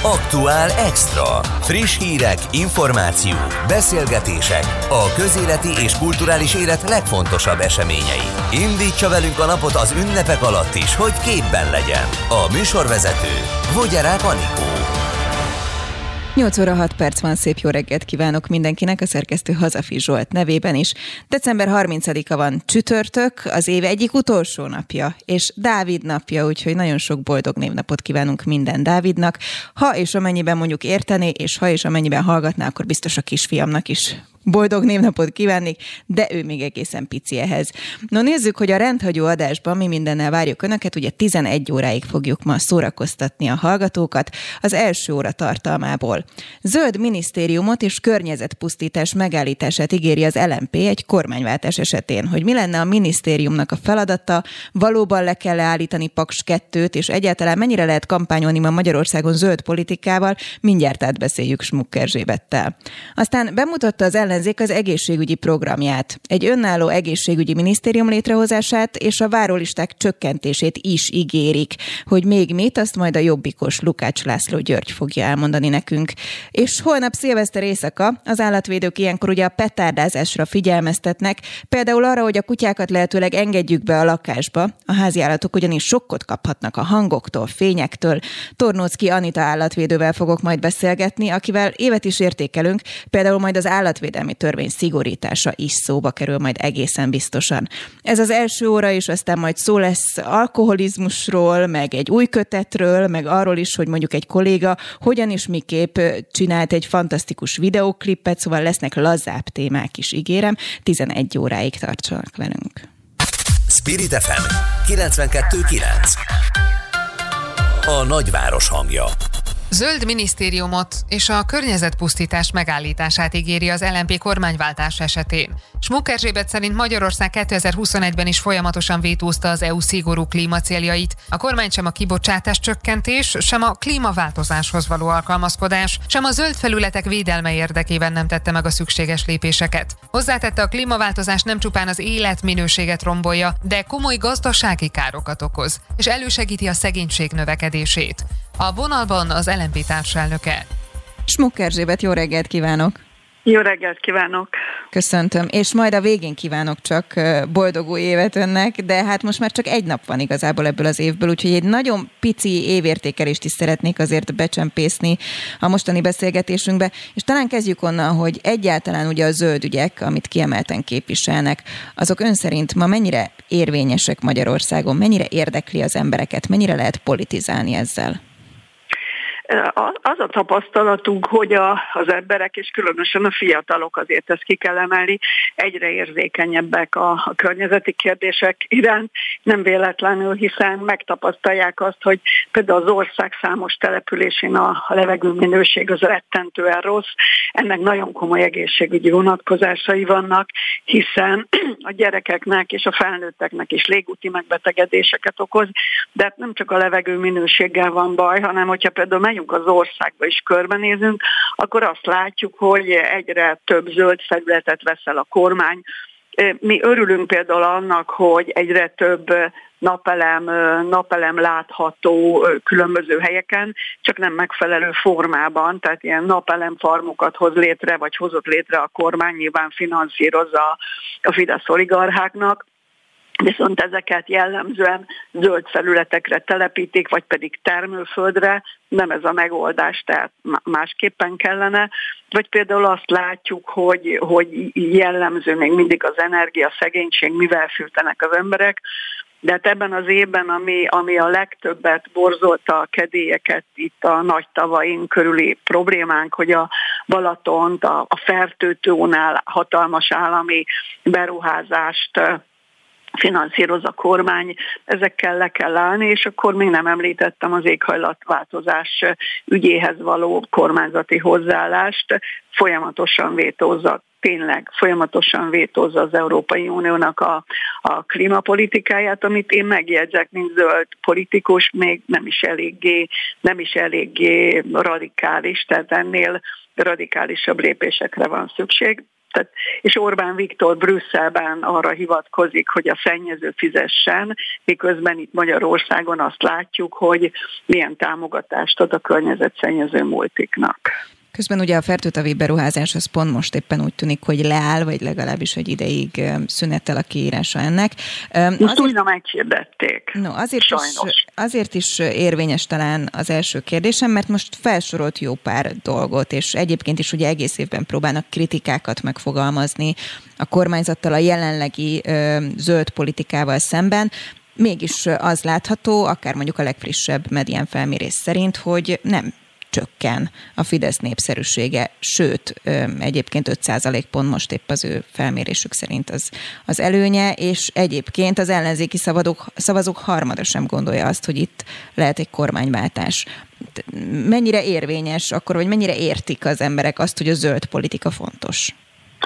Aktuál Extra. Friss hírek, információk, beszélgetések, a közéleti és kulturális élet legfontosabb eseményei. Indítsa velünk a napot az ünnepek alatt is, hogy képben legyen. A műsorvezető Vogyarák Anikó. 8 óra 6 perc van, szép jó reggelt kívánok mindenkinek, a szerkesztő Hazafi Zsolt nevében is. December 30-a van csütörtök, az év egyik utolsó napja, és Dávid napja, úgyhogy nagyon sok boldog névnapot kívánunk minden Dávidnak. Ha és amennyiben mondjuk értené, és ha és amennyiben hallgatná, akkor biztos a kisfiamnak is boldog névnapot kívánnék, de ő még egészen pici ehhez. No, nézzük, hogy a rendhagyó adásban mi mindennel várjuk Önöket, ugye 11 óráig fogjuk ma szórakoztatni a hallgatókat az első óra tartalmából. Zöld minisztériumot és környezetpusztítás megállítását ígéri az LMP egy kormányváltás esetén. Hogy mi lenne a minisztériumnak a feladata, valóban le kell állítani Paks 2-t, és egyáltalán mennyire lehet kampányolni ma Magyarországon zöld politikával, mindjárt átbeszéljük Smuk Erzsébettel. Aztán bemutatta az ellenzék az egészségügyi programját, egy önálló egészségügyi minisztérium létrehozását és a várólisták csökkentését is ígérik. Hogy még mit, azt majd a jobbikos Lukács László György fogja elmondani nekünk. És holnap szilveszter éjszaka az állatvédők ilyenkor ugye a petárdázásra figyelmeztetnek, például arra, hogy a kutyákat lehetőleg engedjük be a lakásba. A háziállatok ugyanis sokkot kaphatnak a hangoktól, fényektől. Tornóczky Anita állatvédővel fogok majd beszélgetni, akivel évet is értékelünk, például majd az állatvédelmi törvény szigorítása is szóba kerül majd egészen biztosan. Ez az első óra, és aztán majd szó lesz alkoholizmusról, meg egy új kötetről, meg arról is, hogy mondjuk egy kolléga hogyan és miképp csinált egy fantasztikus videóklipet, szóval lesznek lazább témák is, ígérem. 11 óráig tartsanak velünk. Spirit FM 92.9. A nagyváros hangja. Zöld minisztériumot és a környezetpusztítás megállítását ígéri az LMP kormányváltás esetén. Smuk Erzsébet szerint Magyarország 2021-ben is folyamatosan vétózta az EU szigorú klímacéljait. A kormány sem a kibocsátás csökkentés, sem a klímaváltozáshoz való alkalmazkodás, sem a zöld felületek védelme érdekében nem tette meg a szükséges lépéseket. Hozzátette, a klímaváltozás nem csupán az életminőséget rombolja, de komoly gazdasági károkat okoz, és elősegíti a szegénység növekedését. A vonalban az LMP társelnöke. Smuk Erzsébet, jó reggelt kívánok! Jó reggelt kívánok! Köszöntöm, és majd a végén kívánok csak boldog új évet önnek, de hát most már csak egy nap van igazából ebből az évből, úgyhogy egy nagyon pici évértékelést is szeretnék azért becsempészni a mostani beszélgetésünkbe, és talán kezdjük onnan, hogy egyáltalán ugye a zöld ügyek, amit kiemelten képviselnek, azok ön szerint ma mennyire érvényesek Magyarországon, mennyire érdekli az embereket, mennyire lehet politizálni ezzel? Az a tapasztalatunk, hogy az emberek, és különösen a fiatalok, azért ezt ki kell emelni, egyre érzékenyebbek a környezeti kérdések iránt. Nem véletlenül, hiszen megtapasztalják azt, hogy például az ország számos településén a levegő minőség az rettentően rossz. Ennek nagyon komoly egészségügyi vonatkozásai vannak, hiszen a gyerekeknek és a felnőtteknek is légúti megbetegedéseket okoz, de nem csak a levegő minőséggel van baj, hanem hogyha például megyünk az országba is körbenézünk, akkor azt látjuk, hogy egyre több zöld felületet vesz el a kormány. Mi örülünk például annak, hogy egyre több napelem látható különböző helyeken, csak nem megfelelő formában, tehát ilyen napelemfarmokat hoz létre, vagy hozott létre a kormány, nyilván finanszírozza a Fidesz oligarcháknak, viszont ezeket jellemzően zöld felületekre telepítik, vagy pedig termőföldre, nem ez a megoldás, tehát másképpen kellene. Vagy például azt látjuk, hogy jellemző még mindig az energiaszegénység, mivel fűtenek az emberek, de hát ebben az évben, ami a legtöbbet borzolta a kedélyeket itt a nagy tavaink körüli problémánk, hogy a Balatont, a Fertőtónál hatalmas állami beruházást finanszíroz a kormány, ezekkel le kell állni, és akkor még nem említettem az éghajlatváltozás ügyéhez való kormányzati hozzáállást, folyamatosan vétózza az Európai Uniónak a klímapolitikáját, amit én megjegyzek, mint zöld politikus, még nem is eléggé radikális, tehát ennél radikálisabb lépésekre van szükség. És Orbán Viktor Brüsszelben arra hivatkozik, hogy a szennyező fizessen, miközben itt Magyarországon azt látjuk, hogy milyen támogatást ad a környezetszennyező multiknak. Közben ugye a fertőtavi beruházás az pont most éppen úgy tűnik, hogy leáll, vagy legalábbis egy ideig szünetel a kiírása ennek. Most újra meghirdették. No, azért is érvényes talán az első kérdésem, mert most felsorolt jó pár dolgot, és egyébként is ugye egész évben próbálnak kritikákat megfogalmazni a kormányzattal a jelenlegi zöld politikával szemben. Mégis az látható, akár mondjuk a legfrissebb Medián felmérés szerint, hogy nem csökken a Fidesz népszerűsége, sőt, egyébként 5% pont most épp az ő felmérésük szerint az előnye, és egyébként az ellenzéki szavazók harmada sem gondolja azt, hogy itt lehet egy kormányváltás. Mennyire érvényes akkor, vagy mennyire értik az emberek azt, hogy a zöld politika fontos?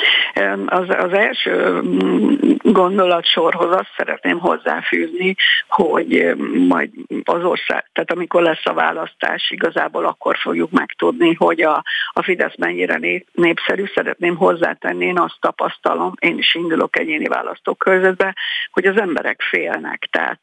Az első gondolatsorhoz azt szeretném hozzáfűzni, hogy majd az ország, tehát amikor lesz a választás, igazából akkor fogjuk megtudni, hogy a Fidesz mennyire népszerű. Szeretném hozzátenni, én azt tapasztalom, én is indulok egyéni választókörzetbe, hogy az emberek félnek, tehát,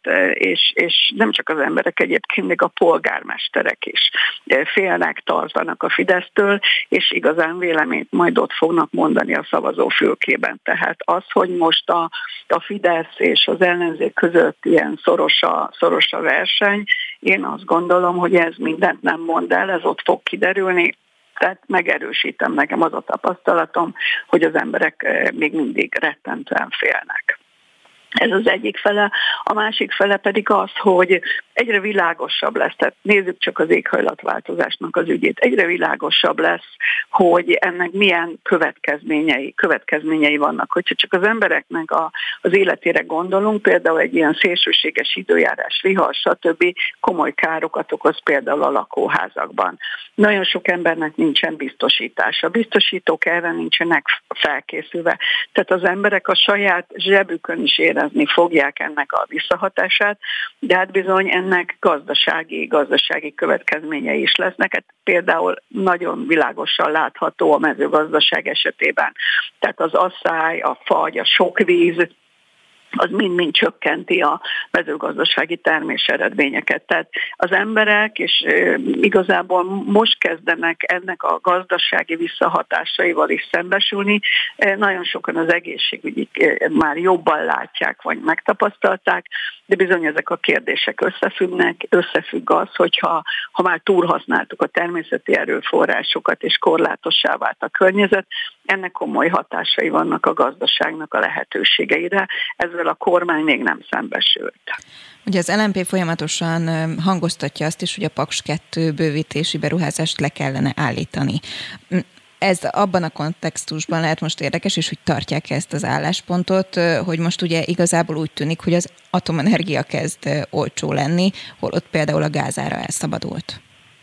és nem csak az emberek, egyébként még a polgármesterek is félnek, tartanak a Fidesztől, és igazán véleményt majd ott fognak mondani a szavazófülkében. Tehát az, hogy most a Fidesz és az ellenzék között ilyen szoros a verseny, én azt gondolom, hogy ez mindent nem mond el, ez ott fog kiderülni. Tehát megerősítem, nekem az a tapasztalatom, hogy az emberek még mindig rettentően félnek. Ez az egyik fele. A másik fele pedig az, hogy egyre világosabb lesz, tehát nézzük csak az éghajlatváltozásnak az ügyét, egyre világosabb lesz, hogy ennek milyen következményei vannak. Hogyha csak az embereknek az életére gondolunk, például egy ilyen szélsőséges időjárás, vihar, stb. Komoly károkat okoz például a lakóházakban. Nagyon sok embernek nincsen biztosítása. Biztosítók erre nincsenek felkészülve. Tehát az emberek a saját zsebükön is érezni fogják ennek a visszahatását, de hát bizony ennek gazdasági következményei is lesznek. Hát például nagyon világosan látható a mezőgazdaság esetében. Tehát az asszály, a fagy, a sok víz, az mind-mind csökkenti a mezőgazdasági termés eredményeket. Tehát az emberek, és igazából most kezdenek ennek a gazdasági visszahatásaival is szembesülni. Nagyon sokan az egészségügyik már jobban látják, vagy megtapasztalták, de bizony ezek a kérdések összefügg az, hogyha már túlhasználtuk a természeti erőforrásokat, és korlátossá vált a környezet, ennek komoly hatásai vannak a gazdaságnak a lehetőségeire. Ezzel a kormány még nem szembesült. Ugye az LMP folyamatosan hangoztatja azt is, hogy a Paks 2 bővítési beruházást le kellene állítani. Ez abban a kontextusban lehet most érdekes, és hogy tartják ezt az álláspontot, hogy most ugye igazából úgy tűnik, hogy az atomenergia kezd olcsó lenni, holott például a gázára elszabadult.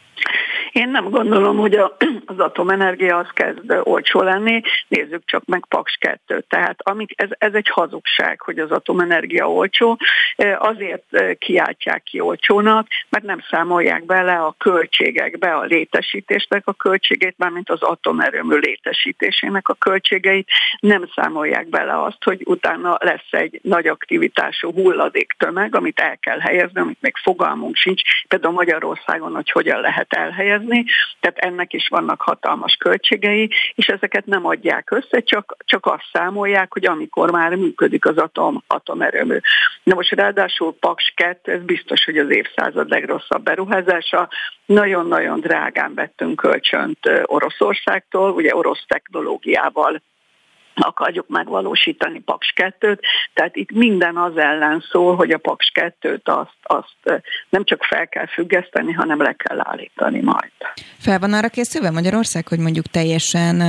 Én nem gondolom, hogy az atomenergia az kezd olcsó lenni. Nézzük csak meg Paks 2. Tehát ez egy hazugság, hogy az atomenergia olcsó. Azért kiáltják ki olcsónak, mert nem számolják bele a költségekbe a létesítésnek a költségét, mármint az atomerőmű létesítésének a költségeit. Nem számolják bele azt, hogy utána lesz egy nagy aktivitású hulladéktömeg, amit el kell helyezni, amit még fogalmunk sincs, például Magyarországon, hogy hogyan lehet elhelyezni. Tehát ennek is vannak hatalmas költségei, és ezeket nem adják össze, csak azt számolják, hogy amikor már működik az atomerőmű. Na most ráadásul Paks 2, ez biztos, hogy az évszázad legrosszabb beruházása. Nagyon-nagyon drágán vettünk kölcsönt Oroszországtól, ugye orosz technológiával akarjuk megvalósítani Paks 2-t, tehát itt minden az ellen szól, hogy a Paks 2-t azt nem csak fel kell függeszteni, hanem le kell állítani majd. Fel van arra készülve Magyarország, hogy mondjuk teljesen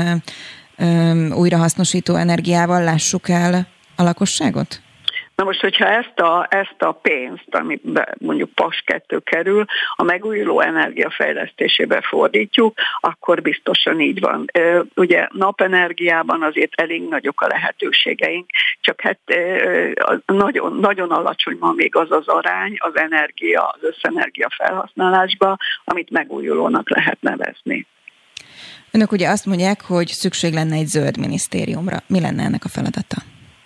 újrahasznosító energiával lássuk el a lakosságot? Na most, hogyha ezt a pénzt, amiben mondjuk Paks 2 kerül, a megújuló energia fejlesztésébe fordítjuk, akkor biztosan így van. Ugye napenergiában azért elég nagyok a lehetőségeink, csak hát nagyon, nagyon alacsony van még az arány az összenergia felhasználásba, amit megújulónak lehet nevezni. Önök ugye azt mondják, hogy szükség lenne egy zöld minisztériumra. Mi lenne ennek a feladata?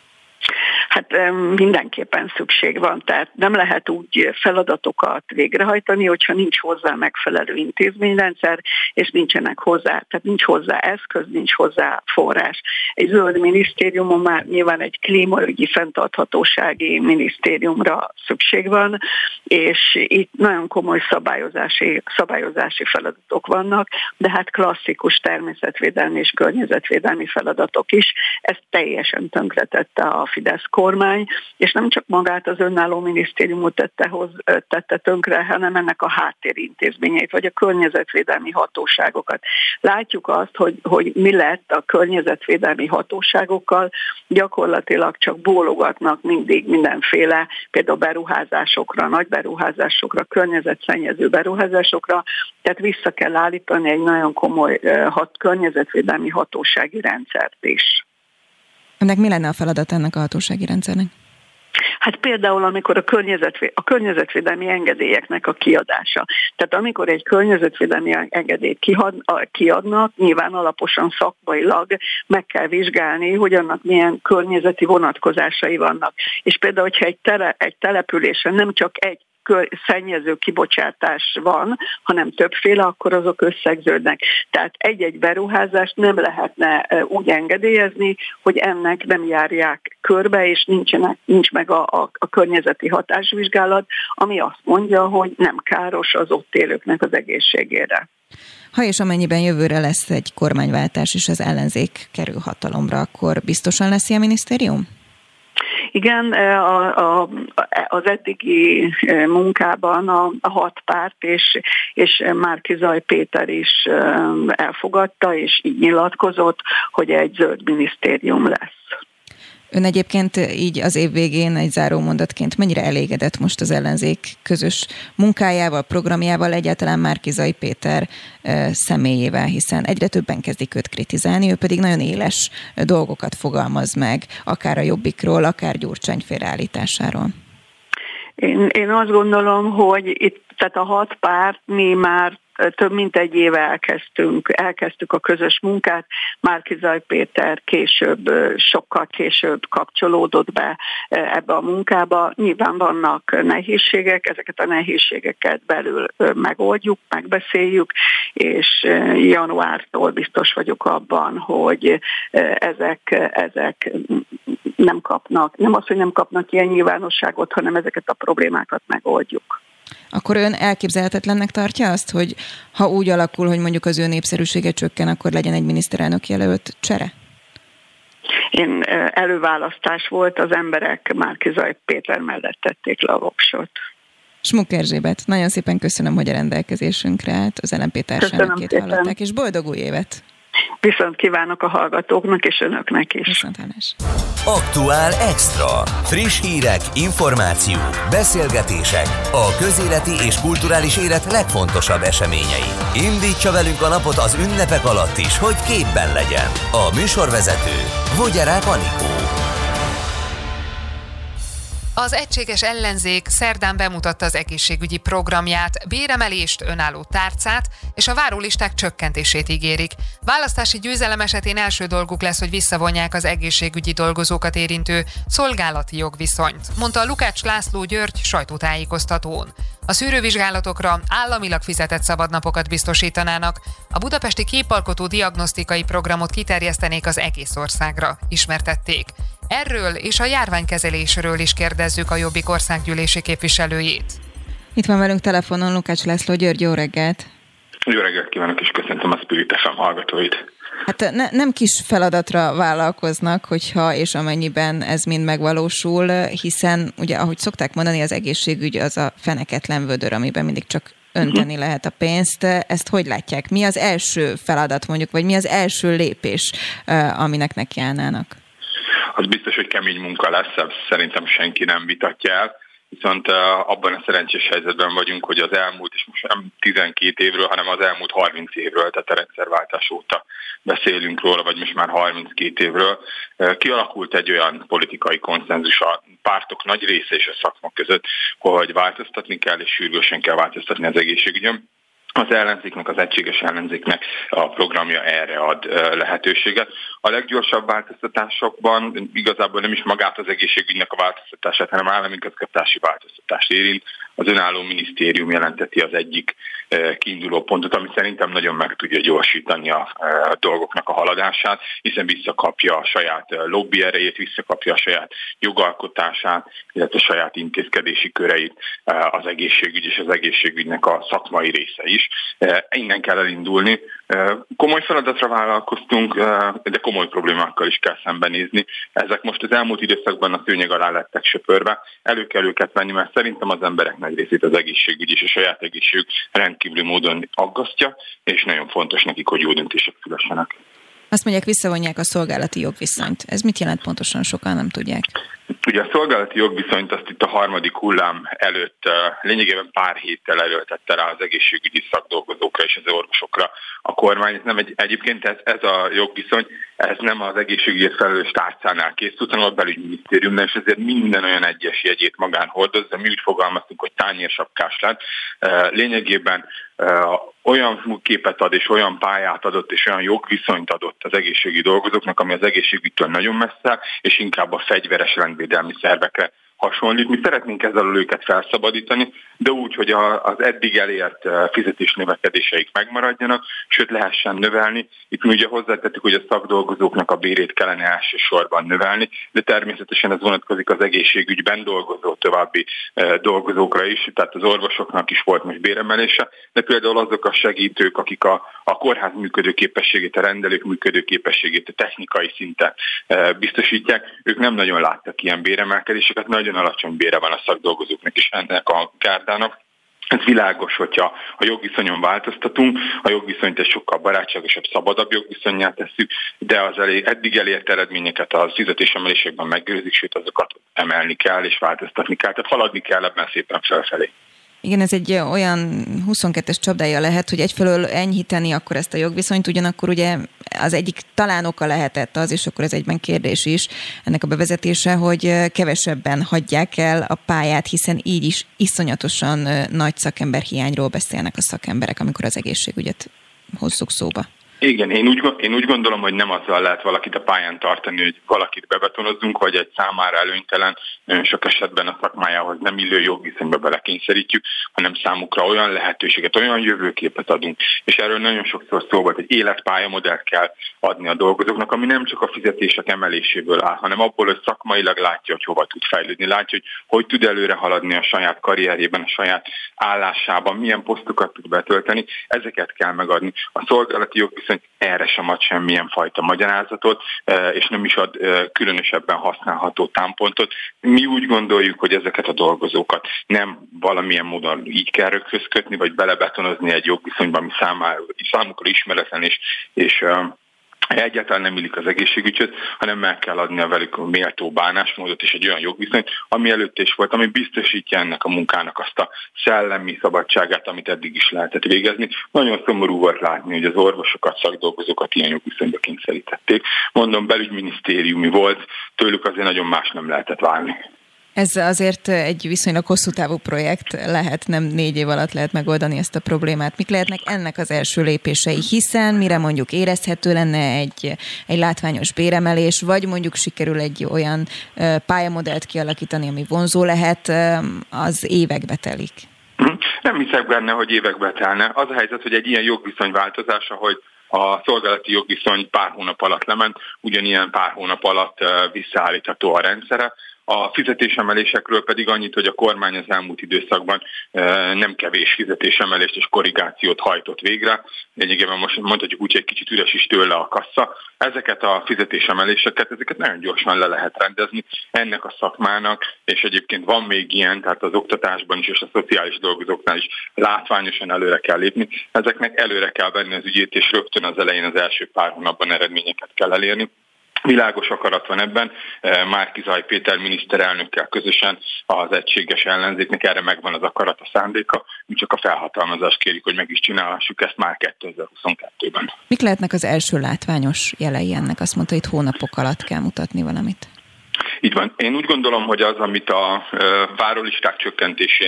Hát mindenképpen szükség van, tehát nem lehet úgy feladatokat végrehajtani, hogyha nincs hozzá megfelelő intézményrendszer, és nincsenek hozzá, tehát nincs hozzá eszköz, nincs hozzá forrás. Egy zöld minisztériumon már nyilván egy klímaügyi fenntarthatósági minisztériumra szükség van, és itt nagyon komoly szabályozási feladatok vannak, de hát klasszikus természetvédelmi és környezetvédelmi feladatok is. Ezt teljesen tönkretette a Fidesz kormány, és nem csak magát az önálló minisztériumot tette tönkre, hanem ennek a háttérintézményeit, vagy a környezetvédelmi hatóságokat. Látjuk azt, hogy mi lett a környezetvédelmi hatóságokkal, gyakorlatilag csak bólogatnak mindig mindenféle, például beruházásokra, nagy beruházásokra, környezetszennyező beruházásokra, tehát vissza kell állítani egy nagyon komoly környezetvédelmi hatósági rendszert is. Ennek mi lenne a feladat ennek a hatósági rendszernek? Hát például, amikor a környezetvédelmi engedélyeknek a kiadása. Tehát amikor egy környezetvédelmi engedélyt kiadnak, nyilván alaposan szakmailag meg kell vizsgálni, hogy annak milyen környezeti vonatkozásai vannak. És például, hogyha egy településen nem csak egy szennyező kibocsátás van, hanem többféle, akkor azok összegződnek. Tehát egy-egy beruházást nem lehetne úgy engedélyezni, hogy ennek nem járják körbe, és nincs meg a környezeti hatásvizsgálat, ami azt mondja, hogy nem káros az ott élőknek az egészségére. Ha és amennyiben jövőre lesz egy kormányváltás és az ellenzék kerül hatalomra, akkor biztosan lesz ilyen minisztérium? Igen, az eddigi munkában a 6 párt és Márki-Zay Péter is elfogadta, és így nyilatkozott, hogy egy zöld minisztérium lesz. Ön egyébként így az év végén egy zárómondatként mennyire elégedett most az ellenzék közös munkájával, programjával, egyáltalán Márki-Zay Péter személyével, hiszen egyre többen kezdik őt kritizálni, ő pedig nagyon éles dolgokat fogalmaz meg, akár a Jobbikról, akár Gyurcsány félreállításáról. Én azt gondolom, hogy itt, tehát a 6 párt, mi már több mint egy éve elkezdtük a közös munkát. Márki-Zay Péter sokkal később kapcsolódott be ebbe a munkába. Nyilván vannak nehézségek, ezeket a nehézségeket belül megoldjuk, megbeszéljük, és januártól biztos vagyok abban, hogy ezek nem kapnak, nem az, hogy nem kapnak ilyen nyilvánosságot, hanem ezeket a problémákat megoldjuk. Akkor ön elképzelhetetlennek tartja azt, hogy ha úgy alakul, hogy mondjuk az ő népszerűsége csökken, akkor legyen egy miniszterelnök jelölt csere? Előválasztás volt, az emberek Márki-Zay Péter mellett tették le a voksot. Smuk Erzsébet, nagyon szépen köszönöm, hogy a rendelkezésünkre állt, az LMP társelnökét hallották, és boldog új évet! Viszont kívánok a hallgatóknak és önöknek is. Viszonthallás. Aktuál Extra. Friss hírek, információk, beszélgetések, a közéleti és kulturális élet legfontosabb eseményei. Indítsa velünk a napot az ünnepek alatt is, hogy képben legyen. A műsorvezető Vogyarák Anikó. Az egységes ellenzék szerdán bemutatta az egészségügyi programját, béremelést, önálló tárcát és a várólisták csökkentését ígérik. Választási győzelem esetén első dolguk lesz, hogy visszavonják az egészségügyi dolgozókat érintő szolgálati jogviszonyt, mondta Lukács László György sajtótájékoztatón. A szűrővizsgálatokra államilag fizetett szabadnapokat biztosítanának, a budapesti képalkotó diagnosztikai programot kiterjesztenék az egész országra, ismertették. Erről és a járványkezelésről is kérdezzük a Jobbik országgyűlési képviselőjét. Itt van velünk telefonon Lukács László György, jó reggelt! Jó reggelt kívánok, és köszöntöm a Spirit FM hallgatóit. Hát nem kis feladatra vállalkoznak, hogyha és amennyiben ez mind megvalósul, hiszen ugye, ahogy szokták mondani, az egészségügy az a feneketlen vödör, amiben mindig csak önteni lehet a pénzt. Ezt hogy látják? Mi az első feladat mondjuk, vagy mi az első lépés, aminek nekiállnának? Az biztos, hogy kemény munka lesz, szerintem senki nem vitatja el, viszont abban a szerencsés helyzetben vagyunk, hogy az elmúlt, és most nem 12 évről, hanem az elmúlt 30 évről, tehát a rendszerváltás óta beszélünk róla, vagy most már 32 évről, kialakult egy olyan politikai konszenzus a pártok nagy része és a szakma között, hogy változtatni kell, és sürgősen kell változtatni az egészségügyön. az ellenzéknek, az egységes ellenzéknek a programja erre ad lehetőséget. A leggyorsabb változtatásokban igazából nem is magát az egészségügynek a változtatását, hanem államigazgatási változtatást érint. Az önálló minisztérium jelenteti az egyik kiinduló pontot, ami szerintem nagyon meg tudja gyorsítani a dolgoknak a haladását, hiszen visszakapja a saját lobby erejét, visszakapja a saját jogalkotását, illetve a saját intézkedési köreit az egészségügy és az egészségügynek a szakmai része is. Innen kell elindulni. Komoly feladatra vállalkoztunk, de komoly problémákkal is kell szembenézni. Ezek most az elmúlt időszakban a szőnyeg alá lettek söpörve. Elő kell őket venni, mert szerintem az emberek nagy részét az egészségügy és a saját egészségük rendkívüli módon aggasztja, és nagyon fontos nekik, hogy jó döntések szülessenek. Azt mondják, visszavonják a szolgálati jogviszonyt. Ez mit jelent pontosan? Sokan nem tudják. Ugye a szolgálati jogviszonyt azt itt a harmadik hullám előtt lényegében pár héttel erőltette rá az egészségügyi szakdolgozókra és az orvosokra a kormány. Egyébként ez a jogviszony, ez nem az egészségügyért felelős tárcánál készült, hanem a belügyminisztériumnál, és ezért minden olyan egyes jegyét magán hordozza. Mi úgy fogalmaztunk, hogy tányérsapkás lett. Lényegében olyan képet ad, és olyan pályát adott, és olyan jogviszonyt adott az egészségügyi dolgozóknak, ami az egészségügytől nagyon messze, és inkább a fegyveres rendvédelmi szervekre hasonlít. Mi szeretnénk ezzel őket felszabadítani, de úgy, hogy az eddig elért fizetésnövekedéseik megmaradjanak, sőt lehessen növelni. Itt mi ugye hozzátettük, hogy a szakdolgozóknak a bérét kellene elsősorban növelni, de természetesen ez vonatkozik az egészségügyben dolgozó további dolgozókra is, tehát az orvosoknak is volt most béremelése, de például azok a segítők, akik a kórház működőképességét, a rendelők működőképességét a technikai szinten biztosítják, ők nem nagyon láttak ilyen béremelkedéseket, nagyon alacsony bére van a szakdolgozóknak is ennek a gárdának. Ez világos, hogyha a jogviszonyon változtatunk, a jogviszonyt egy sokkal barátságosabb, szabadabb jogviszonnyá tesszük, de az eddig elért eredményeket a fizetésemelésekben megőrzik, sőt azokat emelni kell és változtatni kell, tehát haladni kell ebben szépen felfelé. Igen, ez egy olyan 22-es csapdája lehet, hogy egyfelől enyhíteni akkor ezt a jogviszonyt, ugyanakkor ugye az egyik talán oka lehetett az, és akkor ez egyben kérdés is ennek a bevezetése, hogy kevesebben hagyják el a pályát, hiszen így is iszonyatosan nagy szakemberhiányról beszélnek a szakemberek, amikor az egészségügyet hozzuk szóba. Igen, én úgy gondolom, hogy nem azzal lehet valakit a pályán tartani, hogy valakit bebetonozzunk, vagy egy számára előnytelen, nagyon sok esetben a szakmájához nem illő jogviszonyba belekényszerítjük, hanem számukra olyan lehetőséget, olyan jövőképet adunk. És erről nagyon sokszor szó volt, hogy életpályamodellt kell adni a dolgozóknak, ami nem csak a fizetések emeléséből áll, hanem abból, hogy szakmailag látja, hogy hova tud fejlődni, látja, hogy tud előre haladni a saját karrierjében, a saját állásában, milyen posztokat tud betölteni, ezeket kell megadni. A szolgálati jogviszony erre sem ad semmilyen fajta magyarázatot, és nem is ad különösebben használható támpontot. Mi úgy gondoljuk, hogy ezeket a dolgozókat nem valamilyen módon így kell röghöz kötni, vagy belebetonozni egy jogviszonyba, ami számukra ismeretlen, és egyáltalán nem illik az egészségügyhöz, hanem meg kell adni a velük méltó bánásmódot és egy olyan jogviszonyt, ami előtte is volt, ami biztosítja ennek a munkának azt a szellemi szabadságát, amit eddig is lehetett végezni. Nagyon szomorú volt látni, hogy az orvosokat, szakdolgozókat ilyen jogviszonyba kényszerítették. Mondom, belügyminisztériumi volt, tőlük azért nagyon más nem lehetett válni. Ez azért egy viszonylag hosszú távú projekt lehet, nem 4 év alatt lehet megoldani ezt a problémát. Mik lehetnek ennek az első lépései? Hiszen mire mondjuk érezhető lenne egy látványos béremelés, vagy mondjuk sikerül egy olyan pályamodellt kialakítani, ami vonzó lehet, az évekbe telik. Nem hiszek benne, hogy évekbe telne. Az a helyzet, hogy egy ilyen jogviszony változása, hogy a szolgálati jogviszony pár hónap alatt lement, ugyanilyen pár hónap alatt visszaállítható a rendszere. A fizetésemelésekről pedig annyit, hogy a kormány az elmúlt időszakban nem kevés fizetésemelést és korrigációt hajtott végre. Lényegében most mondhatjuk úgy, hogy egy kicsit üres is tőle a kassa. Ezeket a fizetésemeléseket, ezeket nagyon gyorsan le lehet rendezni ennek a szakmának, és egyébként van még ilyen, tehát az oktatásban is és a szociális dolgozóknál is látványosan előre kell lépni. Ezeknek előre kell venni az ügyét, és rögtön az elején az első pár hónapban eredményeket kell elérni. Világos akarat van ebben, Márki-Zay Péter miniszterelnökkel közösen az egységes ellenzéknek erre megvan az akarat, a szándéka, mi csak a felhatalmazást kérjük, hogy meg is csinálhassuk ezt már 2022-ben. Mik lehetnek az első látványos jelei ennek? Azt mondta, itt hónapok alatt kell mutatni valamit. Így van. Én úgy gondolom, hogy az, amit a várólisták csökkentésénél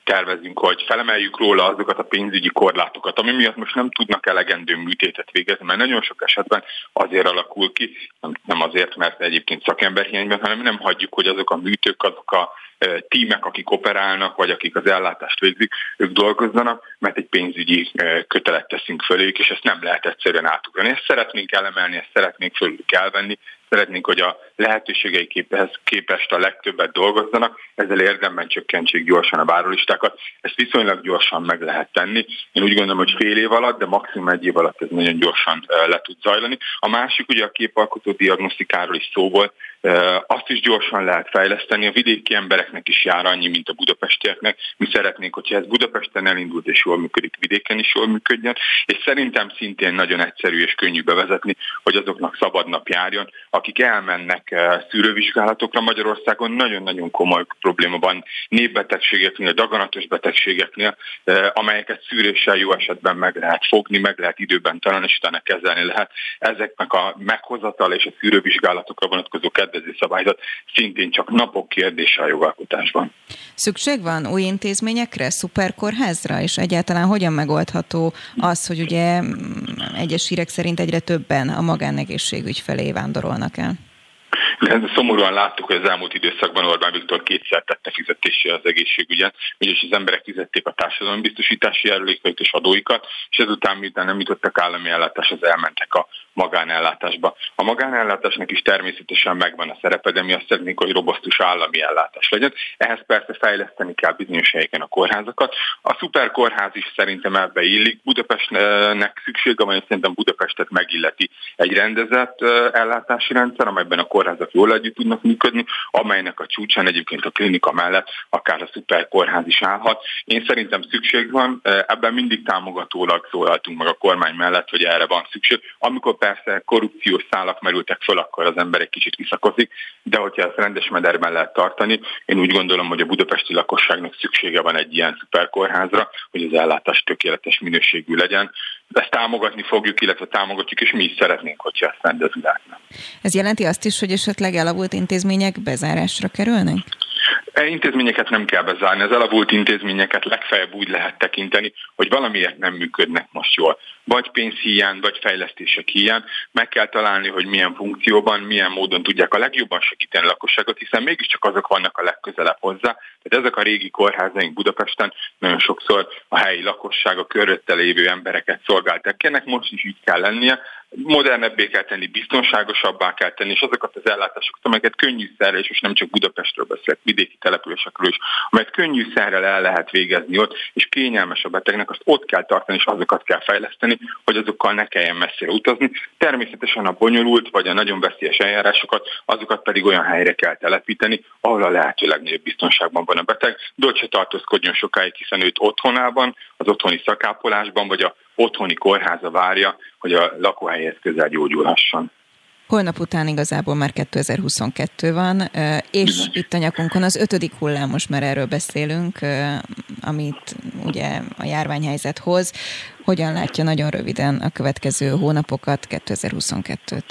tervezünk, hogy felemeljük róla azokat a pénzügyi korlátokat, ami miatt most nem tudnak elegendő műtétet végezni, mert nagyon sok esetben azért alakul ki, nem azért, mert egyébként szakemberhiányban, hanem nem hagyjuk, hogy azok a műtők, azok a tímek, akik operálnak, vagy akik az ellátást végzik, ők dolgozzanak, mert egy pénzügyi kötelet teszünk fölük, és ezt nem lehet egyszerűen átugrani. Ezt szeretnénk elemelni, ezt szeretnénk fölük elvenni, szeretnénk, hogy a lehetőségeikhez képest a legtöbbet dolgozzanak, ezzel érdemben csökkentsék gyorsan a várólistákat. Ezt viszonylag gyorsan meg lehet tenni. Én úgy gondolom, hogy fél év alatt, de maximum 1 év alatt ez nagyon gyorsan le tud zajlani. A másik ugye a képalkotó diagnosztikáról is szó volt, azt is gyorsan lehet fejleszteni, a vidéki embereknek is jár annyi, mint a budapestieknek. Mi szeretnénk, hogyha ez Budapesten elindult és jól működik, vidéken is jól működjön, és szerintem szintén nagyon egyszerű és könnyű bevezetni, hogy azoknak szabad nap járjon, akik elmennek szűrővizsgálatokra. Magyarországon nagyon-nagyon komoly probléma van népbetegségeknél, daganatos betegségeknél, amelyeket szűréssel jó esetben meg lehet fogni, meg lehet időben találni, és utána kezelni lehet. Ezeknek a meghozatal és a szűrővizsgálatokra vonatkozó kedvező szabályzat szintén csak napok kérdése a jogalkotásban. Szükség van új intézményekre, szuperkórházra, és egyáltalán hogyan megoldható az, hogy ugye egyes hírek szerint egyre többen a magánegészségügy felé vándorolnak el? De szomorúan láttuk, hogy az elmúlt időszakban Orbán Viktor kétszer tette fizetésé az egészségügyet, ugyanis az emberek fizették a társadalombiztosítási járulékait és adóikat, és ezután, miután nem jutottak állami ellátáshoz, elmentek a magánellátásba. A magánellátásnak is természetesen megvan a szerepe, de mi azt szeretnénk, hogy robosztus állami ellátás legyen. Ehhez persze fejleszteni kell bizonyos helyeken a kórházakat. A szuperkórház is szerintem ebbe illik. Budapestnek szüksége van, és szerintem Budapestet megilleti egy rendezett ellátási rendszer, amelyben a kórházak jól együtt tudnak működni, amelynek a csúcsán egyébként a klinika mellett akár a szuperkórház is állhat. Én szerintem szükség van, ebben mindig támogatólag szólaltunk meg a kormány mellett, hogy erre van szükség. Amikor persze korrupciós szálak merültek föl, akkor az ember egy kicsit visszakozik, de hogyha ezt rendes mederben lehet tartani, én úgy gondolom, hogy a budapesti lakosságnak szüksége van egy ilyen szuperkórházra, hogy az ellátás tökéletes minőségű legyen. Ezt támogatni fogjuk, illetve támogatjuk, és mi is szeretnénk, hogyha ezt rendezni lehetne. Ez jelenti azt is, hogy esetleg elavult intézmények bezárásra kerülnek? Intézményeket nem kell bezárni, az elavult intézményeket legfeljebb úgy lehet tekinteni, hogy valamiért nem működnek most jól. Vagy pénzhiány, vagy fejlesztések hiány. Meg kell találni, hogy milyen funkcióban, milyen módon tudják a legjobban segíteni a lakosságot, hiszen mégiscsak azok vannak a legközelebb hozzá. Tehát ezek a régi kórházaink Budapesten nagyon sokszor a helyi lakosság, a körülötte lévő embereket szolgálták. Ennek most is így kell lennie. Modernebbé kell tenni, biztonságosabbá kell tenni, és azokat az ellátásokat, amelyeket könnyűszerrel, és most nem csak Budapestről beszélek, vidéki településekről is, amelyet könnyűszerrel el lehet végezni ott, és kényelmes a betegnek, azt ott kell tartani, és azokat kell fejleszteni, hogy azokkal ne kelljen messzire utazni. Természetesen a bonyolult, vagy a nagyon veszélyes eljárásokat, azokat pedig olyan helyre kell telepíteni, ahol a lehető legnagyobb biztonságban van a beteg, de ott se tartózkodjon sokáig, hiszen őt otthonában, az otthoni szakápolásban, vagy a otthoni kórháza várja, hogy a lakóhelyhez közel gyógyulhasson. Holnap után igazából már 2022 van, és itt a nyakunkon az 5. hullám, most már erről beszélünk, amit ugye a járványhelyzet hoz. Hogyan látja nagyon röviden a következő hónapokat, 2022-t?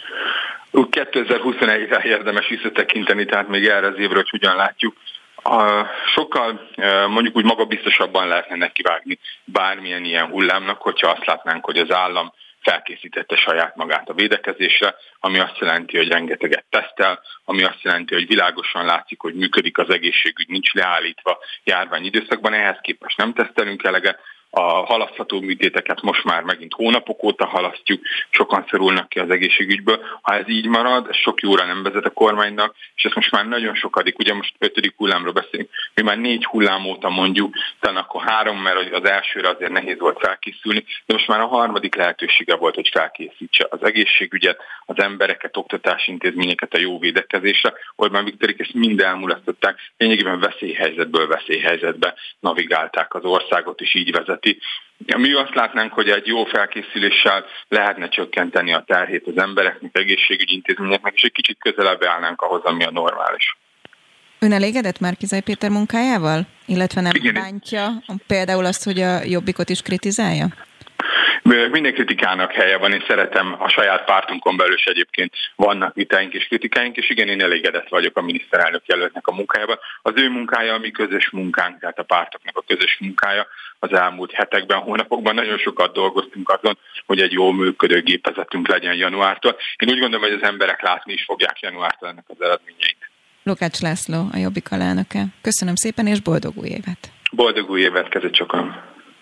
2021-re érdemes visszatekinteni, tehát még erre az évre, hogy hogyan látjuk. Sokkal mondjuk úgy magabiztosabban lehetne nekivágni bármilyen ilyen hullámnak, hogyha azt látnánk, hogy az állam felkészítette saját magát a védekezésre, ami azt jelenti, hogy rengeteget tesztel, ami azt jelenti, hogy világosan látszik, hogy működik az egészségügy, nincs leállítva járványidőszakban, ehhez képest nem tesztelünk eleget. A halasztható műtéteket most már megint hónapok óta halasztjuk, sokan szorulnak ki az egészségügyből. Ha ez így marad, ez sok jóra nem vezet a kormánynak, és ez most már nagyon sokadik, ugye most 5. hullámról beszélünk, mi már 4 hullám óta mondjuk, talán akkor 3, mert az elsőre azért nehéz volt felkészülni, de most már a 3. lehetősége volt, hogy felkészítse az egészségügyet, az embereket, oktatási intézményeket a jó védekezésre. Orbán Viktorék ezt mind elmulasztották, lényegében veszélyhelyzetből veszélyhelyzetbe navigálták az országot, és így vezet. Mi azt látnánk, hogy egy jó felkészüléssel lehetne csökkenteni a terhét az embereknek, egészségügyi intézményeknek, és egy kicsit közelebb állnánk ahhoz, ami a normális. Ön elégedett Márki-Zay Péter munkájával? Illetve nem bántja például azt, hogy a Jobbikot is kritizálja? Minden kritikának helye van, én szeretem a saját pártunkon belül is egyébként vannak vitáink és kritikáink, és igen, én elégedett vagyok a miniszterelnök jelöltnek a munkájában. Az ő munkája a mi közös munkánk, tehát a pártoknak a közös munkája. Az elmúlt hetekben, hónapokban nagyon sokat dolgoztunk azon, hogy egy jól működő gépezetünk legyen januártól. Én úgy gondolom, hogy az emberek látni is fogják januártól ennek az eredményeit. Lukács László, a Jobbik alelnöke. Köszönöm szépen, és boldog új évet! Boldog új évet, kezet sokan!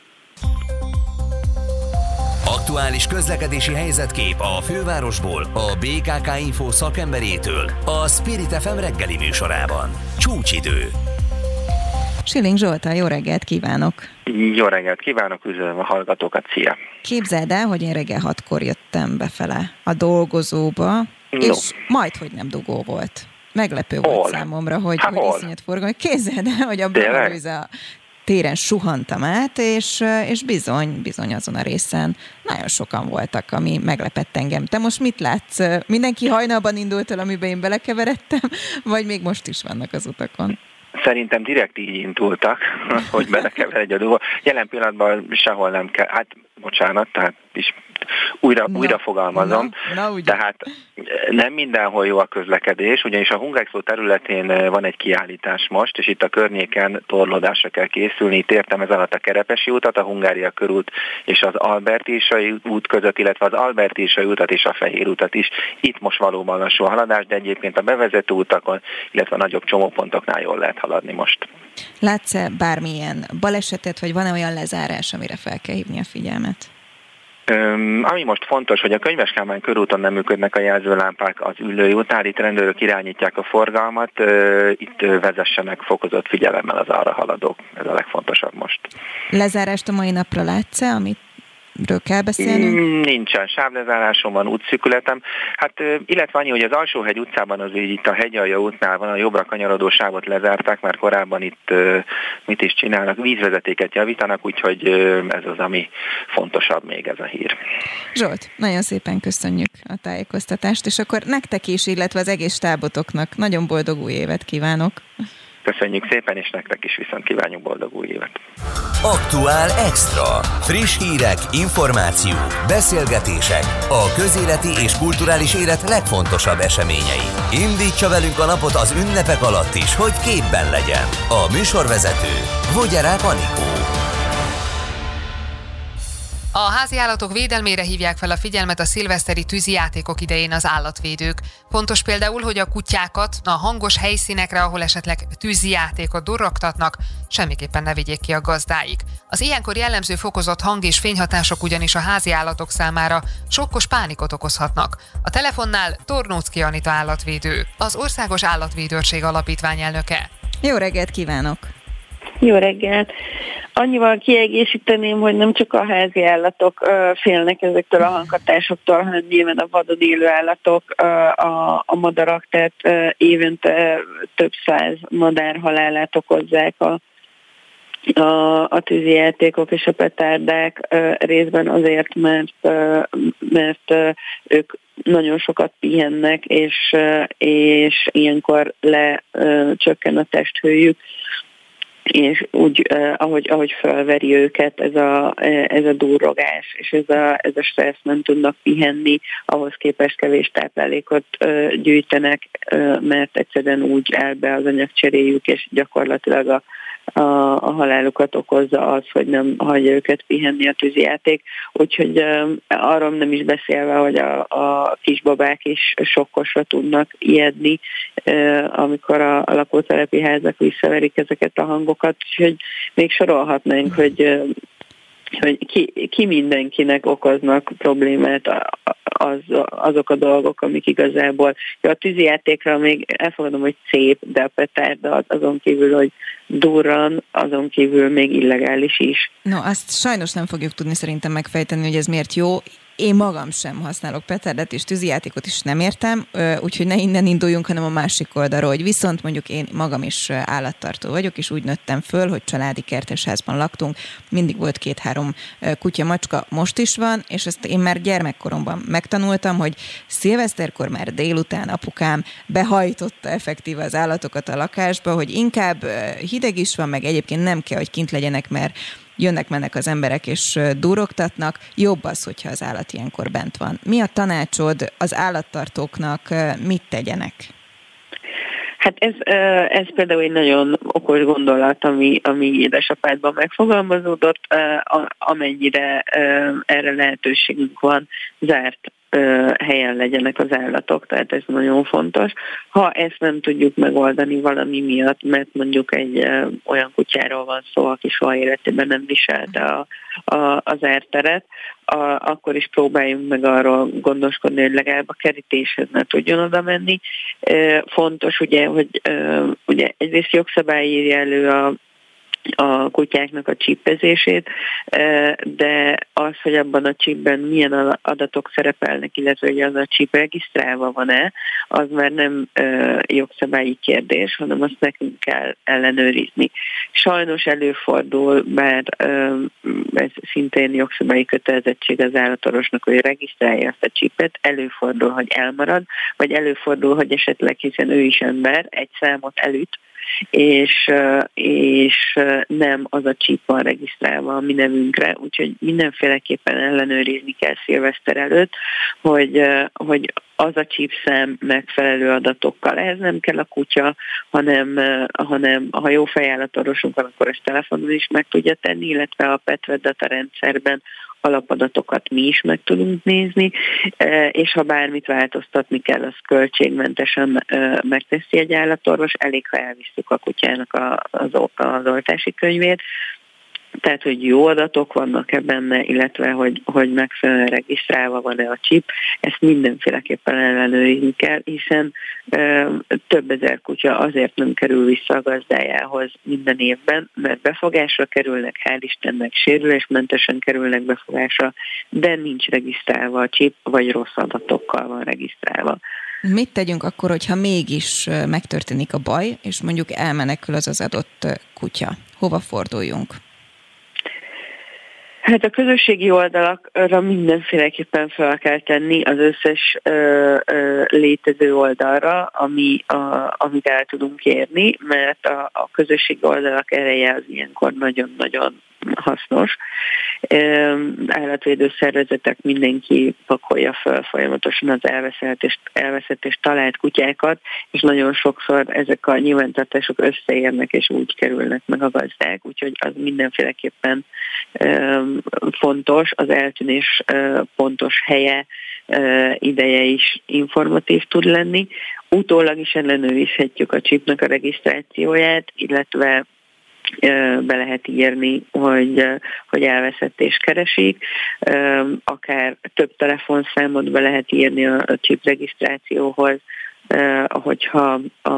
Aktuális közlekedési helyzetkép a fővárosból, a BKK Info szakemberétől, a Spirit FM reggeli műsorában. Csúcsidő. Schilling Zsoltal, jó reggelt kívánok! Jó reggelt kívánok, üdvözlöm a hallgatókat, szia! Képzeld el, hogy én reggel 6-kor jöttem befele a dolgozóba, és majdhogy nem dugó volt. Meglepő volt számomra, hogy iszonyat forgalom. Képzeld el, hogy a Blaha téren suhantam át, és bizony azon a részen nagyon sokan voltak, ami meglepett engem. Te most mit látsz? Mindenki hajnalban indult el, amiben én belekeveredtem, vagy még most is vannak az utakon? Szerintem direkt így indultak, hogy belekeveredj a dugó. Jelen pillanatban sehol nem kell, tehát is újra fogalmazom. Tehát nem mindenhol jó a közlekedés, ugyanis a Hungarexpo területén van egy kiállítás most, és itt a környéken torlódásra kell készülni. Itt értem ez alatt a Kerepesi utat, a Hungária körút és az Albert-Irsai út között, illetve az Albert-Irsai utat és a Fehér utat is. Itt most valóban lassú a haladás, de egyébként a bevezető utakon, illetve a nagyobb csomópontoknál jól lehet haladni most. Látsz-e bármilyen balesetet, vagy van-e olyan lezárás, amire fel kell hívni a figyelmet? Ami most fontos, hogy a Könyves Kálmán körúton nem működnek a jelzőlámpák az Üllői útnál, itt rendőrök irányítják a forgalmat, itt vezessenek fokozott figyelemmel az arra haladók, ez a legfontosabb most. Lezárást a mai napra látsz-e, amiről kell beszélnünk? Nincsen, sávlezárásom van, útszűkületem. Illetve annyi, hogy az Alsóhegy utcában azért itt a Hegyalja útnál van, a jobbra kanyarodó sávot lezárták, mert korábban itt mit is csinálnak, vízvezetéket javítanak, úgyhogy ez az, ami fontosabb még ez a hír. Zsolt, nagyon szépen köszönjük a tájékoztatást, és akkor nektek is, illetve az egész stábotoknak nagyon boldog új évet kívánok! Köszönjük szépen, és nektek is viszont kívánjuk boldog új évet! Aktuál Extra. Friss hírek, információk, beszélgetések, a közéleti és kulturális élet legfontosabb eseményei. Indítsa velünk a napot az ünnepek alatt is, hogy képben legyen. A műsorvezető Vogyarák Anikó. A háziállatok védelmére hívják fel a figyelmet a szilveszteri tűzijátékok idején az állatvédők. Fontos például, hogy a kutyákat a hangos helyszínekre, ahol esetleg tűzijátékot durrogtatnak, semmiképpen ne vigyék ki a gazdáik. Az ilyenkor jellemző fokozott hang- és fényhatások ugyanis a háziállatok számára sokkos pánikot okozhatnak. A telefonnál Tornóczky Anita állatvédő, az Országos Állatvédőrség Alapítvány elnöke. Jó reggelt kívánok! Jó reggelt! Annyival kiegészíteném, hogy nem csak a házi állatok félnek ezektől a hanghatásoktól, hanem nyilván a vadon élő állatok, a madarak, tehát évente több száz madár halálát okozzák a tűzijátékok és a petárdák, részben azért, mert ők nagyon sokat pihennek, és ilyenkor lecsökken a testhőjük, és úgy, ahogy felveri őket ez a durrogás, és ez a stressz, nem tudnak pihenni, ahhoz képest kevés táplálékot gyűjtenek, mert egyszerűen úgy áll be az anyagcseréjük, és gyakorlatilag a halálukat okozza az, hogy nem hagyja őket pihenni a tűzijáték. Úgyhogy arról nem is beszélve, hogy a kisbabák is sokkosra tudnak ijedni, amikor a lakótelepi házak visszaverik ezeket a hangokat. Úgyhogy még sorolhatnánk, hogy ki mindenkinek okoznak problémát azok a dolgok, amik igazából. A tűzijátékra még elfogadom, hogy szép, de a petárda azon kívül, hogy durran, azon kívül még illegális is. No, azt sajnos nem fogjuk tudni szerintem megfejteni, hogy ez miért jó. Én magam sem használok petárdet, és tűzijátékot is nem értem, úgyhogy ne innen induljunk, hanem a másik oldalról, hogy viszont mondjuk én magam is állattartó vagyok, és úgy nőttem föl, hogy családi kertesházban laktunk, mindig volt 2-3 kutya, macska, most is van, és ezt én már gyermekkoromban megtanultam, hogy szilveszterkor már délután apukám behajtotta effektíve az állatokat a lakásba, hogy inkább hideg is van, meg egyébként nem kell, hogy kint legyenek, mert jönnek-mennek az emberek és durogtatnak, jobb az, hogyha az állat ilyenkor bent van. Mi a tanácsod az állattartóknak, mit tegyenek? Hát ez például egy nagyon okos gondolat, ami édesapádban megfogalmazódott, amennyire erre lehetőségünk van, zárt helyen legyenek az állatok, tehát ez nagyon fontos. Ha ezt nem tudjuk megoldani valami miatt, mert mondjuk egy olyan kutyáról van szó, aki soha életében nem viselte az árteret, akkor is próbáljunk meg arról gondoskodni, hogy legalább a kerítéshez ne tudjon oda menni. Fontos ugye, hogy ugye egyrészt jogszabály írja elő a kutyáknak a csípezését, de az, hogy abban a csípben milyen adatok szerepelnek, illetve hogy az a csíp regisztrálva van-e, az már nem jogszabályi kérdés, hanem azt nekünk kell ellenőrizni. Sajnos előfordul, bár ez szintén jogszabályi kötelezettség az állatorvosnak, hogy regisztrálja azt a csípet, előfordul, hogy elmarad, vagy előfordul, hogy esetleg, hiszen ő is ember, egy számot elüt, és nem az a csíp van regisztrálva a mi nevünkre, úgyhogy mindenféleképpen ellenőrizni kell szilveszter előtt, hogy az a csípszám megfelelő adatokkal. Ehhez nem kell a kutya, hanem ha jó fejállatorvosunk van, akkor ezt telefonon is meg tudja tenni, illetve a Petvet data rendszerben alapadatokat mi is meg tudunk nézni, és ha bármit változtatni kell, az költségmentesen megteszi egy állatorvos, elég, ha elvisszük a kutyának az oltási könyvét. Tehát, hogy jó adatok vannak-e benne, illetve, hogy megfelelően regisztrálva van-e a csip, ezt mindenféleképpen ellenőrizni kell, hiszen több ezer kutya azért nem kerül vissza a gazdájához minden évben, mert befogásra kerülnek, hál' Istennek sérülésmentesen kerülnek befogásra, de nincs regisztrálva a csip, vagy rossz adatokkal van regisztrálva. Mit tegyünk akkor, hogyha mégis megtörténik a baj, és mondjuk elmenekül az adott kutya? Hova forduljunk? Hát a közösségi oldalakra mindenféleképpen fel kell tenni az összes létező oldalra, amit el tudunk érni, mert a közösségi oldalak ereje az ilyenkor nagyon-nagyon hasznos. Állatvédő szervezetek, mindenki pakolja föl folyamatosan az elveszett és talált kutyákat, és nagyon sokszor ezek a nyilvántartások összeérnek, és úgy kerülnek meg a gazdák, úgyhogy az mindenféleképpen fontos, az eltűnés pontos helye, ideje is informatív tud lenni. Utólag is ellenőrizhetjük a csipnak a regisztrációját, illetve be lehet írni, hogy elveszett és keresik, akár több telefonszámot be lehet írni a chip regisztrációhoz, hogyha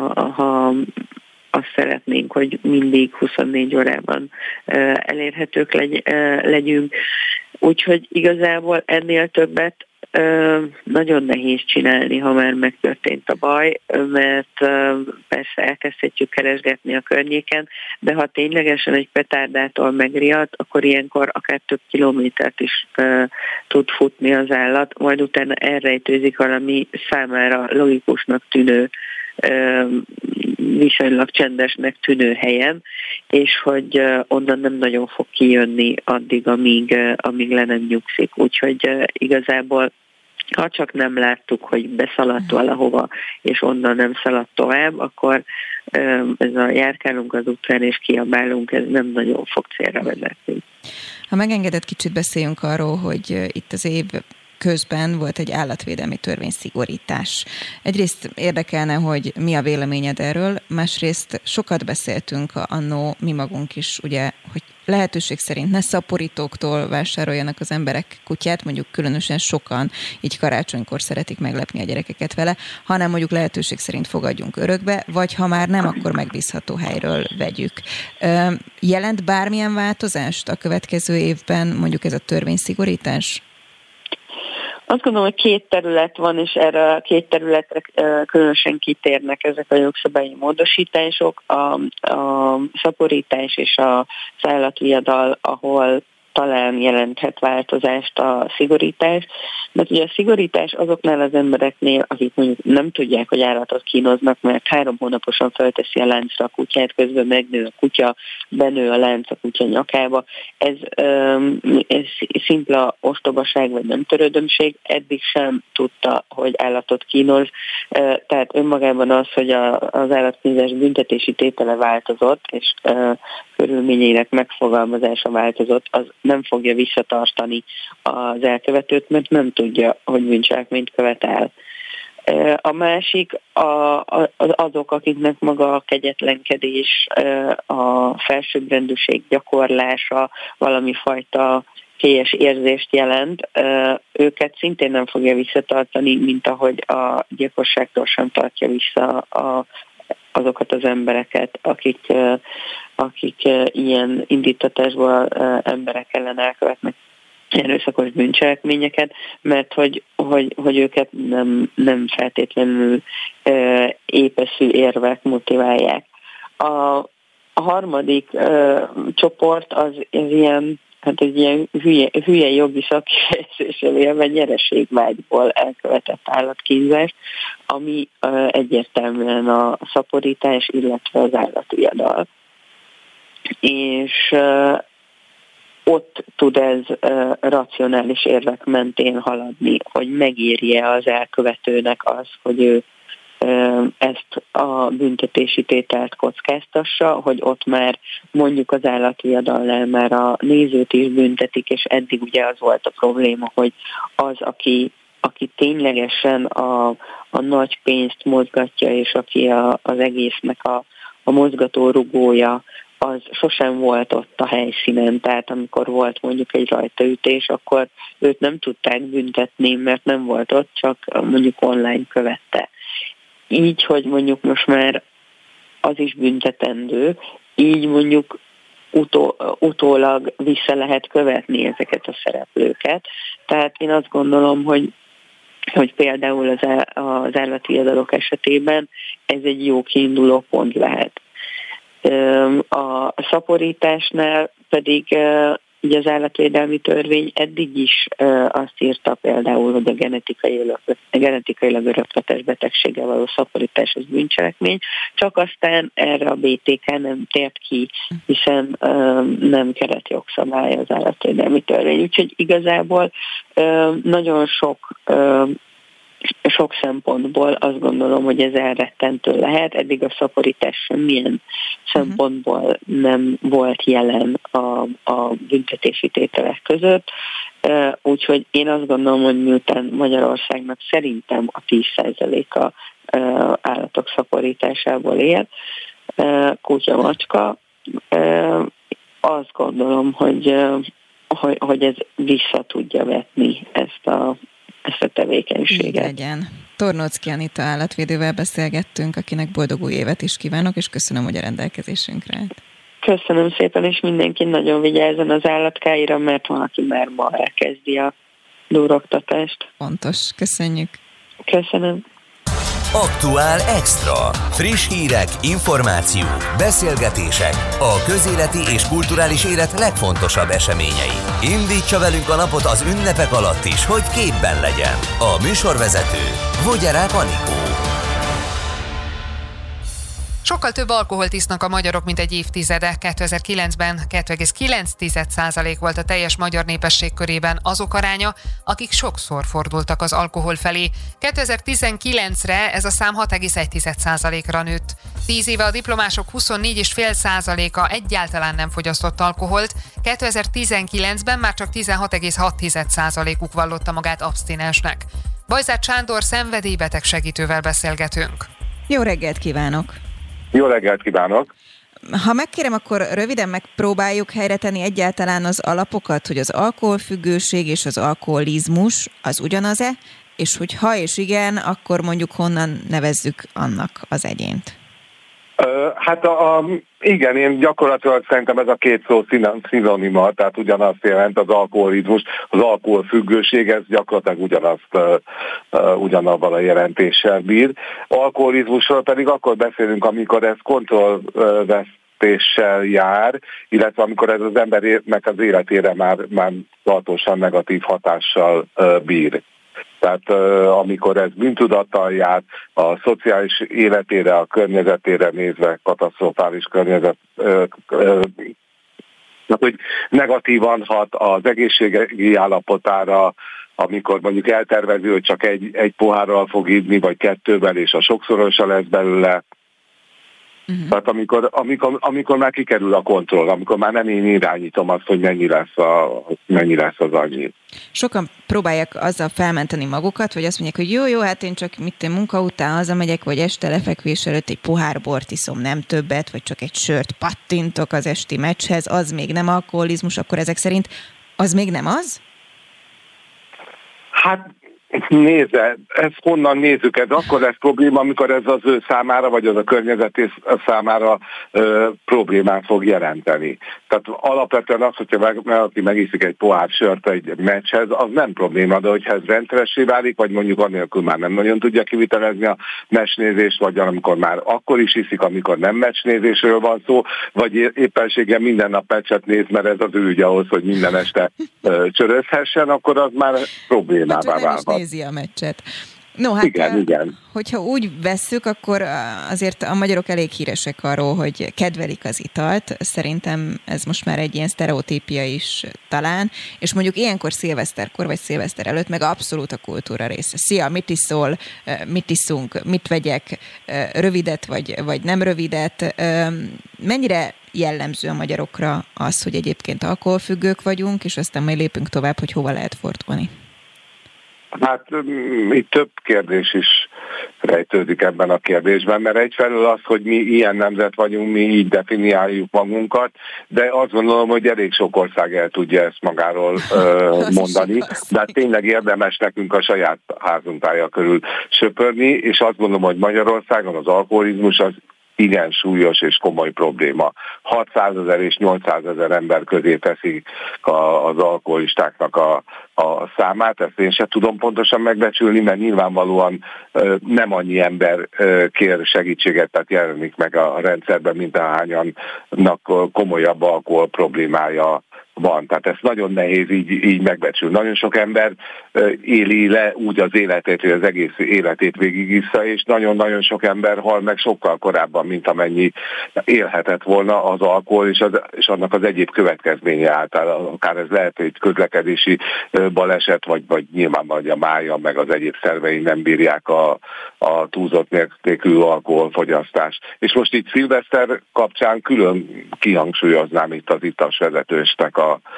azt szeretnénk, hogy mindig 24 órában elérhetők legyünk. Úgyhogy igazából ennél többet nagyon nehéz csinálni, ha már megtörtént a baj, mert persze elkezdhetjük keresgetni a környéken, de ha ténylegesen egy petárdától megriadt, akkor ilyenkor akár több kilométert is tud futni az állat, majd utána elrejtőzik valami számára logikusnak tűnő, viszonylag csendesnek tűnő helyen, és hogy onnan nem nagyon fog kijönni addig, amíg le nem nyugszik. Úgyhogy igazából ha csak nem láttuk, hogy beszaladt valahova, és onnan nem szaladt tovább, akkor ez a járkálunk az utcán és kiabálunk, ez nem nagyon fog célra vezetni. Ha megengedett, kicsit beszéljünk arról, hogy itt az év közben volt egy állatvédelmi törvényszigorítás. Egyrészt érdekelne, hogy mi a véleményed erről, másrészt sokat beszéltünk annó mi magunk is, ugye, hogy lehetőség szerint ne szaporítóktól vásároljanak az emberek kutyát, mondjuk különösen sokan így karácsonykor szeretik meglepni a gyerekeket vele, hanem mondjuk lehetőség szerint fogadjunk örökbe, vagy ha már nem, akkor megbízható helyről vegyük. Jelent bármilyen változást a következő évben mondjuk ez a törvényszigorítás? Azt gondolom, hogy két terület van, és erre a két területre különösen kitérnek ezek a jogszabályi módosítások, a szaporítás és az állatviadal, ahol talán jelenthet változást a szigorítás, mert ugye a szigorítás azoknál az embereknél, akik mondjuk nem tudják, hogy állatot kínoznak, mert 3 hónaposan felteszi a láncra a kutyát, közben megnő a kutya, benő a lánc a kutya nyakába. Ez szimpla ostobaság vagy nem törődömség, eddig sem tudta, hogy állatot kínoz, tehát önmagában az, hogy az állatkínzás büntetési tétele változott, és körülményeinek megfogalmazása változott, az nem fogja visszatartani az elkövetőt, mert nem tudja, hogy bűncselekményt követ el. A másik azok, akiknek maga a kegyetlenkedés, a felsőbbrendűség gyakorlása, valami fajta kélyes érzést jelent, őket szintén nem fogja visszatartani, mint ahogy a gyilkosságtól sem tartja vissza azokat az embereket, akik ilyen indítatásból emberek ellen elkövetnek erőszakos bűncselekményeket, mert hogy őket nem feltétlenül épeszű érvek motiválják. A harmadik csoport az ilyen, hát egy ilyen hülye jogi szakkifejezéssel élve nyereségvágyból elkövetett állatkínzás, ami egyértelműen a szaporítás, illetve az állatviadal. És ott tud ez racionális érvek mentén haladni, hogy megérje az elkövetőnek az, hogy ő ezt a büntetési tételt kockáztassa, hogy ott már mondjuk az állatviadalnál már a nézőt is büntetik, és eddig ugye az volt a probléma, hogy az, aki ténylegesen a nagy pénzt mozgatja, és aki az egésznek a mozgató rugója, az sosem volt ott a helyszínen, tehát amikor volt mondjuk egy rajtaütés, akkor őt nem tudták büntetni, mert nem volt ott, csak mondjuk online követte. Így, hogy mondjuk most már az is büntetendő, így mondjuk utólag vissza lehet követni ezeket a szereplőket. Tehát én azt gondolom, hogy például az állatviadalok esetében ez egy jó kiinduló pont lehet. A szaporításnál pedig ugye az állatvédelmi törvény eddig is azt írta például, hogy a genetikailag örökletes betegséggel való szaporítás az bűncselekmény, csak aztán erre a BTK nem tért ki, hiszen nem keretjogszabály az állatvédelmi törvény. Úgyhogy igazából nagyon sok szempontból azt gondolom, hogy ez elrettentő lehet. Eddig a szaporítás semmilyen szempontból nem volt jelen a büntetési tételek között. Úgyhogy én azt gondolom, hogy miután Magyarországnak szerintem a 10%-a állatok szaporításából él, kutya-macska, azt gondolom, hogy ez vissza tudja vetni ezt a tevékenységet. Így legyen. Tornóczky Anita állatvédővel beszélgettünk, akinek boldog új évet is kívánok, és köszönöm, hogy a rendelkezésünkre állt. Köszönöm szépen, és mindenki nagyon vigyázzon az állatkáira, mert valaki már ma elkezdi a duroktatást. Pontos. Köszönjük. Köszönöm. Aktuál Extra. Friss hírek, információk, beszélgetések, a közéleti és kulturális élet legfontosabb eseményei. Indítsa velünk a napot az ünnepek alatt is, hogy képben legyen. A műsorvezető Vogyarák Anikó. Sokkal több alkoholt isznak a magyarok, mint egy évtizede. 2009-ben 2,9% volt a teljes magyar népesség körében azok aránya, akik sokszor fordultak az alkohol felé. 2019-re ez a szám 6,1%-ra nőtt. 10 éve a diplomások 24,5%-a egyáltalán nem fogyasztott alkoholt, 2019-ben már csak 16,6%-uk vallotta magát abstinensnek. Bajzát Sándor szenvedélybeteg segítővel beszélgetünk. Jó reggelt kívánok! Jó reggelt kívánok! Ha megkérem, akkor röviden megpróbáljuk helyretenni egyáltalán az alapokat, hogy az alkoholfüggőség és az alkoholizmus az ugyanaz-e, és hogy ha és igen, akkor mondjuk honnan nevezzük annak az egyént? Hát igen, én gyakorlatilag szerintem ez a két szó szinonima, tehát ugyanazt jelent az alkoholizmus, az alkoholfüggőség, ez gyakorlatilag ugyanabban a jelentéssel bír. Alkoholizmusról pedig akkor beszélünk, amikor ez kontrollvesztés félrevezetéssel jár, illetve amikor ez az embernek az életére már tartósan negatív hatással bír. Tehát amikor ez bűntudattal jár, a szociális életére, a környezetére nézve katasztrofális környezet, hogy negatívan hat az egészségi állapotára, amikor mondjuk eltervezi, hogy csak egy pohárral fog inni, vagy kettővel, és a sokszorosa lesz belőle. Tehát amikor már kikerül a kontroll, amikor már nem én irányítom azt, hogy mennyi lesz az annyi. Sokan próbálják azzal felmenteni magukat, vagy azt mondják, hogy jó, hát én csak munka után hazamegyek, vagy este lefekvés előtt egy pohár bort iszom, nem többet, vagy csak egy sört pattintok az esti meccshez, az még nem alkoholizmus, akkor ezek szerint az még nem az? Hát nézze, ezt honnan nézzük, ez akkor lesz probléma, amikor ez az ő számára, vagy az a környezet számára problémát fog jelenteni. Tehát alapvetően az, hogyha aki megiszik egy pohár sört egy meccshez, az nem probléma, de hogyha ez rendszeressé válik, vagy mondjuk annélkül már nem nagyon tudja kivitelezni a meccsnézést, vagy amikor már akkor is iszik, amikor nem meccsnézésről van szó, vagy éppenséggel minden nap meccset néz, mert ez az ő ügy ahhoz, hogy minden este csörözhessen, akkor az már problémává válhat. A meccset. No, hát igen. Hogyha úgy vesszük, akkor azért a magyarok elég híresek arról, hogy kedvelik az italt. Szerintem ez most már egy ilyen sztereotípia is talán, és mondjuk ilyenkor szilveszterkor, vagy szilveszter előtt meg abszolút a kultúra része. Szia, mit iszol, mit iszunk, mit vegyek, rövidet vagy nem rövidet. Mennyire jellemző a magyarokra az, hogy egyébként alkoholfüggők vagyunk, és aztán majd lépünk tovább, hogy hova lehet fordulni? Hát itt több kérdés is rejtődik ebben a kérdésben, mert egyfelől az, hogy mi ilyen nemzet vagyunk, mi így definiáljuk magunkat, de azt gondolom, hogy elég sok ország el tudja ezt magáról mondani, de hát tényleg érdemes nekünk a saját házunk tája körül söpörni, és azt gondolom, hogy Magyarországon az alkoholizmus az igen súlyos és komoly probléma. 600 000 és 800 000 ember közé teszik az alkoholistáknak a számát. Ezt én sem tudom pontosan megbecsülni, mert nyilvánvalóan nem annyi ember kér segítséget, tehát jelenik meg a rendszerben, mint ahányannak komolyabb alkohol problémája van. Tehát ezt nagyon nehéz így megbecsülni. Nagyon sok ember éli le úgy az életét, hogy az egész életét végigissza, és nagyon-nagyon sok ember hal meg sokkal korábban, mint amennyi élhetett volna az alkohol és annak az egyéb következménye által. Akár ez lehet egy közlekedési baleset, vagy nyilván vagy a mája, meg az egyéb szervei nem bírják a túlzott mértékű alkoholfogyasztást. És most itt szilveszter kapcsán külön kihangsúlyoznám itt az ittas vezetősnek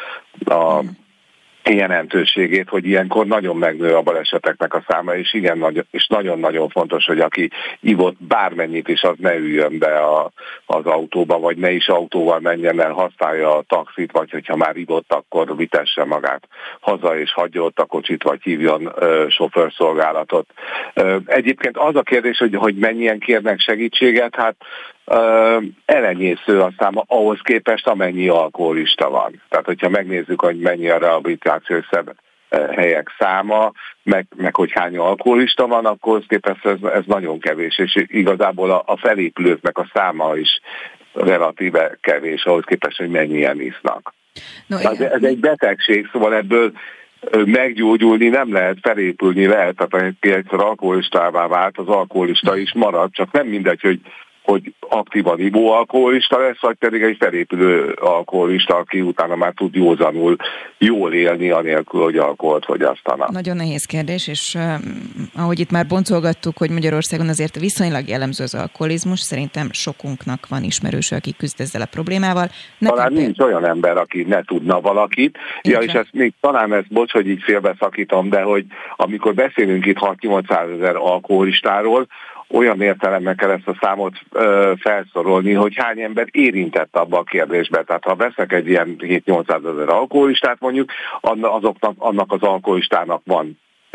a jelentőségét, hogy ilyenkor nagyon megnő a baleseteknek a száma, és nagyon-nagyon fontos, hogy aki ivott bármennyit is, az ne üljön be az autóba, vagy ne is autóval menjen el, használja a taxit, vagy hogyha már ivott, akkor vitesse magát haza, és hagyja ott a kocsit, vagy hívjon sofőrszolgálatot. Egyébként az a kérdés, hogy mennyien kérnek segítséget, hát elenyésző a száma ahhoz képest, amennyi alkoholista van. Tehát, hogyha megnézzük, hogy mennyi a rehabilitációs helyek száma, meg hogy hány alkoholista van, akkor képest ez nagyon kevés, és igazából a felépülőknek a száma is relatíve kevés ahhoz képest, hogy mennyien isznak. No, ez egy betegség, szóval ebből meggyógyulni nem lehet, felépülni lehet, tehát egyszer alkoholistává vált, az alkoholista is marad, csak nem mindegy, hogy aktívan ivó alkoholista lesz, vagy pedig egy felépülő alkoholista, aki utána már tud józanul jól élni, anélkül, hogy alkoholt fogyasztana. Nagyon nehéz kérdés, és ahogy itt már boncolgattuk, hogy Magyarországon azért viszonylag jellemző az alkoholizmus, szerintem sokunknak van ismerős, aki küzd ezzel a problémával. Talán nincs olyan ember, aki ne tudna valakit. Ja, és ezt még talán bocs, hogy így félbeszakítom, de hogy amikor beszélünk itt 6-800 000 alkoholistáról, olyan értelemben kell ezt a számot felszorolni, hogy hány ember érintett abba a kérdésbe. Tehát ha veszek egy ilyen 7-800 000 alkoholistát mondjuk, annak az alkoholistának van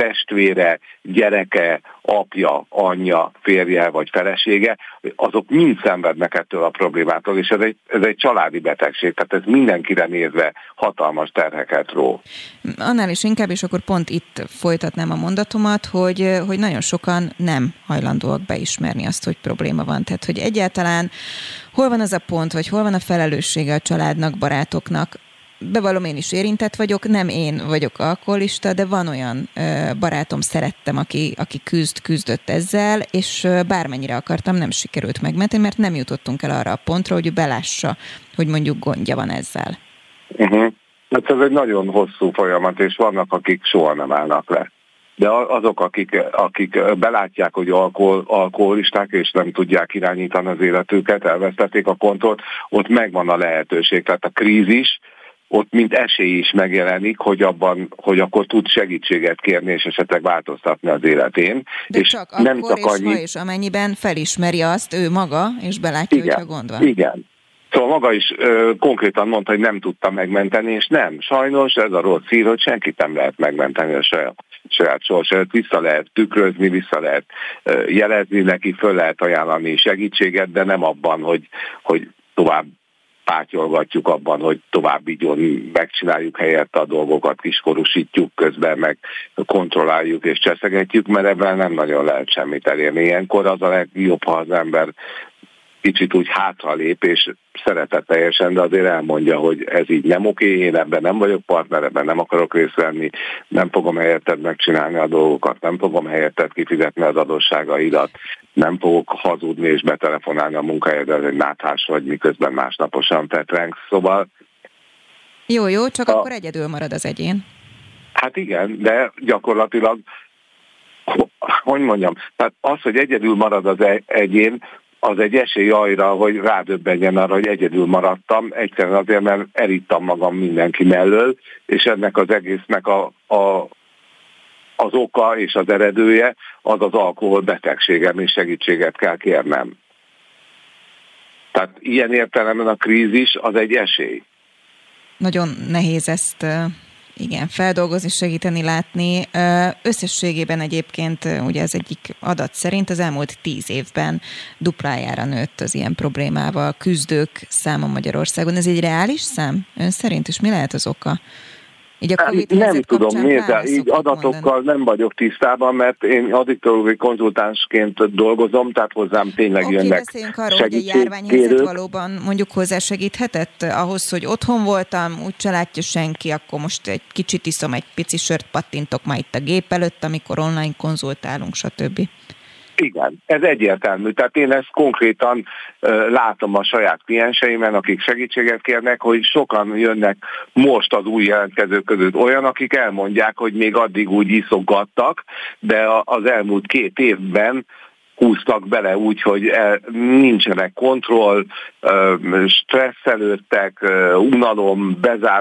testvére, gyereke, apja, anyja, férje vagy felesége, azok mind szenvednek ettől a problémától, és ez egy családi betegség, tehát ez mindenkire nézve hatalmas terheket ró. Annál is inkább, és akkor pont itt folytatnám a mondatomat, hogy nagyon sokan nem hajlandóak beismerni azt, hogy probléma van. Tehát, hogy egyáltalán hol van az a pont, vagy hol van a felelőssége a családnak, barátoknak. Bevallom, én is érintett vagyok, nem én vagyok alkoholista, de van olyan barátom, szerettem, aki küzdött ezzel, és bármennyire akartam, nem sikerült megmenteni, mert nem jutottunk el arra a pontra, hogy ő belássa, hogy mondjuk gondja van ezzel. Hát ez egy nagyon hosszú folyamat, és vannak, akik soha nem állnak le. De azok, akik belátják, hogy alkoholisták, és nem tudják irányítani az életüket, elvesztették a kontrollt, ott megvan a lehetőség. Tehát a krízis ott mint esély is megjelenik, hogy akkor tud segítséget kérni, és esetleg változtatni az életén. De és csak nem akkor csak annyi... és amennyiben felismeri azt ő maga, és belátja, igen, hogyha gond van. Igen. Szóval maga is konkrétan mondta, hogy nem tudta megmenteni, és nem. Sajnos ez a rossz hír, hogy senkit nem lehet megmenteni a saját sorsát. Vissza lehet tükrözni, vissza lehet jelezni neki, föl lehet ajánlani segítséget, de nem abban, hogy tovább pátyolgatjuk abban, hogy tovább így megcsináljuk helyette a dolgokat, kiskorúsítjuk közben, meg kontrolláljuk és cseszegetjük, mert ebben nem nagyon lehet semmit elérni. Ilyenkor az a legjobb, ha az ember kicsit úgy hátralép, és szeretetteljesen, de azért elmondja, hogy ez így nem oké, én ebben nem vagyok partner, ebben nem akarok részt venni, nem fogom helyetted megcsinálni a dolgokat, nem fogom helyetted kifizetni az adósságaidat, nem fogok hazudni és betelefonálni a munkahelyedre, hogy náthás vagy, miközben másnaposan petrengsz, szóval... Jó, csak akkor egyedül marad az egyén. Hát igen, de gyakorlatilag, hogy mondjam, tehát az, hogy egyedül marad az egyén, az egy esély arra, hogy rádöbbenjen arra, hogy egyedül maradtam, egyszerűen azért, mert elittam magam mindenki mellől, és ennek az egésznek az oka és az eredője az alkoholbetegségem, és segítséget kell kérnem. Tehát ilyen értelemben a krízis az egy esély. Nagyon nehéz ezt... Igen, feldolgozni, segíteni, látni. Összességében egyébként ugye az egyik adat szerint az elmúlt 10 évben duplájára nőtt az ilyen problémával küzdők száma Magyarországon. Ez egy reális szám ön szerint, és mi lehet az oka? Így a COVID nem tudom, így adatokkal mondani. Nem vagyok tisztában, mert én addiktológiai konzultánsként dolgozom, tehát hozzám tényleg jönnek beszéljünk arról, hogy a járványhelyzet valóban mondjuk hozzásegíthetett ahhoz, hogy otthon voltam, úgy se látja senki, akkor most egy kicsit iszom, egy pici sört pattintok már itt a gép előtt, amikor online konzultálunk, stb. Igen, ez egyértelmű. Tehát én ezt konkrétan látom a saját klienseimen, akik segítséget kérnek, hogy sokan jönnek most az új jelentkezők között olyan, akik elmondják, hogy még addig úgy iszogattak, de az elmúlt 2 évben húztak bele úgy, hogy nincsenek kontroll, stresszelődtek, unalom,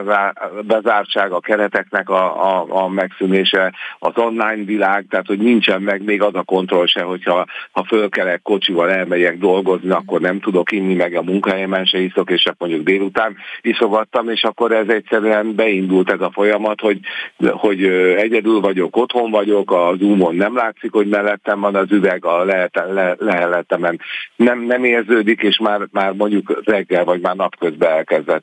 bezártság a kereteknek a megszűnése, az online világ, tehát hogy nincsen meg még az a kontroll se, hogyha fölkelek kocsival elmegyek dolgozni, akkor nem tudok inni, meg a munkahelyemen se iszok, és csak mondjuk délután iszogattam, és akkor ez egyszerűen beindult ez a folyamat, hogy egyedül vagyok, otthon vagyok, a Zoomon nem látszik, hogy mellettem van az üveg, a leheletemen nem érződik, és már mondjuk reggel, vagy már napközben elkezdett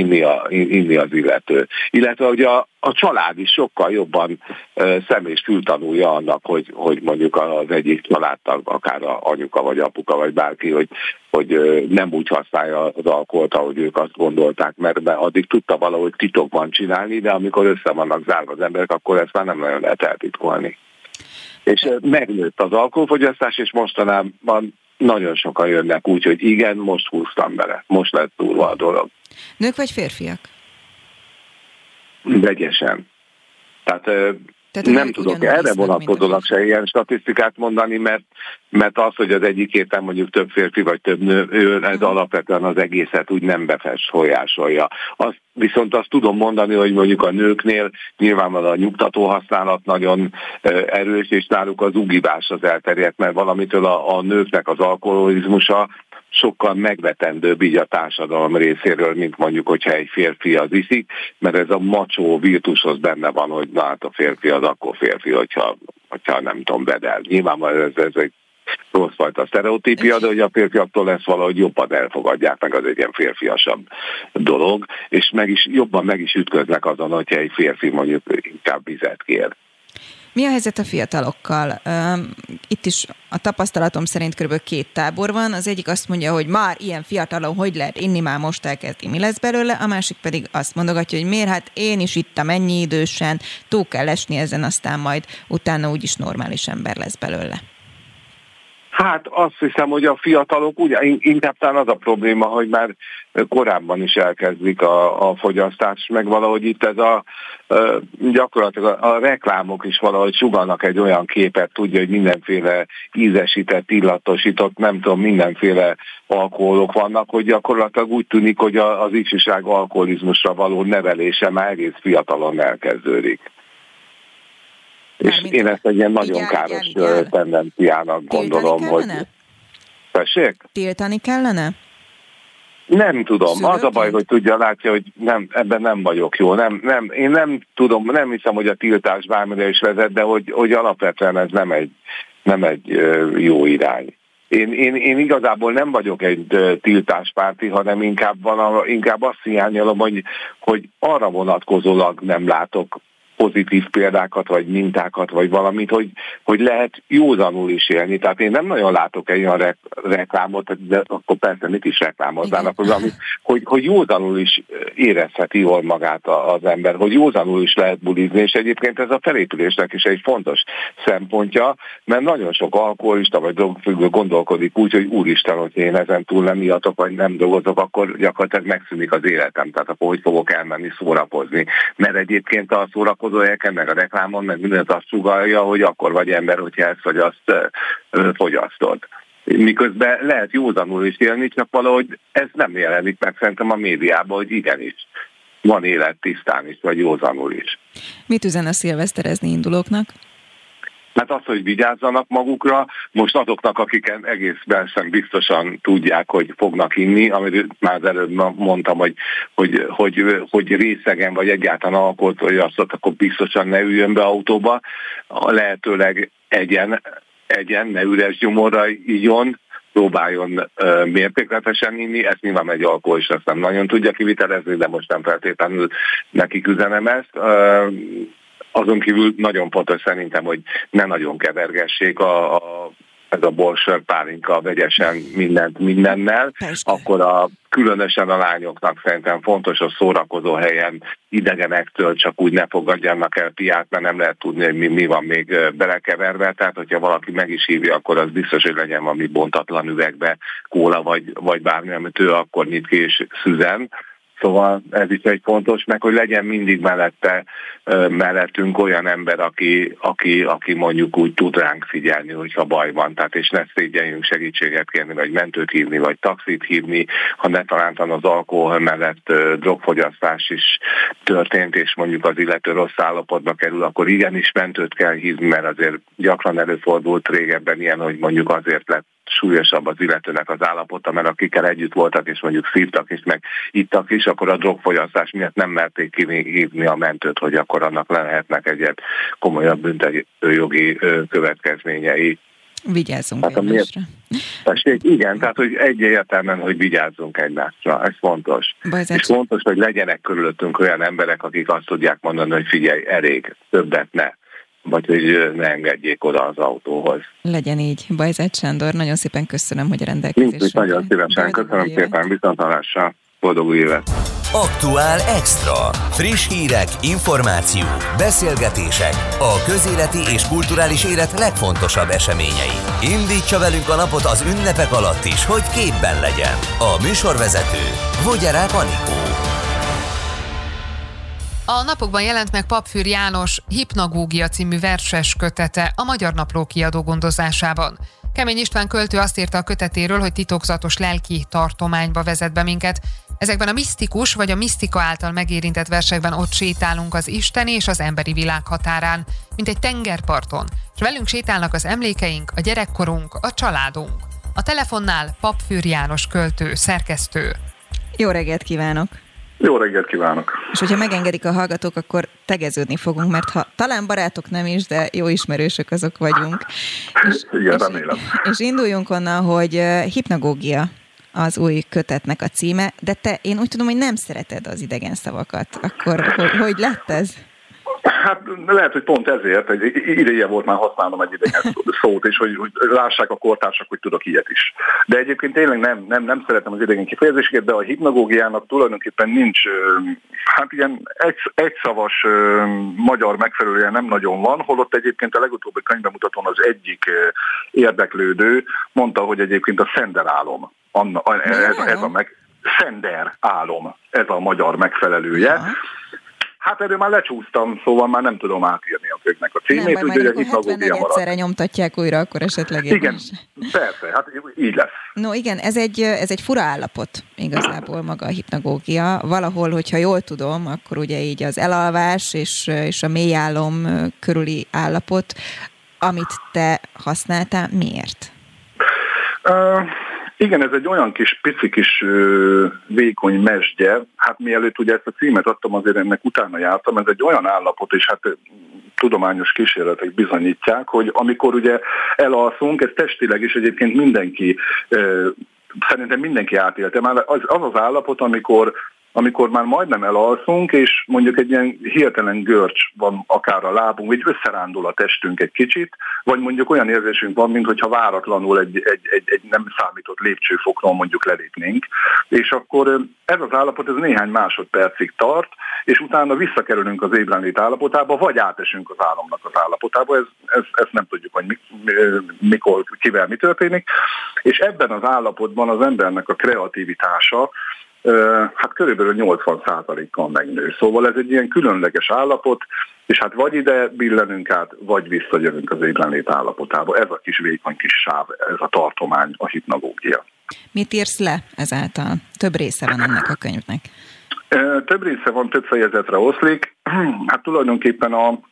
inni az illető. Illetve hogy a család is sokkal jobban szem- és fültanúja annak, hogy mondjuk az egyik családtag, akár anyuka, vagy apuka, vagy bárki, hogy nem úgy használja az alkoholt, ahogy ők azt gondolták, mert addig tudta valahogy titokban csinálni, de amikor össze vannak zárva az emberek, akkor ezt már nem nagyon lehet eltitkolni. És megnőtt az alkoholfogyasztás, és mostanában nagyon sokan jönnek úgy, hogy igen, most húztam bele, most lett túlva a dolog. Nők vagy férfiak? Vegyesen. Tehát nem tudok erre vonatkozólag se ilyen statisztikát mondani, mert az, hogy az egyik héten mondjuk több férfi vagy több nő, ez alapvetően az egészet úgy nem befolyásolja. Viszont azt tudom mondani, hogy mondjuk a nőknél nyilvánvalóan a nyugtató használat nagyon erős, és náluk az ugívás az elterjedt, mert valamitől a nőknek az alkoholizmusa sokkal megvetendőbb így a társadalom részéről, mint mondjuk, hogyha egy férfi az iszik, mert ez a macsó virtushoz benne van, hogy na hát a férfi az akkor férfi, hogyha nem tudom, vedel. Nyilvánvalóan ez egy rossz fajta sztereotípia, de hogy a férfiaktól lesz valahogy jobban elfogadják meg, az egy ilyen férfiasabb dolog, és jobban meg is ütköznek azon, hogyha egy férfi mondjuk inkább vizet kér. Mi a helyzet a fiatalokkal? Itt is a tapasztalatom szerint kb. 2 tábor van. Az egyik azt mondja, hogy már ilyen fiatalon hogy lehet inni, már most elkezdi, mi lesz belőle, a másik pedig azt mondogatja, hogy miért, hát én is ittam ennyi idősen, túl kell esni ezen, aztán majd utána úgyis normális ember lesz belőle. Hát azt hiszem, hogy a fiatalok inkább talán az a probléma, hogy már korábban is elkezdik a fogyasztást, meg valahogy itt ez gyakorlatilag a reklámok is valahogy sugallnak egy olyan képet, tudja, hogy mindenféle ízesített, illatosított, nem tudom, mindenféle alkoholok vannak, hogy gyakorlatilag úgy tűnik, hogy az ifjúság alkoholizmusra való nevelése már egész fiatalon elkezdődik. És én ezt egy ilyen nagyon káros tendenciának gondolom, hogy... Tessék? Tiltani kellene? Nem tudom. Az a baj, hogy látja, hogy ebben nem vagyok jó. Én nem tudom, nem hiszem, hogy a tiltás bármire is vezet, de hogy alapvetően ez nem egy jó irány. Én igazából nem vagyok egy tiltáspárti, hanem inkább azt hiányolom, hogy arra vonatkozólag nem látok pozitív példákat, vagy mintákat, vagy valamit, hogy lehet józanul is élni. Tehát én nem nagyon látok egy olyan reklámot, de akkor persze mit is reklámoznának, hogy józanul is érezheti jól magát az ember, hogy józanul is lehet bulizni, és egyébként ez a felépülésnek is egy fontos szempontja, mert nagyon sok alkoholista vagy drogfüggő gondolkodik úgy, hogy úristen, hogy én ezen túl nem ihatok, vagy nem dolgozok, akkor gyakorlatilag megszűnik az életem. Tehát akkor hogy fogok elmenni szórakozni. Mert egyébként a szórakozóhelyeken, meg a reklámon, meg mindent azt sugallja, hogy akkor vagy ember, hogyha ezt vagy azt fogyasztod. Miközben lehet józanul is élni, csak valahogy ez nem jelenik meg szerintem a médiában, hogy igenis van élet tisztán is, vagy józanul is. Mit üzen a szilveszterezni indulóknak? Hát az, hogy vigyázzanak magukra, most azoknak, akik egész biztosan tudják, hogy fognak inni, amit már az előbb mondtam, hogy részegen vagy egyáltalán alkoholt, vagy azt, akkor biztosan ne üljön be autóba, lehetőleg egyen, ne üres gyomorra igyon, próbáljon mértékletesen inni, ezt nyilván egy alkoholista azt nem nagyon tudja kivitelezni, de most nem feltétlenül nekik üzenem ezt. Azon kívül nagyon fontos szerintem, hogy ne nagyon kevergessék ez a borsör pálinka vegyesen mindennel, akkor különösen a lányoknak szerintem fontos a szórakozó helyen idegenektől csak úgy ne fogadjanak el piát, mert nem lehet tudni, hogy mi van még belekeverve, tehát hogyha valaki meg is hívja, akkor az biztos, hogy legyen valami bontatlan üvegbe kóla vagy bármi, amit ő akkor nyit ki és szüzen. Szóval ez is egy fontos, meg hogy legyen mindig mellettünk olyan ember, aki mondjuk úgy tud ránk figyelni, hogyha baj van, tehát és ne szégyeljünk segítséget kérni, vagy mentőt hívni, vagy taxit hívni, ha ne találtan az alkohol mellett drogfogyasztás is történt, és mondjuk az illető rossz állapotba kerül, akkor igenis mentőt kell hívni, mert azért gyakran előfordult régebben ilyen, hogy mondjuk azért lett súlyosabb az illetőnek az állapota, mert akikkel együtt voltak, és mondjuk szívtak is, meg ittak is, akkor a drogfogyasztás miatt nem merték hívni a mentőt, hogy akkor annak lehetnek egyet komolyabb büntetőjogi következményei. Vigyázzunk egymásra. Igen, tehát hogy egyértelműen, hogy vigyázzunk egymásra, ez fontos. És fontos, hogy legyenek körülöttünk olyan emberek, akik azt tudják mondani, hogy figyelj, elég, többet ne. Vagy hogy ne engedjék oda az autóhoz. Legyen így. Bajzát Sándor, nagyon szépen köszönöm, hogy a rendelkezésre. Nagyon szívesen, köszönöm szépen, viszontlátásra, boldog új évet! Aktuál Extra. Friss hírek, információk, beszélgetések, a közéleti és kulturális élet legfontosabb eseményei. Indítsa velünk a napot az ünnepek alatt is, hogy képben legyen. A műsorvezető Vogyarák Anikó. A napokban jelent meg Papfűr János Hipnagógia című verses kötete a Magyar Napló kiadó gondozásában. Kemény István költő azt írta a kötetéről, hogy titokzatos lelki tartományba vezet be minket. Ezekben a misztikus vagy a misztika által megérintett versekben ott sétálunk az isteni és az emberi világ határán, mint egy tengerparton, és velünk sétálnak az emlékeink, a gyerekkorunk, a családunk. A telefonnál Papfűr János költő, szerkesztő. Jó reggelt kívánok! Jó reggelt kívánok! És hogyha megengedik a hallgatók, akkor tegeződni fogunk, mert ha talán barátok nem is, de jó ismerősök azok vagyunk. Igen, remélem. És induljunk onnan, hogy hipnagógia az új kötetnek a címe, de te, én úgy tudom, hogy nem szereted az idegen szavakat. Akkor hogy lett ez? Hát lehet, hogy pont ezért, egy ideje volt már használnom egy idegen szót, és hogy lássák a kortársak, hogy tudok ilyet is. De egyébként tényleg nem szeretem az idegen kifejezéseket, de a hipnagógiának tulajdonképpen nincs, hát ilyen egyszavas magyar megfelelően nem nagyon van, holott egyébként a legutóbbi könyvbemutatón az egyik érdeklődő mondta, hogy egyébként a szenderálom. Szenderálom, ez a magyar megfelelője. Ja. Hát erről már lecsúsztam, szóval már nem tudom átírni a könyvnek a címét. Nem, majd akkor 74-szerre nyomtatják újra, akkor esetleg igen, persze, hát így lesz. No igen, ez egy fura állapot igazából maga a hipnagógia. Valahol, hogyha jól tudom, akkor ugye így az elalvás és a mély álom körüli állapot, amit te használtál, miért? Igen, ez egy olyan pici kis vékony mesdje, hát mielőtt ugye ezt a címet adtam, azért ennek utána jártam, ez egy olyan állapot, és hát tudományos kísérletek bizonyítják, hogy amikor ugye elalszunk, ez testileg is egyébként szerintem mindenki átélte már, az állapot, amikor már majdnem elalszunk, és mondjuk egy ilyen hirtelen görcs van akár a lábunk, vagy összerándul a testünk egy kicsit, vagy mondjuk olyan érzésünk van, mintha váratlanul egy nem számított lépcsőfokról mondjuk lelépnénk. És akkor ez az állapot, ez néhány másodpercig tart, és utána visszakerülünk az ébrenlét állapotába, vagy átesünk az álomnak az állapotába, ezt nem tudjuk, hogy mikor, kivel mi történik. És ebben az állapotban az embernek a kreativitása hát körülbelül 80%-kal megnő. Szóval ez egy ilyen különleges állapot, és hát vagy ide billenünk át, vagy visszajövünk az ébrenlét állapotába. Ez a kis vékony kis sáv, ez a tartomány, a hipnagógia. Mit írsz le ezáltal? Több része van ennek a könyvnek. Több része van, több fejezetre oszlik. Hát tulajdonképpen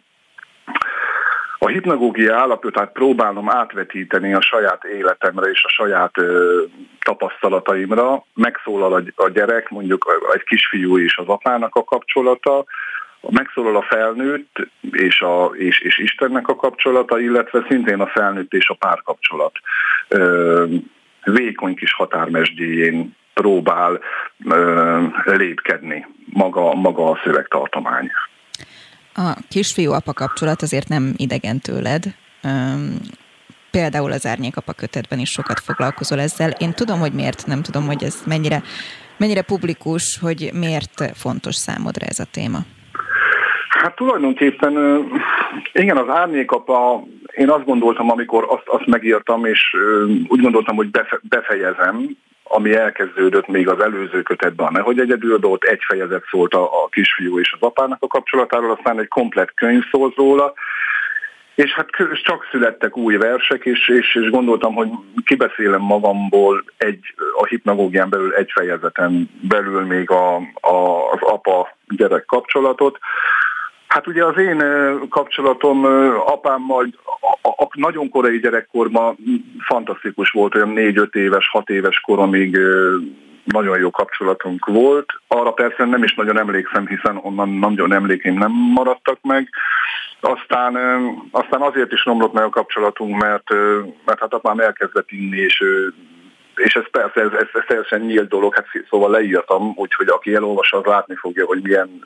a hipnagógia állapotát próbálom átvetíteni a saját életemre és a saját tapasztalataimra. Megszólal a gyerek, mondjuk egy kisfiú és az apának a kapcsolata, megszólal a felnőtt és Istennek a kapcsolata, illetve szintén a felnőtt és a párkapcsolat. Vékony kis határmesdjéjén próbál lépkedni maga a szövegtartomány. A kisfiú-apa kapcsolat azért nem idegen tőled. Például az Árnyékapa kötetben is sokat foglalkozol ezzel. Én tudom, hogy miért, nem tudom, hogy ez mennyire publikus, hogy miért fontos számodra ez a téma. Hát tulajdonképpen igen, az Árnyékapa, én azt gondoltam, amikor azt megírtam, és úgy gondoltam, hogy befejezem, ami elkezdődött még az előző kötetben, nehogy egyedül, de ott egy fejezet szólt a kisfiú és az apának a kapcsolatáról, aztán egy komplett könyv szólt róla, és hát csak születtek új versek, és gondoltam, hogy kibeszélem magamból a hipnagógián belül egy fejezeten belül még az apa-gyerek kapcsolatot. Hát ugye az én kapcsolatom apámmal a nagyon korai gyerekkorban fantasztikus volt, olyan 4-5 éves, 6 éves koromig nagyon jó kapcsolatunk volt. Arra persze nem is nagyon emlékszem, hiszen onnan nagyon emlékeim nem maradtak meg. Aztán azért is romlott meg a kapcsolatunk, mert hát apám elkezdett inni, és ez persze, ez teljesen nyílt dolog, hát szóval leírtam, úgyhogy aki elolvassa, az látni fogja, hogy milyen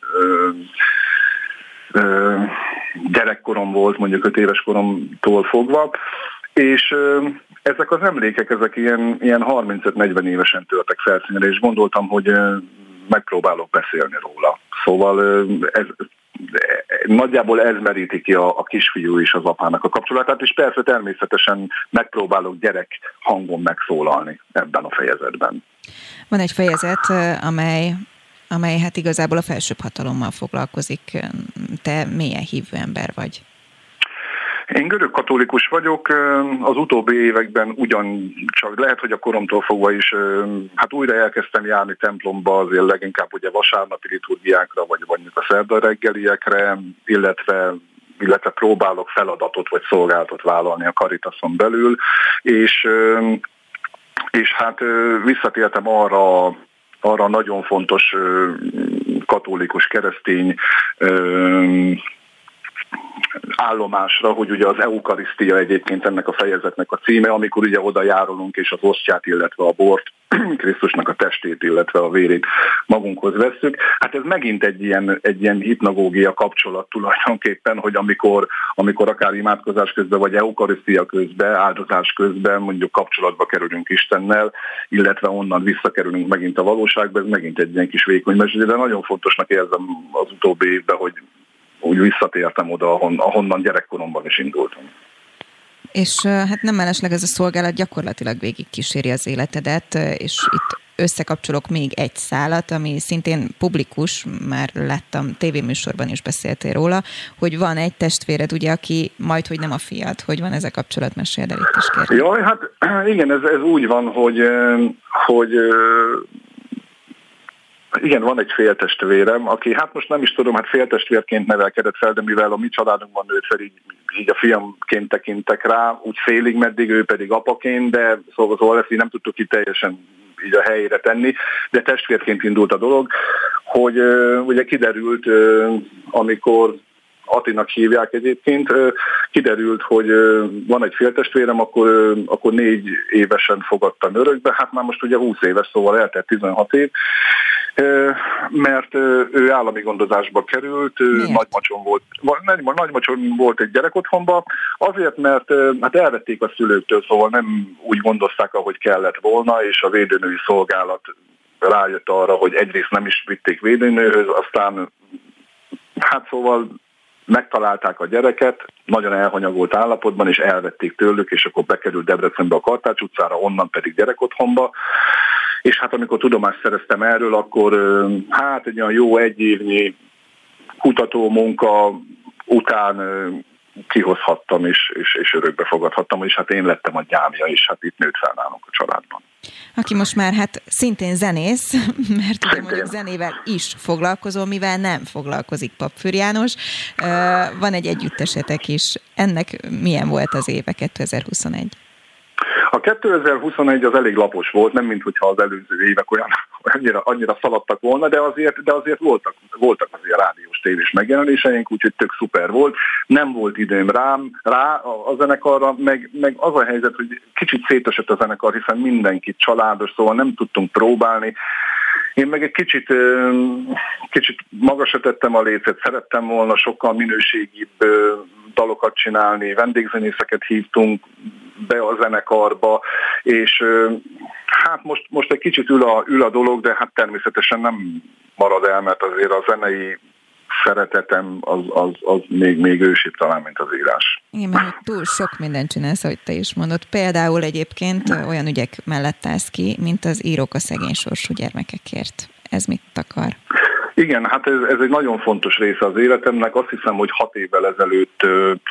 gyerekkorom volt, mondjuk 5 éves koromtól fogva, és ezek az emlékek, ezek ilyen 35-40 évesen törtek felszínre, és gondoltam, hogy megpróbálok beszélni róla. Szóval nagyjából ez meríti ki a kisfiú és az apának a kapcsolatát, és persze természetesen megpróbálok gyerek hangon megszólalni ebben a fejezetben. Van egy fejezet, amely hát igazából a felsőbb hatalommal foglalkozik. Te mélyen hívő ember vagy. Én görögkatolikus vagyok, az utóbbi években ugyancsak, lehet, hogy a koromtól fogva is, hát újra elkezdtem járni templomba, azért leginkább ugye vasárnapi liturgiákra, vagy mondjuk a szerda reggeliekre, illetve próbálok feladatot vagy szolgálatot vállalni a Caritason belül, és és hát visszatértem arra nagyon fontos katolikus keresztény állomásra, hogy ugye az eukarisztia egyébként ennek a fejezetnek a címe, amikor ugye oda járulunk és az ostját, illetve a bort, Krisztusnak a testét, illetve a vérét magunkhoz vesszük. Hát ez megint egy ilyen hipnagógia kapcsolat tulajdonképpen, hogy amikor akár imádkozás közben, vagy eukarisztia közben, áldozás közben mondjuk kapcsolatba kerülünk Istennel, illetve onnan visszakerülünk megint a valóságba, ez megint egy ilyen kis vékony mesélő, de nagyon fontosnak érzem az utóbbi évben, hogy úgy visszatértem oda, ahonnan gyerekkoromban is indultam. És hát nem mellesleg ez a szolgálat gyakorlatilag végig kíséri az életedet, és itt összekapcsolok még egy szálat, ami szintén publikus, már láttam tévéműsorban is beszéltél róla, hogy van egy testvéred, ugye, aki majdhogy nem a fiad. Hogy van ez a kapcsolat? Meséld el itt is, kérlek. Jaj, hát igen, ez úgy van, hogy igen, van egy féltestvérem, aki hát most nem is tudom, hát féltestvérként nevelkedett fel, de mivel a mi családunkban nőtt fel, így a fiamként tekintek rá, úgy félig meddig, ő pedig apaként, de szóval ezt így nem tudtuk így teljesen így a helyére tenni, de testvérként indult a dolog, hogy ugye kiderült, amikor Attinak hívják egyébként, kiderült, hogy van egy féltestvérem, akkor 4 évesen fogadtam örökbe, hát már most ugye 20 éves, szóval eltelt 16 év, mert ő állami gondozásba került, Nagymacson volt egy gyerekotthonba, azért, mert hát elvették a szülőktől, szóval nem úgy gondozták, ahogy kellett volna, és a védőnői szolgálat rájött arra, hogy egyrészt nem is vitték védőnőhöz, aztán hát szóval megtalálták a gyereket, nagyon elhanyagolt állapotban, és elvették tőlük, és akkor bekerült Debrecenbe a Kartács utcára, onnan pedig gyerekotthonba. És hát amikor tudomást szereztem erről, akkor hát egy olyan jó 1 évnyi kutatómunka után kihozhattam, és örökbe fogadhattam, és hát én lettem a gyámja, és hát itt nőtt fel nálunk a családban. Aki most már hát szintén zenész, mert ugye mondjuk zenével is foglalkozol, mivel nem foglalkozik Papfűr János. Van egy együttesetek is. Ennek milyen volt az éve 2021? A 2021 az elég lapos volt, nem minthogyha az előző évek olyan annyira szaladtak volna, de azért voltak azért rádiós tévés megjelenéseink, úgyhogy tök szuper volt. Nem volt időm rá a zenekarra, meg az a helyzet, hogy kicsit szétesett a zenekar, hiszen mindenki családos, szóval nem tudtunk próbálni. Én meg egy kicsit magasra tettem a lécet, szerettem volna sokkal minőségibb dalokat csinálni, vendégzenészeket hívtunk be a zenekarba, és hát most egy kicsit ül a dolog, de hát természetesen nem marad el, mert azért a zenei szeretetem az még ősibb talán, mint az írás. Igen, mert túl sok mindent csinálsz, ahogy te is mondod. Például egyébként olyan ügyek mellett állsz ki, mint az Írók a szegény sorsú gyermekekért. Ez mit akar? Igen, hát ez egy nagyon fontos része az életemnek. Azt hiszem, hogy 6 évvel ezelőtt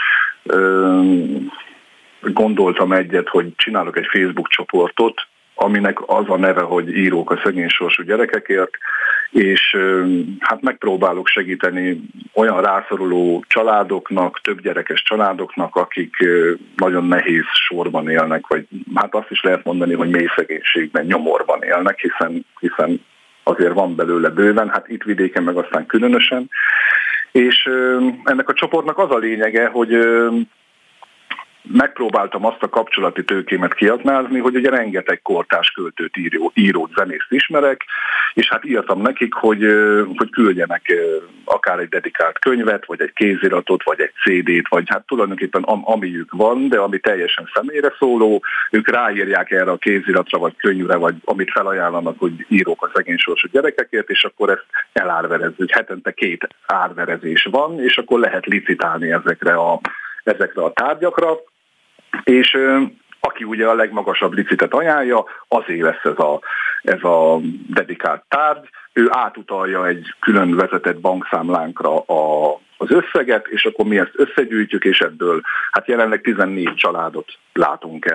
gondoltam egyet, hogy csinálok egy Facebook csoportot, aminek az a neve, hogy Írók a szegény sorsú gyerekekért, és hát megpróbálok segíteni olyan rászoruló családoknak, több gyerekes családoknak, akik nagyon nehéz sorban élnek, vagy hát azt is lehet mondani, hogy mély szegénységben, nyomorban élnek, hiszen azért van belőle bőven, hát itt vidéken meg aztán különösen. És ennek a csoportnak az a lényege, hogy megpróbáltam azt a kapcsolati tőkémet kiaknázni, hogy ugye rengeteg kortárs költőt, írót, zenészt ismerek, és hát írtam nekik, hogy küldjenek akár egy dedikált könyvet, vagy egy kéziratot, vagy egy CD-t, vagy hát tulajdonképpen amiük van, de ami teljesen személyre szóló, ők ráírják erre a kéziratra, vagy könyvre, vagy amit felajánlanak, hogy Írók a szegény sorsú gyerekekért, és akkor ezt elárverezzük. Hetente 2 árverezés van, és akkor lehet licitálni ezekre a tárgyakra, és aki ugye a legmagasabb licitet ajánlja, azért lesz ez a dedikált tárgy, ő átutalja egy külön vezetett bankszámlánkra az összeget, és akkor mi ezt összegyűjtjük, és ebből hát jelenleg 14 családot látunk el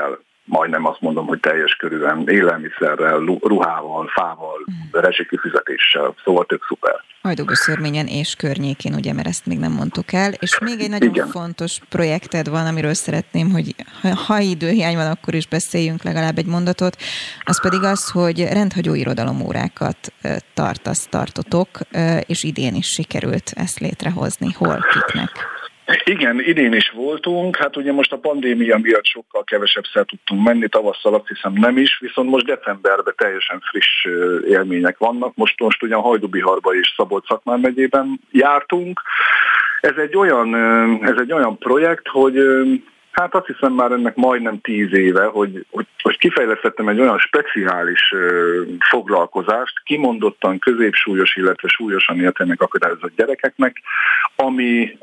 majdnem azt mondom, hogy teljes körűen élelmiszerrel, ruhával, fával, rezsikifizetéssel, szóval tök szuper. Hajdúböszörményen és környékén, ugye, mert ezt még nem mondtuk el, és még egy nagyon fontos projekted van, amiről szeretném, hogy ha időhiány van, akkor is legalább egy mondatot, az pedig az, hogy rendhagyó irodalomórákat tartotok, és idén is sikerült ezt létrehozni. Hol, kiknek? Igen, idén is voltunk, hát ugye most a pandémia miatt sokkal kevesebbszer tudtunk menni, tavasszal azt hiszem nem is, viszont most decemberben teljesen friss élmények vannak. Most ugyan Hajdúbiharba és Szabolcs-Szatmár megyében jártunk. Ez egy olyan projekt, hogy hát azt hiszem már ennek majdnem 10 éve, hogy kifejlesztettem egy olyan speciális foglalkozást, kimondottan középsúlyos, illetve súlyosan értelmek akadályozott gyerekeknek, ami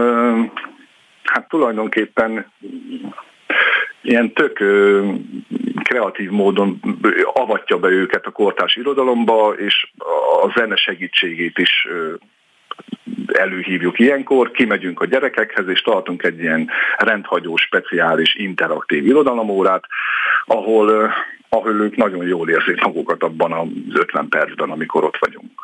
hát tulajdonképpen ilyen tök kreatív módon avatja be őket a kortárs irodalomba, és a zene segítségét is előhívjuk ilyenkor, kimegyünk a gyerekekhez, és tartunk egy ilyen rendhagyó, speciális, interaktív irodalomórát, ahol ők nagyon jól érzik magukat abban az 50 percben, amikor ott vagyunk.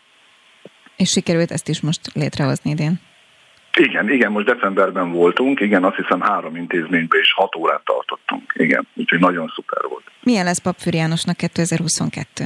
És sikerült ezt is most létrehozni idén? Igen, most decemberben voltunk, igen, azt hiszem 3 intézményben és 6 órát tartottunk, igen, úgyhogy nagyon szuper volt. Milyen lesz Papfűr Jánosnak 2022?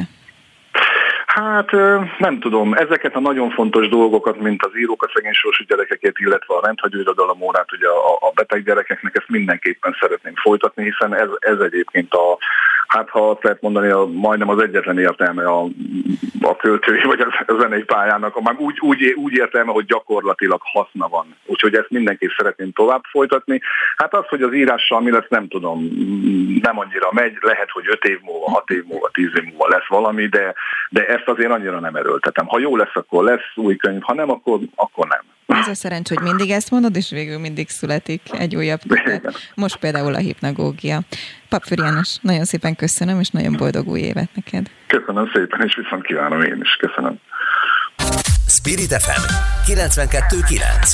Hát nem tudom, ezeket a nagyon fontos dolgokat, mint az írók a szegény sorsú gyerekekért, illetve a rendhagyó irodalomórát, ugye a beteg gyerekeknek ezt mindenképpen szeretném folytatni, hiszen ez egyébként hát ha azt lehet mondani, majdnem az egyetlen értelme a költői vagy a zenei pályának, már úgy értelme, hogy gyakorlatilag haszna van. Úgyhogy ezt mindenképp szeretném tovább folytatni. Hát az, hogy az írással mi lesz, nem tudom, nem annyira megy, lehet, hogy 5 év múlva, 6 év múlva, 10 év múlva lesz valami, de ezt azért annyira nem erőltetem. Ha jó lesz, akkor lesz új könyv, ha nem, akkor nem. Ez a szerencs, hogy mindig ezt mondod, és végül mindig születik egy újabb kötet. Most például a hipnagógia. Papfűr János, nagyon szépen köszönöm, és nagyon boldog új évet neked. Köszönöm szépen, és viszont kívánom én is. Köszönöm. Spirit FM 92.9.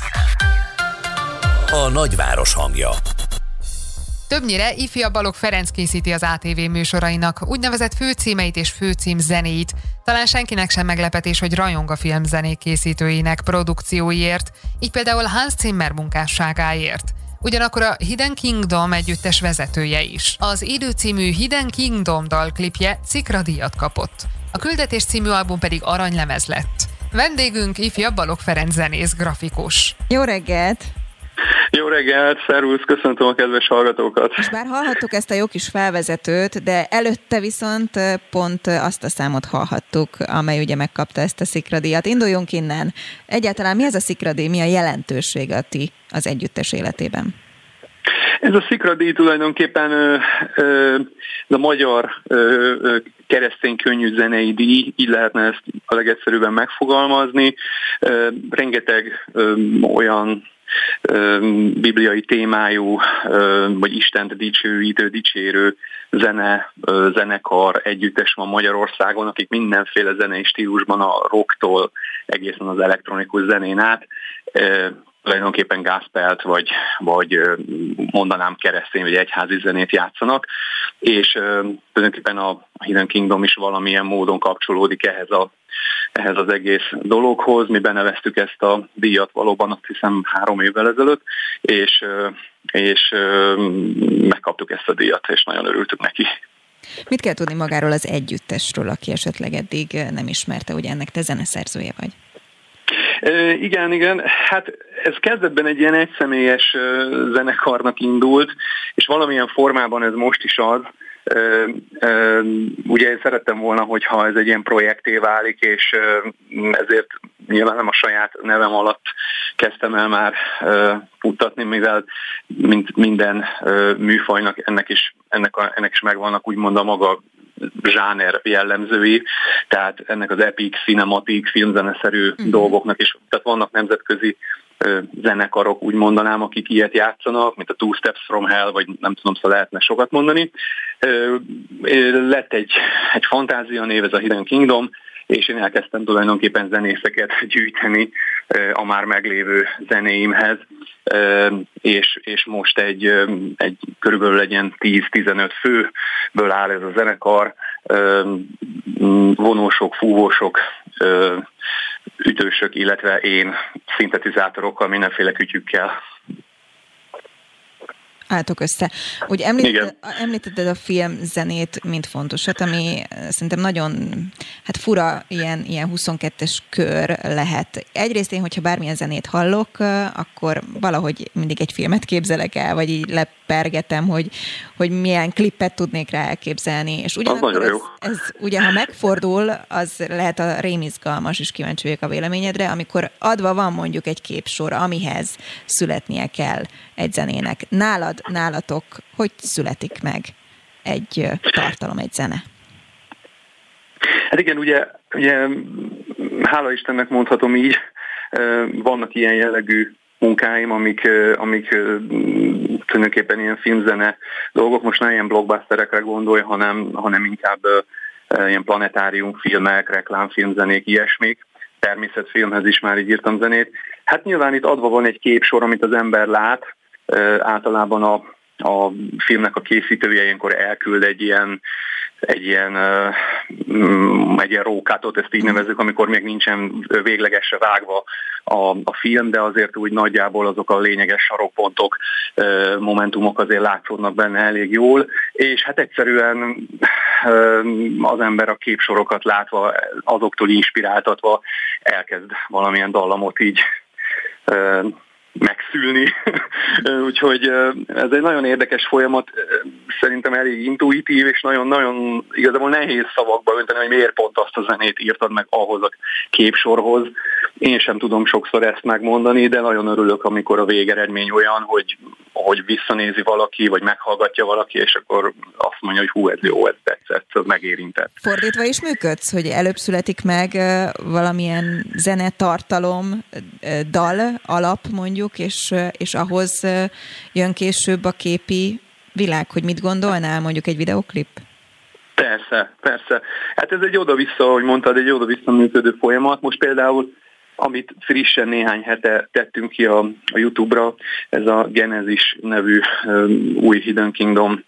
A nagyváros hangja. Többnyire ifjabb Balogh Ferenc készíti az ATV műsorainak úgynevezett főcímeit és főcím zenéit. Talán senkinek sem meglepetés, hogy rajong a filmzenék készítőinek produkcióiért, így például Hans Zimmer munkásságáért. Ugyanakkor a Hidden Kingdom együttes vezetője is. Az Idő című Hidden Kingdom dalklipje Cikra-díjat kapott. A Küldetés című album pedig aranylemez lett. Vendégünk ifjabb Balogh Ferenc zenész, grafikus. Jó reggelt! Jó reggelt, szervusz, köszöntöm a kedves hallgatókat. És bár hallhattuk ezt a jó kis felvezetőt, de előtte viszont pont azt a számot hallhattuk, amely ugye megkapta ezt a Cikra-díjat. Induljunk innen. Egyáltalán mi ez a Cikra-díj, mi a jelentősége az együttes életében? Ez a Cikra-díj tulajdonképpen a magyar keresztény könnyű zenei díj, így lehetne ezt a legegyszerűbben megfogalmazni. Rengeteg olyan bibliai témájú, vagy Istent dicsőítő, dicsérő zenekar együttes van Magyarországon, akik mindenféle zenei stílusban a rocktól egészen az elektronikus zenén át tulajdonképpen gospelt, vagy mondanám keresztény, vagy egyházi zenét játszanak, és tulajdonképpen a Hidden Kingdom is valamilyen módon kapcsolódik ehhez az egész dologhoz. Mi beneveztük ezt a díjat valóban azt hiszem 3 évvel ezelőtt, és megkaptuk ezt a díjat, és nagyon örültük neki. Mit kell tudni magáról az együttesről, aki esetleg eddig nem ismerte, ugye ennek te zeneszerzője vagy? Igen, hát ez kezdetben egy ilyen egyszemélyes zenekarnak indult, és valamilyen formában ez most is az. Ugye én szerettem volna, hogyha ez egy ilyen projekté válik, és ezért nyilván nem a saját nevem alatt kezdtem el már futtatni, mivel mint minden műfajnak ennek is megvannak úgymond a maga zsáner jellemzői, tehát ennek az epic, cinematic, filmzeneszerű dolgoknak is, tehát vannak nemzetközi zenekarok, úgy mondanám, akik ilyet játszanak, mint a Two Steps from Hell, vagy nem tudom, szóval lehetne sokat mondani. Lett egy fantázia név, ez a Hidden Kingdom, és én elkezdtem tulajdonképpen zenészeket gyűjteni a már meglévő zenéimhez. és most egy körülbelül egy ilyen 10-15 főből áll ez a zenekar, vonósok, fúvósok, ütősök, illetve én szintetizátorokkal, mindenféle kütyükkel. Álltok össze. Úgy említetted a filmzenét, mint fontosat, ami szerintem nagyon fura ilyen 22-es kör lehet. Egyrészt én, hogyha bármilyen zenét hallok, akkor valahogy mindig egy filmet képzelek el, vagy így lepergetem, hogy milyen klippet tudnék rá elképzelni. És ugyanakkor ez ugye, ha megfordul, az lehet a rémizgalmas, és kíváncsi vagyok a véleményedre, amikor adva van mondjuk egy képsor, amihez születnie kell egy zenének. Nálatok hogy születik meg egy tartalom, egy zene? Hát igen, ugye hála Istennek mondhatom így, vannak ilyen jellegű munkáim, amik tulajdonképpen ilyen filmzene dolgok, most nem ilyen blockbusterekre gondolj, hanem inkább ilyen planetárium filmek, reklámfilmzenék, ilyesmik. Természetfilmhez is már így írtam zenét. Hát nyilván itt adva van egy képsor, amit az ember lát, általában a filmnek a készítője ilyenkor elküld egy ilyen rókátot, ezt így nevezzük, amikor még nincsen véglegesre vágva a film, de azért úgy nagyjából azok a lényeges sarokpontok, momentumok azért látszódnak benne elég jól, és hát egyszerűen az ember a képsorokat látva, azoktól inspiráltatva elkezd valamilyen dallamot így megszülni. Úgyhogy ez egy nagyon érdekes folyamat, szerintem elég intuitív, és nagyon-nagyon igazából nehéz szavakba önteni, hogy miért pont azt a zenét írtad meg ahhoz a képsorhoz. Én sem tudom sokszor ezt megmondani, de nagyon örülök, amikor a végeredmény olyan, hogy visszanézi valaki, vagy meghallgatja valaki, és akkor azt mondja, hogy hú, ez jó, ez tetszett, ez megérintett. Fordítva is működsz, hogy előbb születik meg valamilyen zenetartalom, dal, alap mondjuk, és ahhoz jön később a képi világ, hogy mit gondolnál, mondjuk egy videóklip? Persze. Hát ez egy oda-vissza, ahogy mondtad, egy oda-vissza működő folyamat. Most például, amit frissen néhány hete tettünk ki a YouTube-ra, ez a Genesis nevű új Hidden Kingdom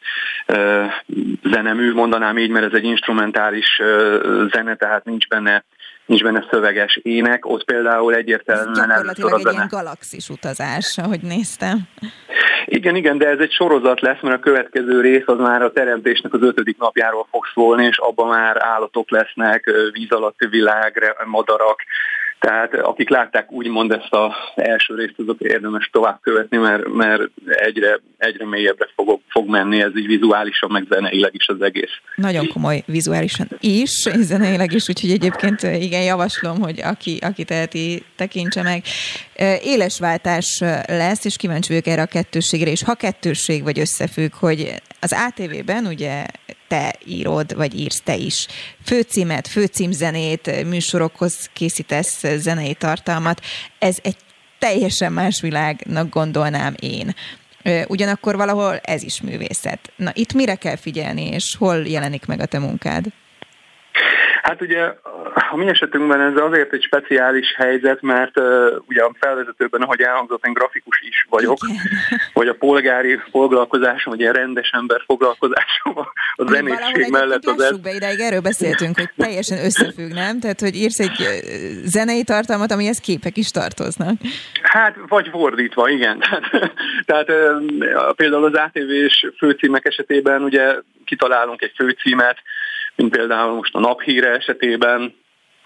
zenemű, mondanám így, mert ez egy instrumentális zene, tehát nincs benne szöveges ének, ott például egyértelműen gyakorlatilag egy ilyen galaxis utazás, ahogy néztem. Igen, de ez egy sorozat lesz, mert a következő rész az már a teremtésnek az 5. napjáról fog szólni, és abban már állatok lesznek, víz alatti világ, madarak. Tehát akik látták úgymond ezt az első részt, azok érdemes tovább követni, mert egyre mélyebbre fog menni ez így vizuálisan, meg zeneileg is az egész. Nagyon komoly vizuálisan is, és zeneileg is, úgyhogy egyébként igen, javaslom, hogy aki teheti, tekintse meg. Éles váltás lesz, és kíváncsi vagyok erre a kettősségre, és ha kettősség vagy összefügg, hogy az ATV-ben ugye te írod, vagy írsz te is főcímet, főcímzenét, műsorokhoz készítesz zenei tartalmat. Ez egy teljesen más világnak gondolnám én. Ugyanakkor valahol ez is művészet. Na, itt mire kell figyelni, és hol jelenik meg a te munkád? Hát ugye a mi esetünkben ez azért egy speciális helyzet, mert ugye a felvezetőben, ahogy elhangzott, én grafikus is vagyok, vagy a polgári foglalkozásom, vagy ilyen rendes ember foglalkozásom a zenészség mellett. Lássuk be, ideig erről beszéltünk, hogy teljesen összefügg, nem? Tehát, hogy írsz egy zenei tartalmat, amihez képek is tartoznak. Hát, vagy fordítva, igen. Tehát például az ATV-s főcímek esetében ugye kitalálunk egy főcímet, mint például most a Naphíre esetében,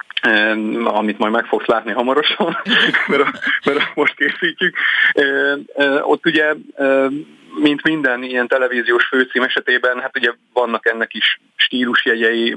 amit majd meg fogsz látni hamarosan, mert most készítjük. Ott ugye, mint minden ilyen televíziós főcím esetében, hát ugye vannak ennek is stílusjegyei,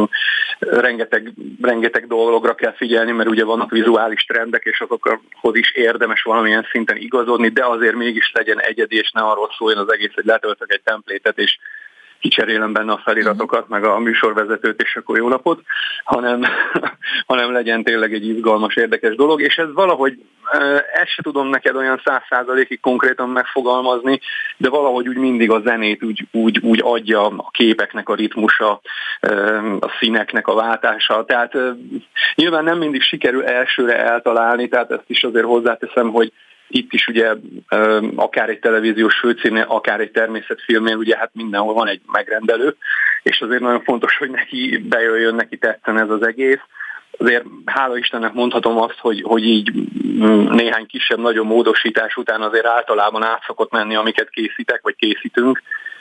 rengeteg dologra kell figyelni, mert ugye vannak vizuális trendek, és azokhoz is érdemes valamilyen szinten igazodni, de azért mégis legyen egyedi, és ne arról szóljon az egész, hogy letöltök egy templétet, és kicserélem benne a feliratokat, meg a műsorvezetőt, és akkor jó napot, hanem legyen tényleg egy izgalmas, érdekes dolog, és ez valahogy, ezt se tudom neked olyan 100%-ig konkrétan megfogalmazni, de valahogy úgy mindig a zenét úgy adja a képeknek a ritmusa, a színeknek a váltása, tehát nyilván nem mindig sikerül elsőre eltalálni, tehát ezt is azért hozzáteszem, hogy itt is ugye akár egy televíziós főcímnél, akár egy természetfilmnél, ugye hát mindenhol van egy megrendelő, és azért nagyon fontos, hogy neki bejöjjön, neki tetszen ez az egész. Azért hála Istennek mondhatom azt, hogy így néhány kisebb-nagyobb módosítás után azért általában át szokott menni, amiket készítek, vagy készítünk.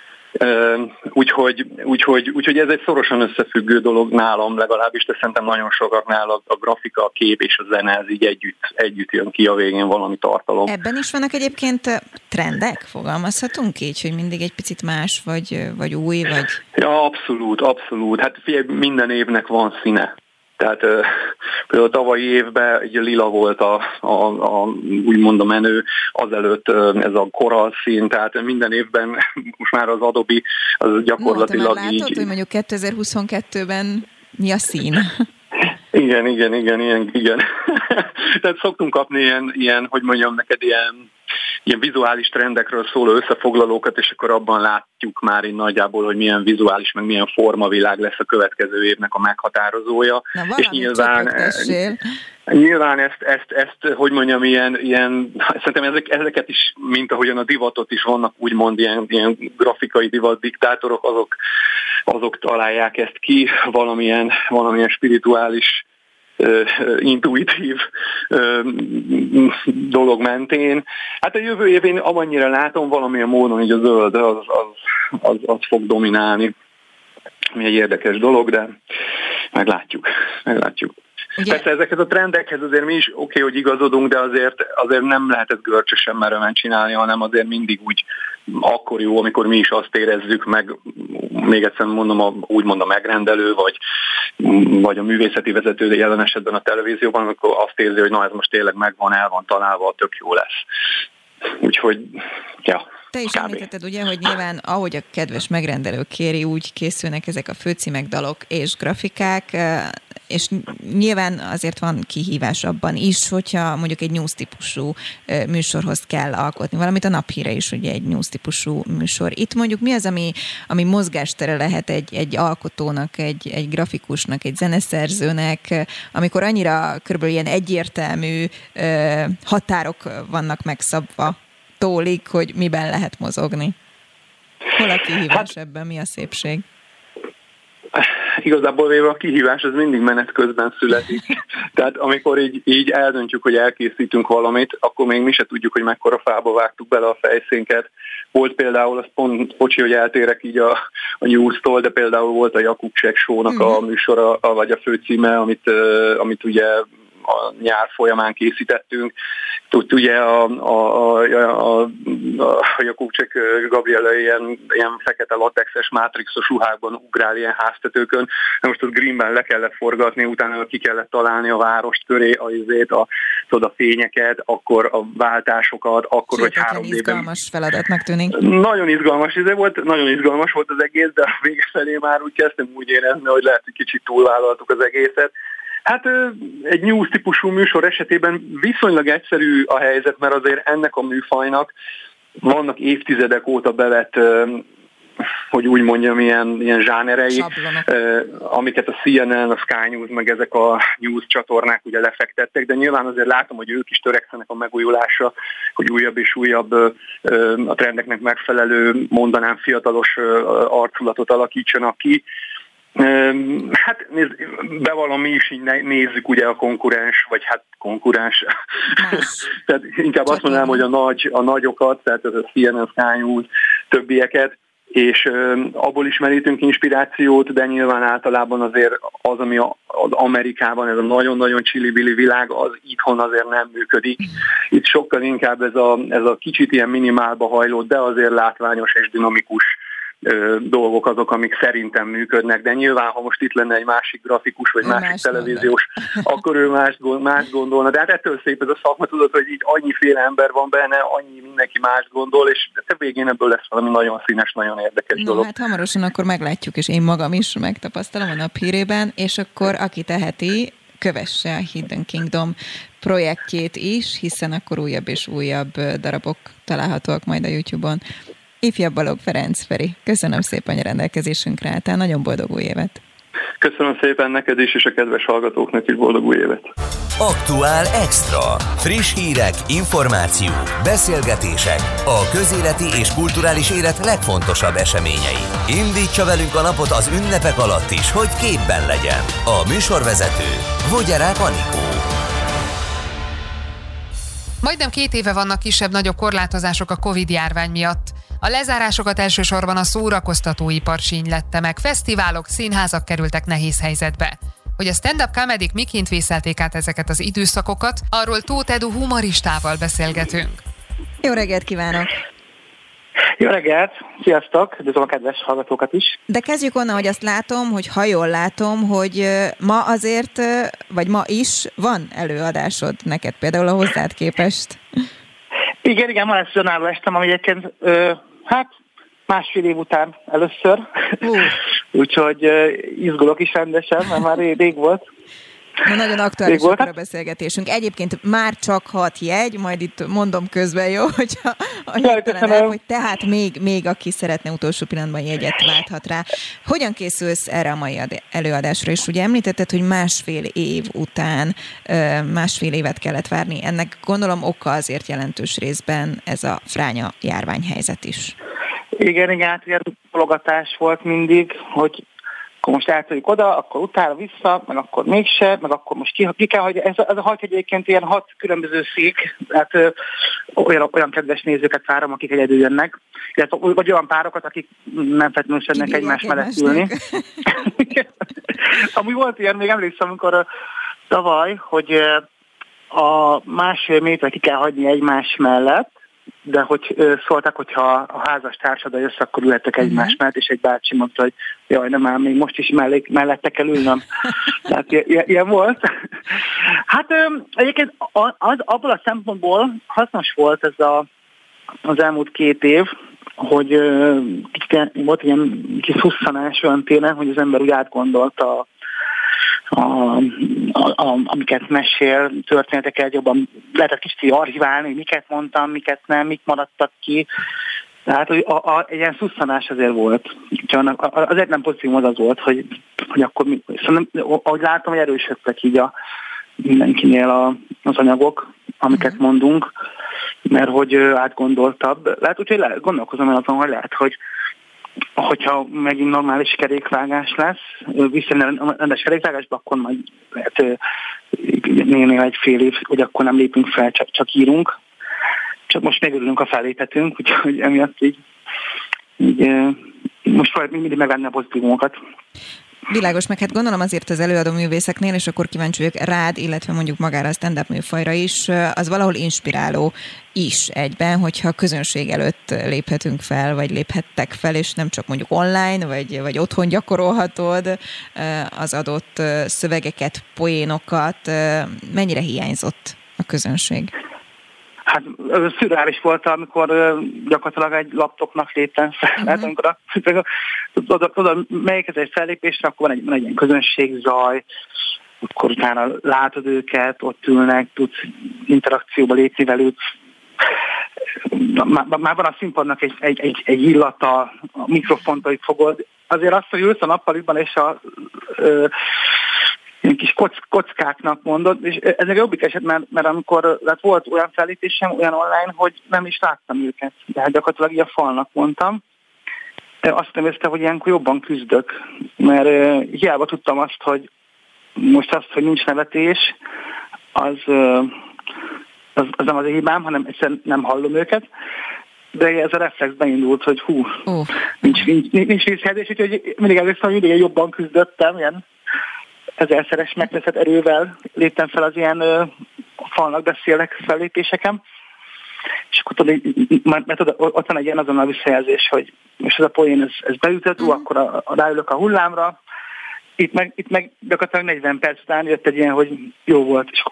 Úgyhogy ez egy szorosan összefüggő dolog nálam legalábbis, de szerintem nagyon sokaknál a grafika, a kép és a zene ez így együtt jön ki a végén valami tartalom. Ebben is vannak egyébként trendek, fogalmazhatunk így, hogy mindig egy picit más, vagy új, vagy... Ja, abszolút. Hát figyelj, minden évnek van színe. Tehát például a tavalyi évben egy lila volt úgymond a menő, azelőtt ez a korall szín, tehát minden évben most már az Adobe az gyakorlatilag te már látod, hogy mondjuk 2022-ben mi a szín? Igen. Tehát szoktunk kapni ilyen, hogy mondjam neked, ilyen vizuális trendekről szóló összefoglalókat, és akkor abban látjuk már így nagyjából, hogy milyen vizuális, meg milyen formavilág lesz a következő évnek a meghatározója. És nyilván ezt hogy mondjam, ilyen szerintem ezeket is, mint ahogyan a divatot is vannak, úgymond ilyen grafikai divat diktátorok, azok találják ezt ki valamilyen spirituális, intuitív dolog mentén. Hát a jövő évén amennyire látom, valamilyen módon így a zöld az fog dominálni. Mi egy érdekes dolog, de meglátjuk. Ugye? Persze ezeket a trendekhez azért mi is oké, hogy igazodunk, de azért nem lehet ezt görcsösen merően csinálni, hanem azért mindig úgy akkor jó, amikor mi is azt érezzük meg, még egyszer mondom, úgymond a megrendelő, vagy a művészeti vezető, jelen esetben a televízióban, amikor azt érzi, hogy na ez most tényleg megvan, el van találva, tök jó lesz. Úgyhogy, ja. Te is említetted ugye, hogy nyilván ahogy a kedves megrendelő kéri, úgy készülnek ezek a főcímek, dalok és grafikák, és nyilván azért van kihívás abban is, hogyha mondjuk egy news-típusú műsorhoz kell alkotni, valamint a Naphíre is ugye egy news-típusú műsor. Itt mondjuk mi az, ami mozgástere lehet egy alkotónak, egy grafikusnak, egy zeneszerzőnek, amikor annyira körülbelül ilyen egyértelmű határok vannak megszabva tólik, hogy miben lehet mozogni? Hol a kihívás ebben? Mi a szépség? Igazából véve a kihívás az mindig menet közben születik. Tehát amikor így eldöntjük, hogy elkészítünk valamit, akkor még mi se tudjuk, hogy mekkora fába vágtuk bele a fejszénket. Volt például, az pont, bocsi, hogy eltérek így a news-tól, de például volt a Jakubcsek show-nak a műsora, vagy a főcíme, amit ugye a nyár folyamán készítettünk. Ugye a Jakubcsek Gabriela ilyen fekete latexes, mátrixos ruhákban ugrál ilyen háztetőkön. Most az greenben le kellett forgatni, utána ki kellett találni a várost köré, a fényeket, akkor a váltásokat, akkor, hogy 3 évben... izgalmas feladatnak tűnik. Nagyon izgalmas volt az egész, de a vége felé már úgy kezdtem úgy érezni, hogy lehet, hogy kicsit túlvállaltuk az egészet. Hát egy news típusú műsor esetében viszonylag egyszerű a helyzet, mert azért ennek a műfajnak vannak évtizedek óta bevett, hogy úgy mondjam, ilyen zsánerei, amiket a CNN, a Sky News, meg ezek a news csatornák ugye lefektettek, de nyilván azért látom, hogy ők is törekszenek a megújulásra, hogy újabb és újabb a trendeknek megfelelő, mondanám fiatalos arculatot alakítsanak ki. Hát bevallom, mi is így nézzük ugye a konkurens, tehát inkább azt mondanám, hogy a nagyokat, tehát ez a CNN, Sky News, többieket, és abból is merítünk inspirációt, de nyilván általában azért az, ami az Amerikában, ez a nagyon-nagyon csili-bili világ, az itthon azért nem működik. Itt sokkal inkább ez a kicsit ilyen minimálba hajló, de azért látványos és dinamikus dolgok azok, amik szerintem működnek, de nyilván, ha most itt lenne egy másik grafikus, vagy másik televíziós, akkor ő más gondolna. De hát ettől szép ez a szakma, tudod, hogy így annyiféle ember van benne, annyi mindenki más gondol, és a végén ebből lesz valami nagyon színes, nagyon érdekes dolog. Hát hamarosan akkor meglátjuk, és én magam is megtapasztalom a Naphírében, és akkor aki teheti, kövesse a Hidden Kingdom projektjét is, hiszen akkor újabb és újabb darabok találhatóak majd a YouTube-on. Ifjabb Balogh Ferenc Feri, köszönöm szépen, hogy a rendelkezésünkre álltál, nagyon boldog új évet! Köszönöm szépen neked is, és a kedves hallgatóknak is boldog új évet! Aktuál Extra. Friss hírek, információk, beszélgetések, a közéleti és kulturális élet legfontosabb eseményei. Indítsa velünk a napot az ünnepek alatt is, hogy képben legyen. A műsorvezető Vogyarák Anikó. Majdnem 2 éve vannak kisebb-nagyobb korlátozások a Covid-járvány miatt. A lezárásokat elsősorban a szórakoztatóipar sínylette meg, fesztiválok, színházak kerültek nehéz helyzetbe. Hogy a stand-up comedyk miként vészelték át ezeket az időszakokat, arról Tóth Edu humoristával beszélgetünk. Jó reggelt kívánok! Jó reggelt! Sziasztok! Üdvözlöm a kedves hallgatókat is! De kezdjük onnan, hogy azt látom, hogy ha jól látom, hogy ma azért, vagy ma is van előadásod neked például a hozzád képest. Igen, ma lesz önálló estem, ami egyébként másfél év után először. Úgyhogy izgulok is rendesen, mert már rég volt. Nagyon aktuális a beszélgetésünk. Egyébként már csak 6 jegy, majd itt mondom közben, jó, hogyha hogy tehát még aki szeretne utolsó pillanatban jegyet válthat rá. Hogyan készülsz erre a mai előadásra? És ugye említetted, hogy másfél év után másfél évet kellett várni. Ennek gondolom oka azért jelentős részben ez a fránya járványhelyzet is. Igen, ilyen pologatás volt mindig, hogy akkor most eltörjük oda, akkor utána vissza, meg akkor mégse, meg akkor most ki kell, hogy ez a 6 egyébként ilyen 6 különböző szék, tehát olyan kedves nézőket várom, akik egyedül jönnek, vagy olyan párokat, akik nem feltétlenül szeretnek egymás mellett ülni. Amúgy volt ilyen, még emlékszem, amikor tavaly, hogy a másfél méter ki kell hagyni egymás mellett, de hogy szóltak, hogyha a házas társaddal jössz, akkor ülhettek egymás mellett, és egy bácsi mondta, hogy jaj, nem ám, még most is mellette kell ülnöm. Tehát ilyen volt. Hát egyébként abból a szempontból hasznos volt ez az elmúlt 2 év, hogy volt ilyen kis husszanás olyan téren, hogy az ember úgy átgondolta amiket mesél, történeteket jobban lehetett kicsit archiválni, miket mondtam, miket nem, mik maradtak ki. Tehát egy ilyen szusszanás azért volt. Azért nem pozitív az volt, hogy akkor ahogy látom, hogy erősödtek így mindenkinél az anyagok, amiket mondunk, mert hogy átgondoltabb. Lehet, úgyhogy gondolkozom el azon, hogy lehet, hogyha megint normális kerékvágás lesz, rendes kerékvágásba, akkor majd lehet néha egy fél év, hogy akkor nem lépünk fel, csak írunk. Csak most megörülünk, a felléphetünk, úgyhogy emiatt így most próbáljuk mindig megvenni a pozitívumokat. Világos, meg hát gondolom azért az előadó művészeknél, és akkor kíváncsi vagyok rád, illetve mondjuk magára a stand-up műfajra is, az valahol inspiráló is egyben, hogyha közönség előtt léphetünk fel, vagy léphettek fel, és nem csak mondjuk online, vagy otthon gyakorolhatod az adott szövegeket, poénokat. Mennyire hiányzott a közönség? Hát szürreális volt, amikor gyakorlatilag egy laptopnak léptem fel. Amikor tudod, melyik ez egy fellépésre, akkor van egy ilyen közönségzaj, akkor utána látod őket, ott ülnek, tudsz interakcióba lépni velük. Már van a színpadnak egy illata, a mikrofont, hogy fogod. Azért azt, hogy ülsz a nappaliban, és ilyen kis kockáknak mondod, és ez egy jobbik eset, mert amikor volt olyan fellépésem, olyan online, hogy nem is láttam őket, de hát gyakorlatilag így a falnak mondtam. Azt nem érztem, hogy ilyenkor jobban küzdök, mert hiába tudtam azt, hogy most azt, hogy nincs nevetés, az nem az a hibám, hanem egyszerűen nem hallom őket, de ez a reflex beindult, hogy nincs vízhelyzés, úgyhogy mindig először, hogy mindig jobban küzdöttem, ilyen 1000-szeres megteszett erővel léptem fel az ilyen falnak beszélek fellépéseken, és akkor ott van egy ilyen azonnal visszajelzés, hogy most ez a poén, ez beütött, akkor ráülök a hullámra, itt meg gyakorlatilag 40 perc után jött egy ilyen, hogy jó volt, és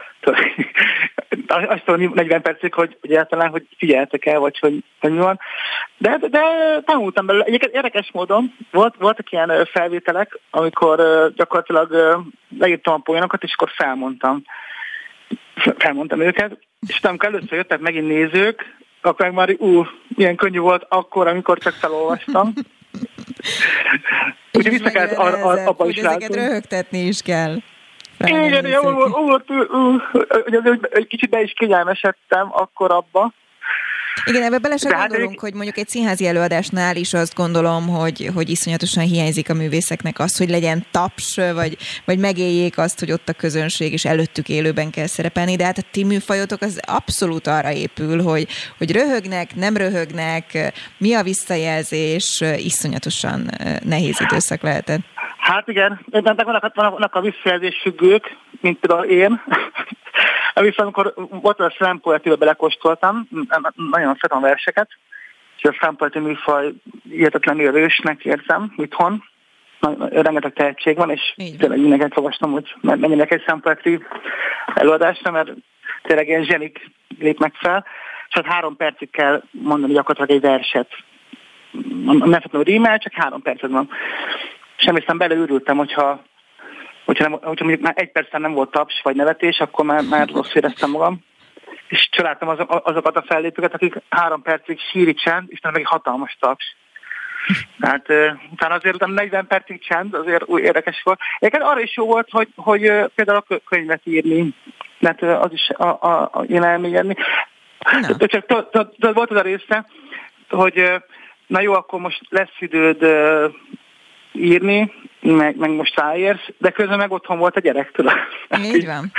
azt tudom 40 percig, hogy egyáltalán, hogy figyeltek el, vagy hogy mi van. De tanultam belőle. Egyébként érdekes módon voltak ilyen felvételek, amikor gyakorlatilag leírtam a poénokat, és akkor felmondtam őket, és amikor először jöttek megint nézők, akkor meg már milyen könnyű volt akkor, amikor csak felolvastam. Úgyhogy vissza kellett abba is látni. Ezeket röhögtetni is kell. Igen, egy kicsit be is kényelmesedtem akkor abba. Igen, ebbe bele sem gondolunk, hogy mondjuk egy színházi előadásnál is azt gondolom, hogy iszonyatosan hiányzik a művészeknek az, hogy legyen taps, vagy megéljék azt, hogy ott a közönség, és előttük élőben kell szerepelni, de hát a ti műfajotok az abszolút arra épül, hogy röhögnek, nem röhögnek, mi a visszajelzés, iszonyatosan nehéz időszak lehetett. Hát igen, vannak a visszajelzés függők, mint például én. Viszont amikor volt a slam poetrybe belekóstoltam, nagyon szeretem verseket, és a slam poetry műfaj hihetetlenül erősnek érzem itthon. Rengeteg tehetség van, és tényleg mindenket olvastam, hogy menjenek egy slam poetry előadásra, mert tényleg ilyen zsenik lépnek fel, és hát 3 percig kell mondani gyakorlatilag egy verset. Nem feltétlenül rímel, csak 3 percig van. És emlékszem, beleőrültem, hogyha mondjuk már 1 percen nem volt taps vagy nevetés, akkor már rossz éreztem magam. És családtam azokat a fellépőket, akik 3 percig síri csend, és nem meg egy hatalmas taps. Tehát utána azért utána 40 percig csend, azért új érdekes volt. Egyébként arra is jó volt, hogy például a könyvet írni, mert az is én elmélyedni. Csak volt az a része, hogy na jó, akkor most lesz időd írni, meg most ráérsz, de közben meg otthon volt a gyerek, Így van.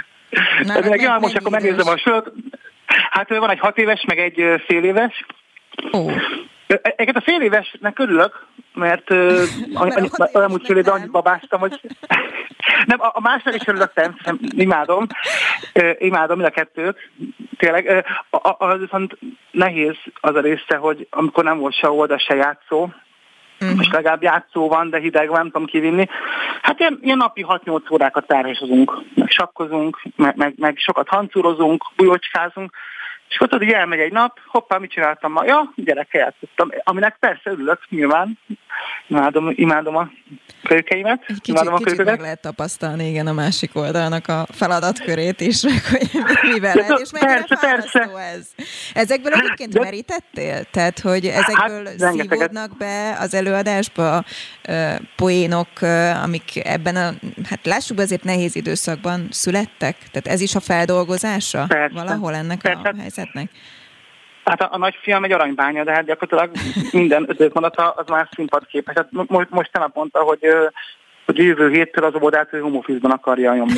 Most akkor megnézem a sort. Hát van egy 6 éves, meg egy fél éves. Egyébként a fél évesnek örülök, mert olyan úgy fél évben annyit babáztam, hogy nem, a másnak is örülök, imádom mind a kettőt. Tényleg, az viszont nehéz az a része, hogy amikor nem volt se olda, se játszó, most legalább játszó van, de hideg van, nem tudom kivinni. Hát ilyen napi 6-8 órákat terhesozunk, meg sakkozunk, meg sokat hancúrozunk, bujocskázunk, és akkor tudod, hogy elmegy egy nap, hoppá, mit csináltam ma? Ja, gyerekkel játszottam. Aminek persze örülök, nyilván. Imádom a kölykeimet. Kicsit meg lehet tapasztalni, igen, a másik oldalnak a feladatkörét is, hogy mivel lehet, és mennyire fárasztó ez. Ezekből egyébként merítettél? Tehát, hogy ezekből szívódnak be az előadásba poénok, amik ebben hát lássuk be, azért nehéz időszakban születtek? Tehát ez is a feldolgozása valahol ennek a helyzetnek? Hát a nagyfiam egy aranybánya, de hát gyakorlatilag minden 5 mondata az már színpadképes. Hát most tegnap mondta, hogy jövő héttől az óvodát ő home office-ban akarja nyomni.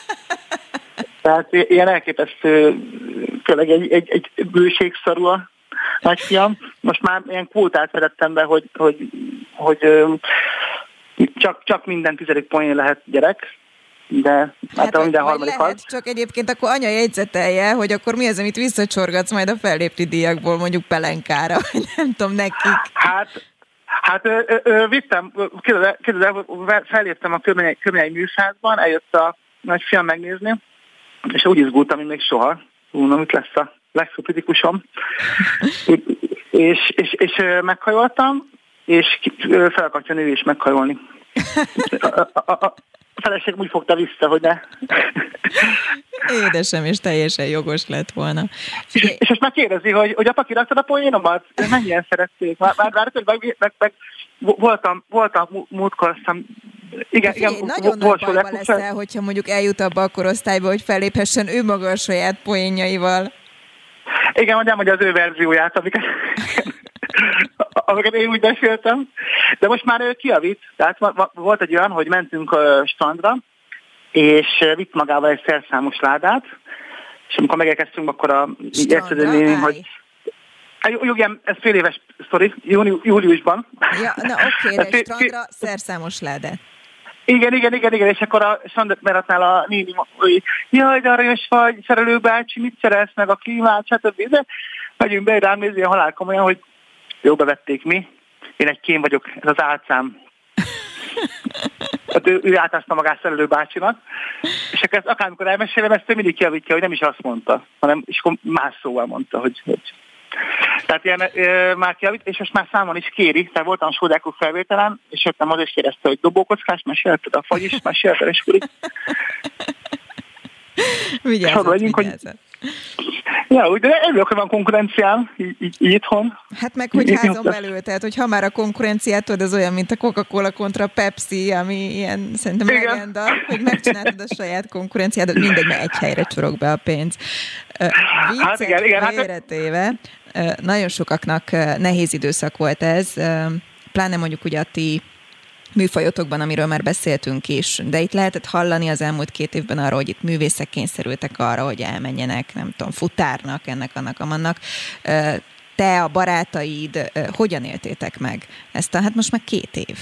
Tehát ilyen elképesztő, tényleg egy bőségszarú a nagyfiam. Most már ilyen kvótát vezettem be, hogy csak minden 10. poén lehet gyerek. De hát minden harmadik lehet, csak egyébként akkor anya jegyzetelje, hogy akkor mi az, amit visszacsorgatsz majd a fellépti díjakból mondjuk Pelenkára, vagy nem tudom, nekik. Hát vittem, kérdezel, felléptem a Köményei Műszázban, eljött a nagyfiam megnézni, és úgy izgultam, mint még soha. Mondom, itt lesz a legfőbb kritikusom. és meghajoltam, és fel akart jönni ő is meghajolni. A feleség úgy fogta vissza, hogy ne. Édesem, és teljesen jogos lett volna. És most már kérdezi, hogy apa, kiraktad a poénomat? Mennyien szerették? Meg voltam múltkor, azt hiszem, igen, nagyon nagy bajba leszel, hogyha mondjuk eljut abba a korosztályba, hogy felléphessen ő maga a saját poénjaival. Igen, mondjam, hogy az ő verzióját, amiket én úgy beszéltem, de most már ő kijavít. Tehát volt egy olyan, hogy mentünk a strandra, és vitt magával egy szerszámos ládát, és amikor megérkeztünk, akkor így egyszerűen, hogy... Igen, ez fél éves sztori, júliusban. Ja, na oké, de strandra szerszámos ládát. Igen, és akkor a strandmeratnál a néni, hogy jaj, de aranyos vagy, szerelő bácsi, mit szerelsz meg a klímát, stb. De megyünk be, rám nézni a halál komolyan, hogy jó, bevették mi. Én egy kém vagyok, ez az álcám. Ő átázta magát szerelő bácsinak, és akkor ezt akármikor elmesélem, ezt ő mindig kijavítja, hogy nem is azt mondta, hanem és akkor más szóval mondta, hogy... Tehát ilyen már kijavít, és most már számon is kéri, tehát voltam a Sódákú felvételen, és jöttem az, és kérdezte, hogy dobókockás, mesélted, a fagy is, mesélted, és úrik. Vigyázzat. Ja, úgy, de örülök, hogy van konkurenciám így itthon. Hát meg, hogy házon belül, tehát, hogy ha már a konkurenciát tudod, az olyan, mint a Coca-Cola kontra Pepsi, ami ilyen, szerintem legenda, hogy megcsináltad a saját konkurenciádat, mindegy, mert egy helyre csorog be a pénz. Viccet félretéve, nagyon sokaknak nehéz időszak volt ez, pláne mondjuk ugye a ti műfajotokban, amiről már beszéltünk is, de itt lehetett hallani az elmúlt 2 évben arra, hogy itt művészek kényszerültek arra, hogy elmenjenek, nem tudom, futárnak, ennek, annak, amannak. Te, a barátaid, hogyan éltétek meg ezt? Hát most már 2 év.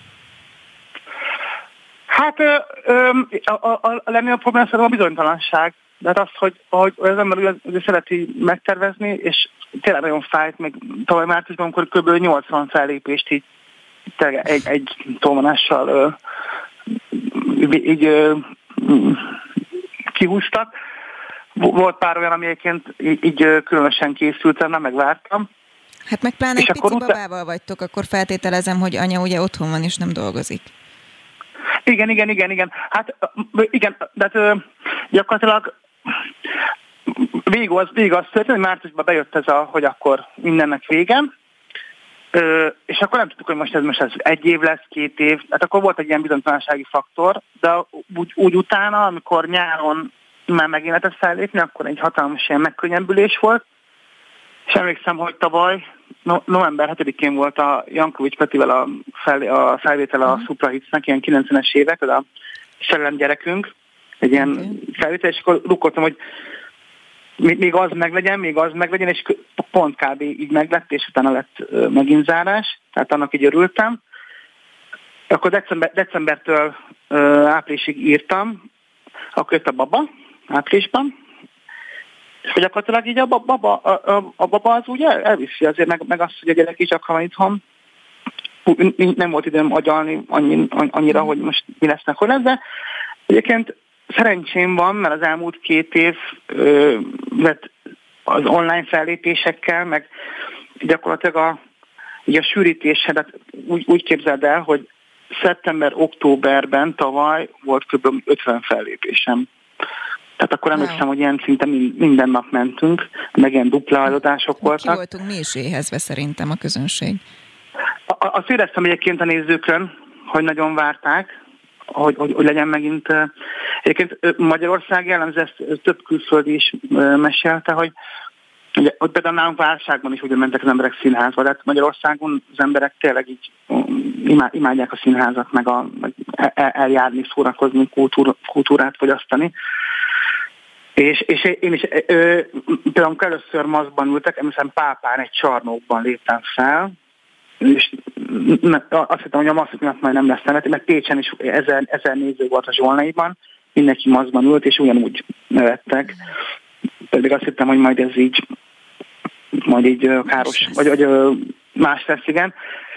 Hát a legnagyobb probléma szerintem a bizonytalanság. De hát az, hogy az ember azért szereti megtervezni, és tényleg nagyon fájt, meg tavaly márciusban, amikor kb. 80 fellépést így egy tolvonással így kihúztak. Volt pár olyan, ami egyébként így különösen készültem, nem megvártam. Hát meg pláne egy pici babával vagytok, akkor feltételezem, hogy anya ugye otthon van és nem dolgozik. Igen. Hát igen, de hát, gyakorlatilag végig az történt, hogy márciusban bejött ez hogy akkor mindennek vége. És akkor nem tudtuk, hogy most ez 1 év lesz, 2 év, hát akkor volt egy ilyen bizonytalansági faktor, de úgy utána, amikor nyáron már megint lehetett fellépni, akkor egy hatalmas ilyen megkönnyebbülés volt, és emlékszem, hogy tavaly november 7-én volt a Jankovics Petivel a felvétel a Suprahitsnek, ilyen 90-es évek, az a Szellem gyerekünk, egy ilyen felvétel, és akkor lukkoltam, hogy még az meglegyen, és pont kb. Így meglett, és utána lett megint zárás, tehát annak így örültem. Akkor decembertől áprilisig írtam, akkor jött a baba, áprilisban, és hogy gyakorlatilag így a baba az úgy elviszi azért, meg azt, hogy a gyerek is akkor van itthon. Nem volt időm agyalni annyira, hogy most mi lesznek, hogy lesz, de egyébként szerencsém van, mert az elmúlt 2 év lett az online fellépésekkel, meg gyakorlatilag a sűrítésedet úgy képzeld el, hogy szeptember-októberben tavaly volt kb. 50 fellépésem. Tehát akkor emlékszem, hogy ilyen szinte minden nap mentünk, meg ilyen dupla előadások voltak. Ki voltunk mi is éhezve szerintem a közönség. Azt éreztem egyébként a nézőkön, hogy nagyon várták, hogy legyen megint. Egyébként Magyarország jellemző, ezt több külföldi is mesélte, hogy például nálunk válságban is úgy mentek az emberek színházba, de Magyarországon az emberek tényleg így imádják a színházat, meg eljárni, szórakozni, kultúrát fogyasztani. És én is például először maszkban ültek, emlékszem Pápán egy csarnokban léptem fel, és azt hittem, hogy a maszk miatt majd nem lesz szemet, mert Pécsen is 1000 néző volt a Zsolnaiban, mindenki maszkban ült, és ugyanúgy nevettek. Pedig azt hittem, hogy majd ez így káros, vagy más lesz, igen.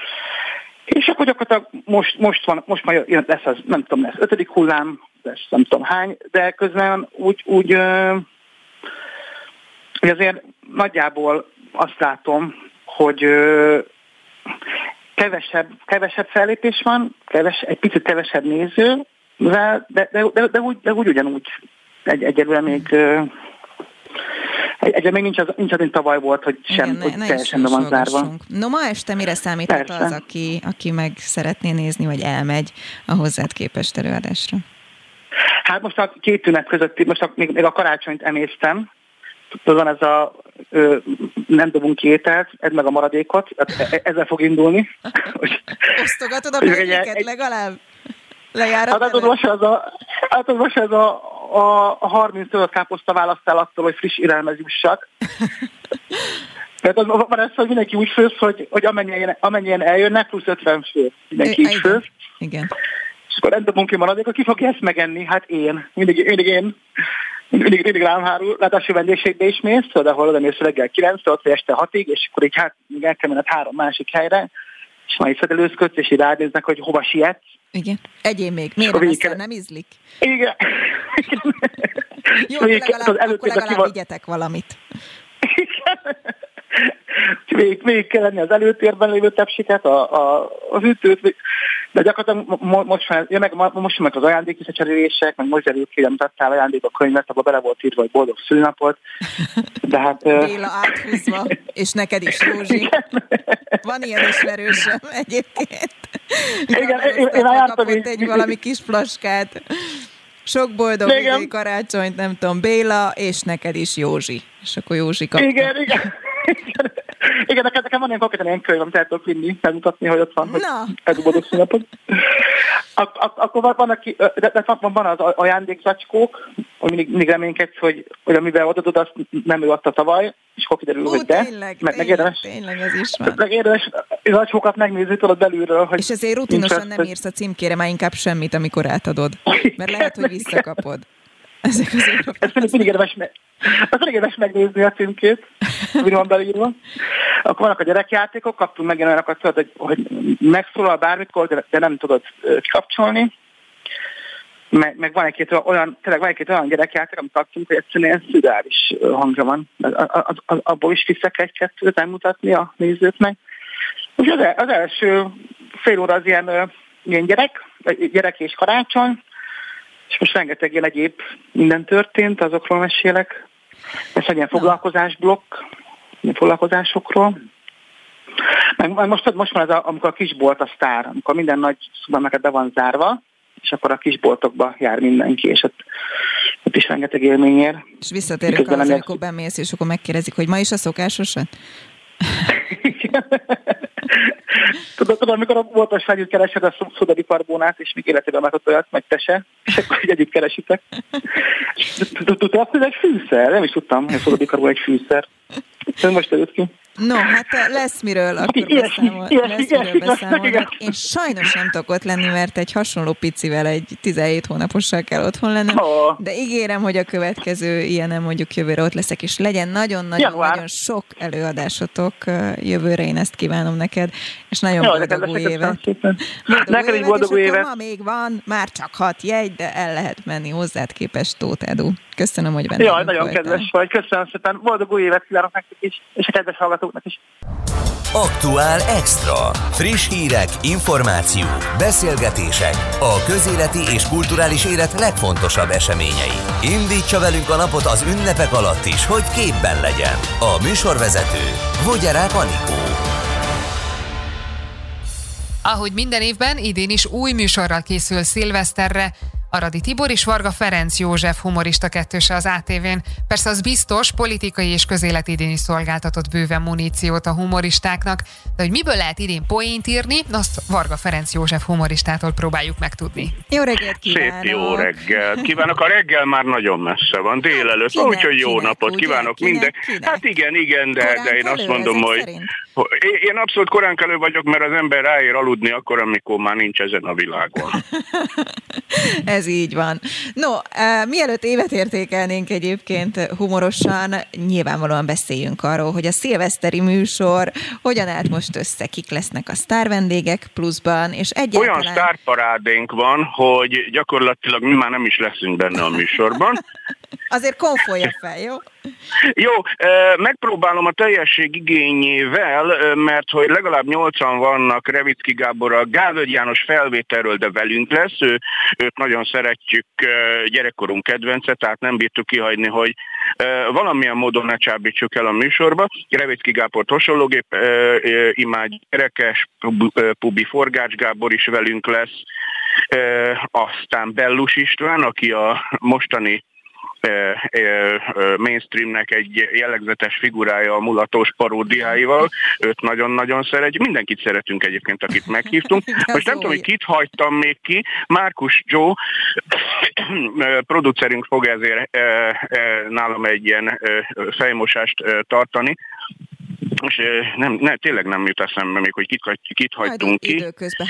És akkor gyakorlatilag most már lesz az, nem tudom, lesz 5. hullám, lesz nem tudom hány, de közben úgy azért nagyjából azt látom, hogy kevesebb fellépés van, egy picit kevesebb néző, de úgy ugyanúgy egyelőre még nincs az, mint tavaly volt, hogy teljesen be van zárva. No, ma este mire számíthat az, aki meg szeretné nézni, vagy elmegy a hozzád képest előadásra? Hát most a 2 ünnep között, most még a karácsonyt emésztem. Van ez a nem dobunk ki ételt, edd meg a maradékot, ezzel fog indulni. Osztogatod a mennyiket legalább? Hát most ez a 30 káposzta választál attól, hogy friss élelmez jussak. Tehát van ez, hogy mindenki úgy főz, hogy amennyien eljönnek, plusz 50 fő. Mindenki így főz. Igen. És akkor nem dobunk ki maradékot, ki fogja ezt megenni? Hát én. Mindig rám hárul, látási vendégségbe is mész, ahol oda mész reggel 9-től, ott vagy este 6-ig, és akkor így még el kell menned 3 másik helyre, és majd fedelőzködsz, és így ránéznek, hogy hova sietsz. Igen. Egyén még. Miért nem ízlik? Igen. Jó, akkor legalább vigyetek valamit. Végig kell lenni az előtérben lévő tepsiket, az ütőt. De gyakorlatilag most meg az ajándék visszacserélések, meg most derül ki, hogy mutattál ajándék a könyvet, abban bele volt írva, hogy boldog szülinapot. De hát... Béla áthúzva, és neked is, Józsi. Van ilyen ismerősöm egyébként. Igen, én ajánlottam egy valami kis flaskát. Sok boldog karácsonyt, nem tudom, Béla, és neked is Józsi. És akkor Józsi kapta. Igen, nekem van ilyen konkrétan ilyen könyv, amit el tudok vinni, felmutatni, hogy ott van, hogy ez boldog színapod. Akkor van az ajándékzacskók, hogy mindig reménykedsz, hogy amivel odadod, azt nem ő adta tavaly, és akkor kiderül, hogy de. Tényleg ez is van. Megérdemes zacskókat megnézni tudod belülről. Hogy és ezért rutinosan nem írsz a címkére, már inkább semmit, amikor átadod. Mert lehet, hogy visszakapod. Ezek az ez pedig érdemes megnézni a címkét, mi van belírva. Akkor vannak a gyerekjátékok, kaptunk meg olyanokat, hogy megszólal bármikor, de nem tudod kikapcsolni. Meg van egy-két olyan gyerekjáték, amit kaptunk, hogy egyszerűen ilyen szürreális hangja van. Abból is viszek egy-kettőt elmutatni a nézőknek. Úgyhogy az első fél óra az ilyen gyerek és karácsony, és most rengeteg ilyen egyéb minden történt, azokról mesélek. Ez egy ilyen foglalkozásblokk, ilyen foglalkozásokról. Meg most van amikor a kisbolt a sztár, amikor minden nagy szupermarket be van zárva, és akkor a kisboltokba jár mindenki, és ott is rengeteg élményér. És visszatérünk az, amikor bemész, és akkor megkérdezik, hogy ma is a szokásosat? Tudod, amikor volt a együtt keresed a szódabikarbónát, és még életében látott olyat, meg te se, és akkor együtt keresitek. Tudod, azt, hogy egy fűszer? Nem is tudtam, hogy a szódabikarbó egy fűszer. Most előtt ki. No, hát lesz miről akkor beszámolni. Én sajnos nem tudok ott lenni, mert egy hasonló picivel, egy 17 hónapossal kell otthon lennem, de ígérem, hogy a következő ilyenem mondjuk jövőre ott leszek, és legyen nagyon-nagyon sok előadásotok jövőre, én ezt kívánom neked, és nagyon boldog új évet. Neked is boldog új évet. Ma még van, már csak 6 jegy, de el lehet menni hozzád képest, Tóth Edu. Köszönöm, hogy vendégünk voltál. Nagyon kedves vagy, köszönöm szépen, boldog új évet kívánok nektek is, és a kedves hallgatóknak is. Aktuál Extra. Friss hírek, információk, beszélgetések, a közéleti és kulturális élet legfontosabb eseményei. Indítsa velünk a napot az ünnepek alatt is, hogy képben legyen. A műsorvezető Vogyarák Anikó. Ahogy minden évben, idén is új műsorral készül szilveszterre. Aradi Tibor és Varga Ferenc József humorista kettőse az ATV-n. Persze az biztos, politikai és közéleti idén is szolgáltatott bőven muníciót a humoristáknak, de hogy miből lehet idén poént írni, azt Varga Ferenc József humoristától próbáljuk megtudni. Jó reggelt kívánok! Szép jó reggelt kívánok! A reggel már nagyon messze van, délelőtt, úgyhogy jó napot kívánok minden. Hát igen, de én azt mondom, hogy én abszolút koránkelő vagyok, mert az ember ráér aludni akkor, amikor már nincs ezen a világon. Ez így van. No, mielőtt évet értékelnénk egyébként humorosan, nyilvánvalóan beszéljünk arról, hogy a szilveszteri műsor hogyan állt most össze, kik lesznek a sztárvendégek pluszban, és egyáltalán... Olyan sztárparádénk van, hogy gyakorlatilag mi már nem is leszünk benne a műsorban. Azért konfolja fel, jó? Jó, megpróbálom a teljesség igényével, mert hogy legalább 8-an vannak, Revicki Gábor a Gálvölgy János felvételről, de velünk lesz, őt nagyon szeretjük, gyerekkorunk kedvence, tehát nem bírtuk kihagyni, hogy valamilyen módon ne csábítsuk el a műsorba. Revicki Gábor hasonlógép imád gyerekes, Pubi Forgács Gábor is velünk lesz, aztán Bellus István, aki a mostani mainstreamnek egy jellegzetes figurája a mulatós paródiáival, őt nagyon-nagyon szeretjük, mindenkit szeretünk egyébként, akit meghívtunk. Most nem tudom, hogy kit hagytam még ki, Márkus Joe, producerünk fog ezért nálam egy ilyen fejmosást tartani, és tényleg nem jut eszembe még, hogy kit hagytunk ki.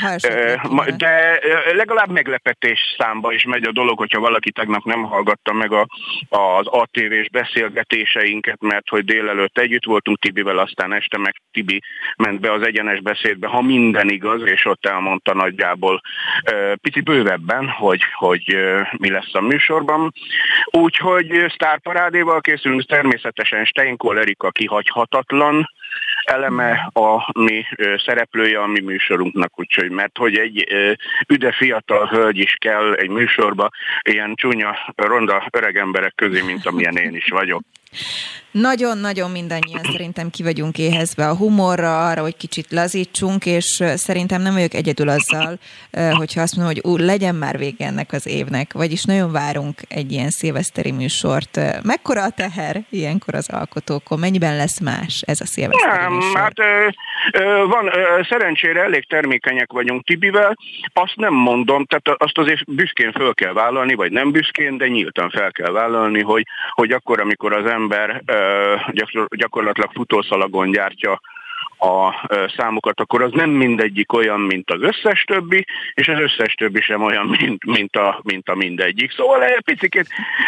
De legalább meglepetés számba is megy a dolog, hogyha valaki tegnap nem hallgatta meg az ATV-s beszélgetéseinket, mert hogy délelőtt együtt voltunk Tibivel, aztán este meg Tibi ment be az egyenes beszédbe, ha minden igaz, és ott elmondta nagyjából pici bővebben, hogy mi lesz a műsorban. Úgyhogy sztárparádéval készülünk, természetesen Steinkoll Erika kihagyhatatlan, eleme a mi szereplője a mi műsorunknak, úgyhogy mert hogy egy üde fiatal hölgy is kell egy műsorba ilyen csúnya, ronda öreg emberek közé, mint amilyen én is vagyok. Nagyon-nagyon mindannyian szerintem ki vagyunk éhezve a humorra, arra, hogy kicsit lazítsunk, és szerintem nem vagyok egyedül azzal, hogyha azt mondom, hogy legyen már vége ennek az évnek, vagyis nagyon várunk egy ilyen szilveszteri műsort. Mekkora a teher ilyenkor az alkotókon? Mennyiben lesz más ez a szilveszteri műsor? Hát van, szerencsére elég termékenyek vagyunk Tibivel, azt nem mondom, tehát azt azért büszkén föl kell vállalni, vagy nem büszkén, de nyíltan fel kell vállalni, hogy akkor, amikor az ember gyakorlatilag futószalagon gyártja a számokat, akkor az nem mindegyik olyan, mint az összes többi, és az összes többi sem olyan, mint a mindegyik. Szóval picikét,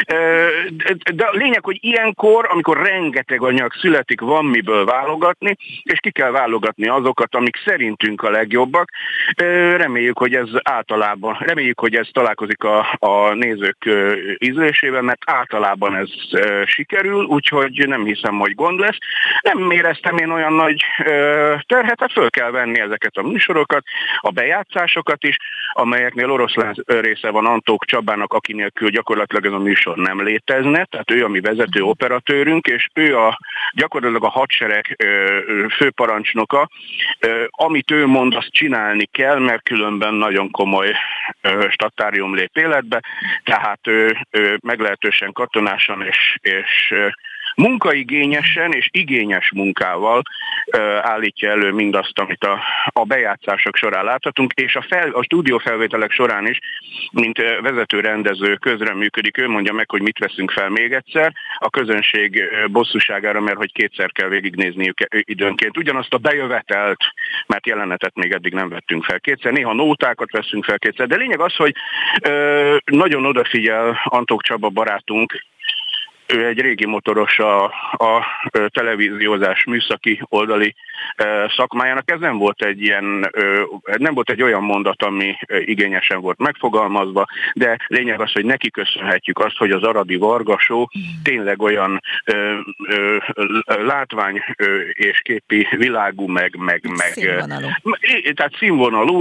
de a lényeg, hogy ilyenkor, amikor rengeteg anyag születik, van miből válogatni, és ki kell válogatni azokat, amik szerintünk a legjobbak. Reméljük, hogy ez találkozik a nézők ízlésével, mert általában ez sikerül, úgyhogy nem hiszem, hogy gond lesz. Nem éreztem én olyan nagy terhet, hát föl kell venni ezeket a műsorokat, a bejátszásokat is, amelyeknél oroszlán része van Antók Csabának, aki nélkül gyakorlatilag ez a műsor nem létezne, tehát ő a mi vezető operatőrünk, és ő gyakorlatilag a hadsereg főparancsnoka. Amit ő mond, azt csinálni kell, mert különben nagyon komoly stattárium lép életbe, tehát ő meglehetősen katonásan és munkaigényesen és igényes munkával állítja elő mindazt, amit a bejátszások során láthatunk, és a stúdiófelvételek során is, mint vezető rendező közreműködik, ő mondja meg, hogy mit veszünk fel még egyszer, a közönség bosszúságára, mert hogy kétszer kell végignézniük időnként. Ugyanazt a bejövetelt, mert jelenetet még eddig nem vettünk fel kétszer, néha nótákat veszünk fel kétszer, de lényeg az, hogy nagyon odafigyel Antók Csaba barátunk. Ő egy régi motoros a televíziózás műszaki oldali szakmájának. Ez nem volt egy olyan mondat, ami igényesen volt megfogalmazva, de lényeg az, hogy neki köszönhetjük azt, hogy az Aradi Varga Show tényleg olyan látvány és képi világú, tehát színvonalú,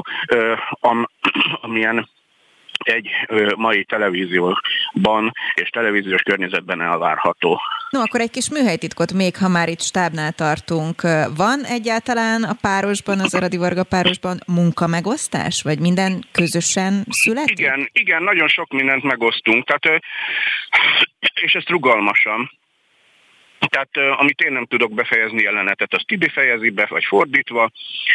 amilyen egy mai televízióban és televíziós környezetben elvárható. No, akkor egy kis műhelytitkot, még ha már itt stábnál tartunk. Van egyáltalán a párosban, az Aradi Varga párosban munkamegosztás? Vagy minden közösen születik? Igen, nagyon sok mindent megosztunk. Tehát, és ezt rugalmasan. Tehát amit én nem tudok befejezni jelenetet, azt Tibi fejezi be, vagy fordítva.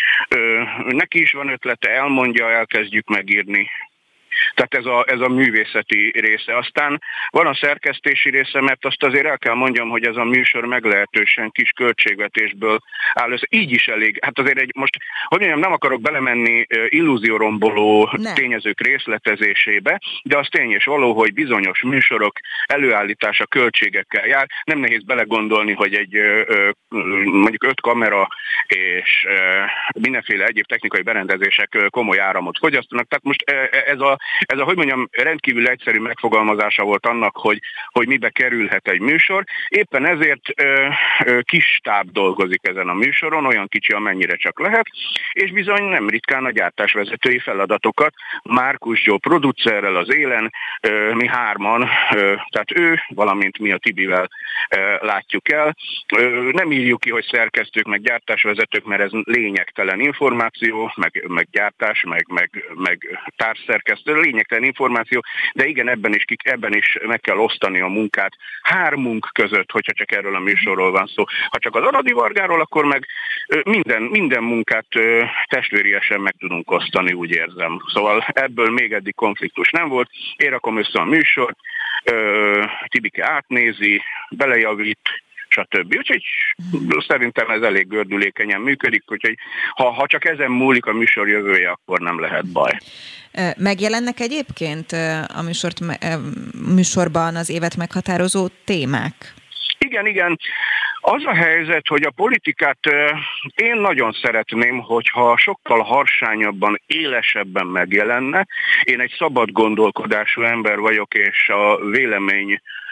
Neki is van ötlete, elmondja, elkezdjük megírni. Tehát ez a művészeti része. Aztán van a szerkesztési része, mert azt azért el kell mondjam, hogy ez a műsor meglehetősen kis költségvetésből áll össze. Így is elég. Hát azért most, hogy mondjam, nem akarok belemenni illúzióromboló tényezők részletezésébe, de az tény és való, hogy bizonyos műsorok előállítása költségekkel jár. Nem nehéz belegondolni, hogy egy mondjuk 5 kamera és mindenféle egyéb technikai berendezések komoly áramot fogyasztanak. Tehát most ez a, hogy mondjam, rendkívül egyszerű megfogalmazása volt annak, hogy mibe kerülhet egy műsor. Éppen ezért kis stáb dolgozik ezen a műsoron, olyan kicsi, amennyire csak lehet, és bizony nem ritkán a gyártásvezetői feladatokat Márkus Zsó producerrel az élen, mi hárman, tehát ő, valamint mi a Tibivel látjuk el. Nem írjuk ki, hogy szerkesztők, meg gyártásvezetők, mert ez lényegtelen információ, meg gyártás, meg társszerkesztő, lényegtelen információ, de igen, ebben is meg kell osztani a munkát hármunk között, hogyha csak erről a műsorról van szó. Ha csak az Aradi Vargáról, akkor meg minden munkát testvériesen meg tudunk osztani, úgy érzem. Szóval ebből még eddig konfliktus nem volt. Én rakom össze a műsort, Tibike átnézi, belejavít, stb. Úgyhogy szerintem ez elég gördülékenyen működik, úgyhogy ha csak ezen múlik a műsor jövője, akkor nem lehet baj. Megjelennek egyébként a műsorban az évet meghatározó témák? Igen. Az a helyzet, hogy a politikát én nagyon szeretném, hogyha sokkal harsányabban, élesebben megjelenne. Én egy szabad gondolkodású ember vagyok, és a vélemény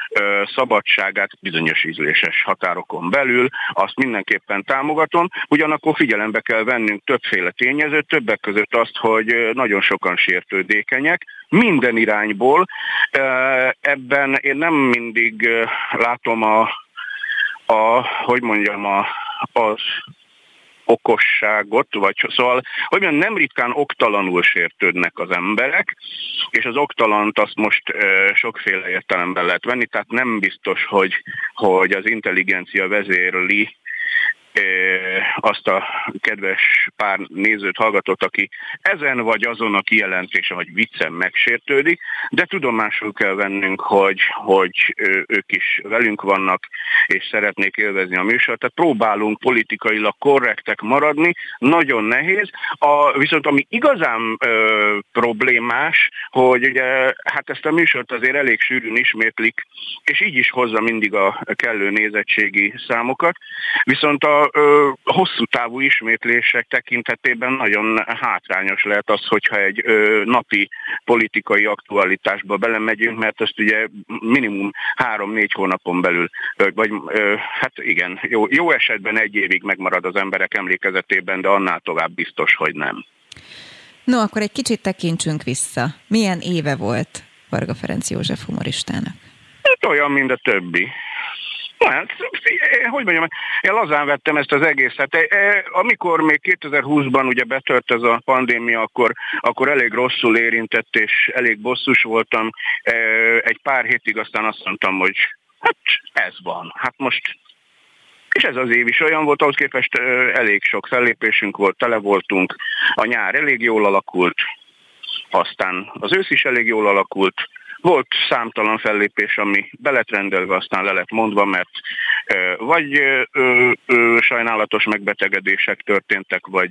szabadságát bizonyos ízléses határokon belül, azt mindenképpen támogatom, ugyanakkor figyelembe kell vennünk többféle tényezőt, többek között azt, hogy nagyon sokan sértődékenyek, minden irányból. Ebben én nem mindig látom az okosságot, vagy szóval, hogy nem ritkán oktalanul sértődnek az emberek, és az oktalant azt most sokféle értelemben lehet venni, tehát nem biztos, hogy az intelligencia vezérli azt a kedves pár nézőt, hallgatót, aki ezen vagy azon a kijelentése vagy viccen megsértődik, de tudomásul kell vennünk, hogy ők is velünk vannak, és szeretnék élvezni a műsort. Tehát próbálunk politikailag korrektek maradni, nagyon nehéz. Viszont ami igazán problémás, hogy ugye, hát ezt a műsort azért elég sűrűn ismétlik, és így is hozza mindig a kellő nézettségi számokat, viszont a hosszú távú ismétlések tekintetében nagyon hátrányos lehet az, hogyha egy napi politikai aktualitásba belemegyünk, mert ezt ugye minimum 3-4 hónapon belül, vagy hát igen, jó esetben 1 évig megmarad az emberek emlékezetében, de annál tovább biztos, hogy nem. No, akkor egy kicsit tekintsünk vissza. Milyen éve volt Varga Ferenc József humoristának? Hát olyan, mint a többi. Hát, hogy mondjam, én lazán vettem ezt az egészet. Amikor még 2020-ban ugye betört ez a pandémia, akkor elég rosszul érintett, és elég bosszus voltam. Egy pár hétig aztán azt mondtam, hogy hát ez van. Hát most, és ez az év is olyan volt, ahhoz képest elég sok fellépésünk volt, tele voltunk, a nyár elég jól alakult, aztán az ősz is elég jól alakult. Volt számtalan fellépés, ami be lett rendelve, aztán le lett mondva, mert vagy sajnálatos megbetegedések történtek, vagy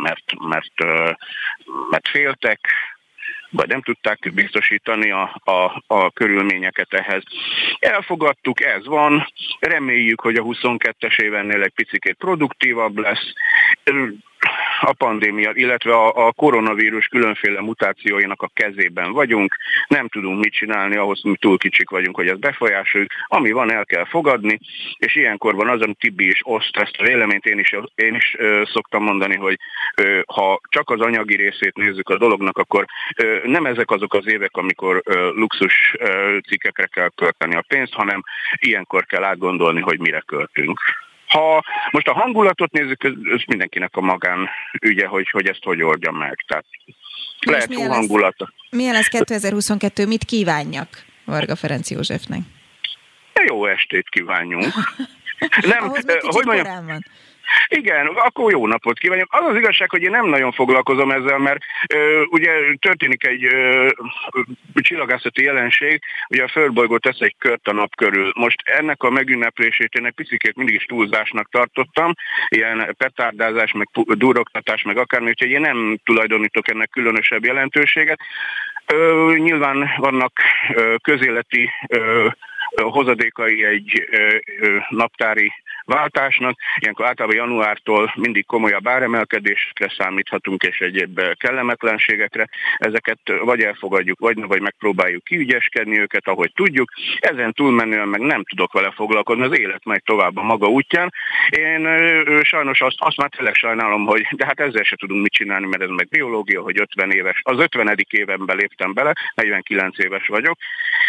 mert féltek, vagy nem tudták biztosítani a körülményeket ehhez. Elfogadtuk, ez van, reméljük, hogy a 22-es évennél egy picikét produktívabb lesz. A pandémia, illetve a koronavírus különféle mutációinak a kezében vagyunk, nem tudunk mit csinálni, ahhoz mi túl kicsik vagyunk, hogy ezt befolyásoljuk. Ami van, el kell fogadni, és ilyenkor van az, amit Tibi is oszt ezt a véleményt, én is szoktam mondani, hogy ha csak az anyagi részét nézzük a dolognak, akkor nem ezek azok az évek, amikor luxus cikkekre kell költeni a pénzt, hanem ilyenkor kell átgondolni, hogy mire költünk. Ha most a hangulatot nézzük, ez mindenkinek a magánügye, hogy ezt hogy oldja meg. Tehát lehet túl hangulata. Milyen lesz 2022? Mit kívánjak Varga Ferenc Józsefnek? Jó estét kívánjunk. Nem, hogy mondjam? Igen, akkor jó napot kívánjak. Az az igazság, hogy én nem nagyon foglalkozom ezzel, mert ugye történik egy csillagászati jelenség, ugye a földbolygó tesz egy kört a nap körül. Most ennek a megünneplését én egy picikét mindig is túlzásnak tartottam, ilyen petárdázás, meg durogtatás, meg akármi, úgyhogy én nem tulajdonítok ennek különösebb jelentőséget. Nyilván vannak közéleti hozadékai egy naptári váltásnak. Ilyenkor általában januártól mindig komolyabb áremelkedésre számíthatunk, és egyéb kellemetlenségekre. Ezeket vagy elfogadjuk, vagy megpróbáljuk kiügyeskedni őket, ahogy tudjuk. Ezen túlmenően meg nem tudok vele foglalkozni, az élet megy tovább a maga útján. Én sajnos azt már tényleg sajnálom, hogy de hát ezzel se tudunk mit csinálni, mert ez meg biológia, hogy 50 éves. Az 50. évemben léptem bele, 49 éves vagyok.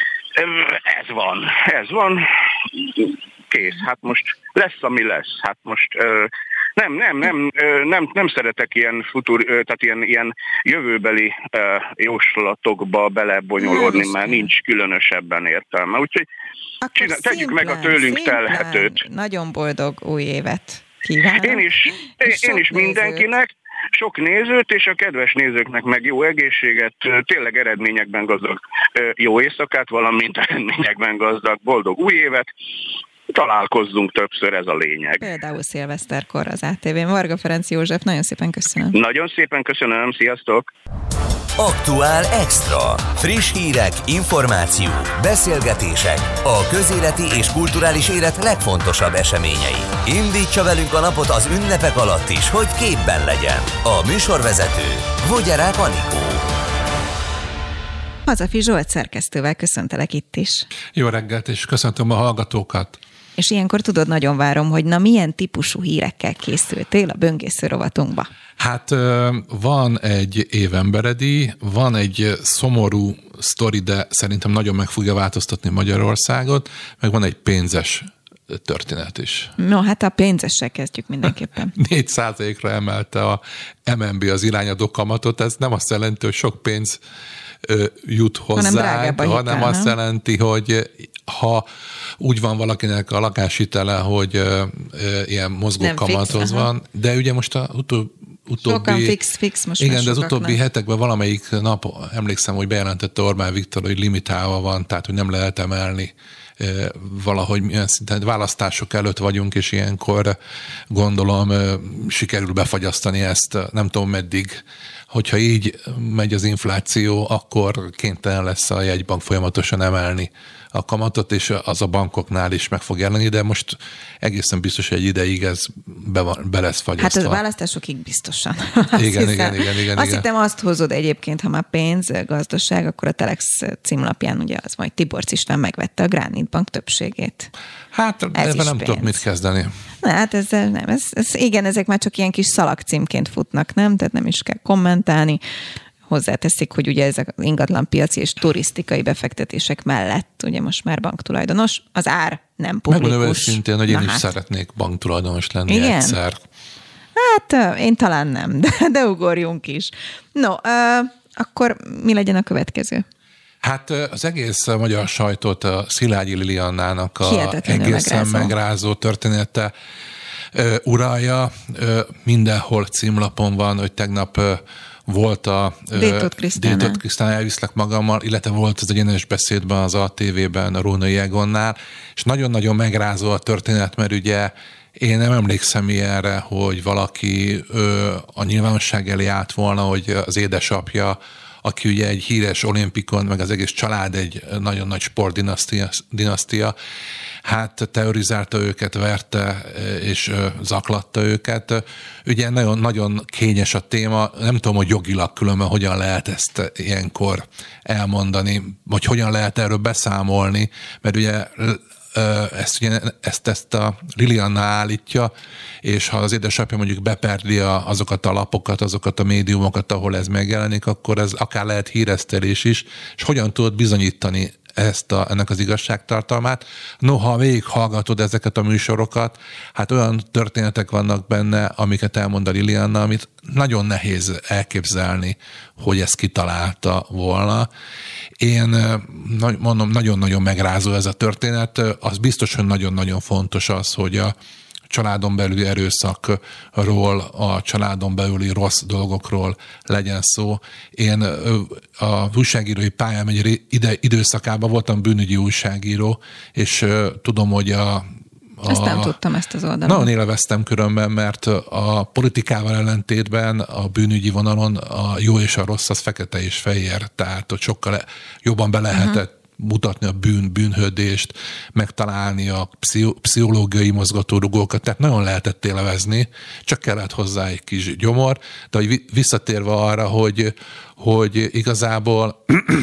Ez van. Kész, hát most lesz, ami lesz. Hát most nem szeretek ilyen tehát ilyen jövőbeli jóslatokba belebonyolódni, mert nincs különösebben értelme. Úgyhogy tegyük meg a tőlünk telhetőt. Nagyon boldog új évet kívánok. Én is mindenkinek. Sok nézőt, és a kedves nézőknek meg jó egészséget, tényleg eredményekben gazdag jó éjszakát, valamint eredményekben gazdag boldog új évet. Találkozzunk többször, ez a lényeg. Például szilveszterkor az ATV-n. Varga Ferenc József, nagyon szépen köszönöm. Nagyon szépen köszönöm, sziasztok! Aktuál Extra. Friss hírek, információk, beszélgetések, a közéleti és kulturális élet legfontosabb eseményei. Indítsa velünk a napot az ünnepek alatt is, hogy képben legyen. A műsorvezető Vogyarák Anikó. Hazafi Zsolt szerkesztővel köszöntelek itt is. Jó reggelt, és köszöntöm a hallgatókat. És ilyenkor tudod, nagyon várom, hogy milyen típusú hírekkel készültél a böngésző rovatunkba. Hát van egy évemberedi, van egy szomorú sztori, de szerintem nagyon meg fogja változtatni Magyarországot, meg van egy pénzes történet is. No, hát a pénzessel kezdjük mindenképpen. 4%-ra emelte a MNB az irányadó kamatot, ez nem azt jelenti, hogy sok pénz jut hozzá, hanem azt jelenti, hogy ha úgy van valakinek a lakáshitele, hogy ilyen mozgó kamathoz van, de ugye most a utóbbi fix most igen, de az utóbbi hetekben valamelyik nap emlékszem, hogy bejelentette Orbán Viktor, hogy limitálva van, tehát hogy nem lehet emelni valahogy milyen szinten választások előtt vagyunk, és ilyenkor gondolom sikerül befagyasztani ezt, nem tudom meddig. Hogyha így megy az infláció, akkor kénytelen lesz a jegybank folyamatosan emelni a kamatot, és az a bankoknál is meg fog jelenni, de most egészen biztos, hogy egy ideig ez be lesz fagyasztva. Hát a választásokig biztosan. Igen. Azt hittem, azt hozod egyébként, ha már pénz, gazdaság, akkor a Telex címlapján ugye az majd Tiborcs István megvette a Granit Bank többségét. Hát ebben nem tudok mit kezdeni. Na, hát igen, ezek már csak ilyen kis szalagcímként futnak, nem? Tehát nem is kell kommentálni. Hozzáteszik, hogy ugye ezek az ingatlanpiaci és turisztikai befektetések mellett ugye most már banktulajdonos, az ár nem publikus. Megmondom őszintén, hogy én is szeretnék banktulajdonos lenni egyszer. Hát én talán nem, de ugorjunk is. No, akkor mi legyen a következő? Hát az egész magyar sajtót a Szilágyi Liliannának egészen megrázó története uralja. Mindenhol címlapon van, hogy tegnap volt a Détot Krisztán, elviszlek magammal, illetve volt az egyenes beszédben az ATV-ben a Rónai Egonnál, és nagyon-nagyon megrázó a történet, mert ugye én nem emlékszem ilyenre, hogy valaki a nyilvánosság elé állt volna, hogy az édesapja, aki ugye egy híres olimpikon, meg az egész család egy nagyon nagy sportdinasztia, hát teorizálta őket, verte és zaklatta őket. Ugye nagyon-nagyon kényes a téma, nem tudom, hogy jogilag különben hogyan lehet ezt ilyenkor elmondani, vagy hogyan lehet erről beszámolni, mert ugye ezt a Lilianna állítja, és ha az édesapja mondjuk beperdi azokat a lapokat, azokat a médiumokat, ahol ez megjelenik, akkor ez akár lehet híresztelés is, és hogyan tudod bizonyítani ennek az igazságtartalmát. Noha végighallgatod ezeket a műsorokat, hát olyan történetek vannak benne, amiket elmond a Lilianna, amit nagyon nehéz elképzelni, hogy ezt kitalálta volna. Én mondom, nagyon-nagyon megrázó ez a történet. Az biztos, hogy nagyon-nagyon fontos az, hogy a családon belüli erőszakról, a családon belüli rossz dolgokról legyen szó. Én a újságírói pályám egy időszakában voltam bűnügyi újságíró, és tudom, hogy ezt nem tudtam, ezt az oldalon. Nagyon élveztem különben, mert a politikával ellentétben a bűnügyi vonalon a jó és a rossz az fekete és fehér, tehát ott sokkal jobban be lehetett mutatni a bűnhődést, megtalálni a pszichológiai mozgatórugókat, tehát nagyon lehetett élvezni, csak kellett hozzá egy kis gyomor, de hogy visszatérve arra, hogy igazából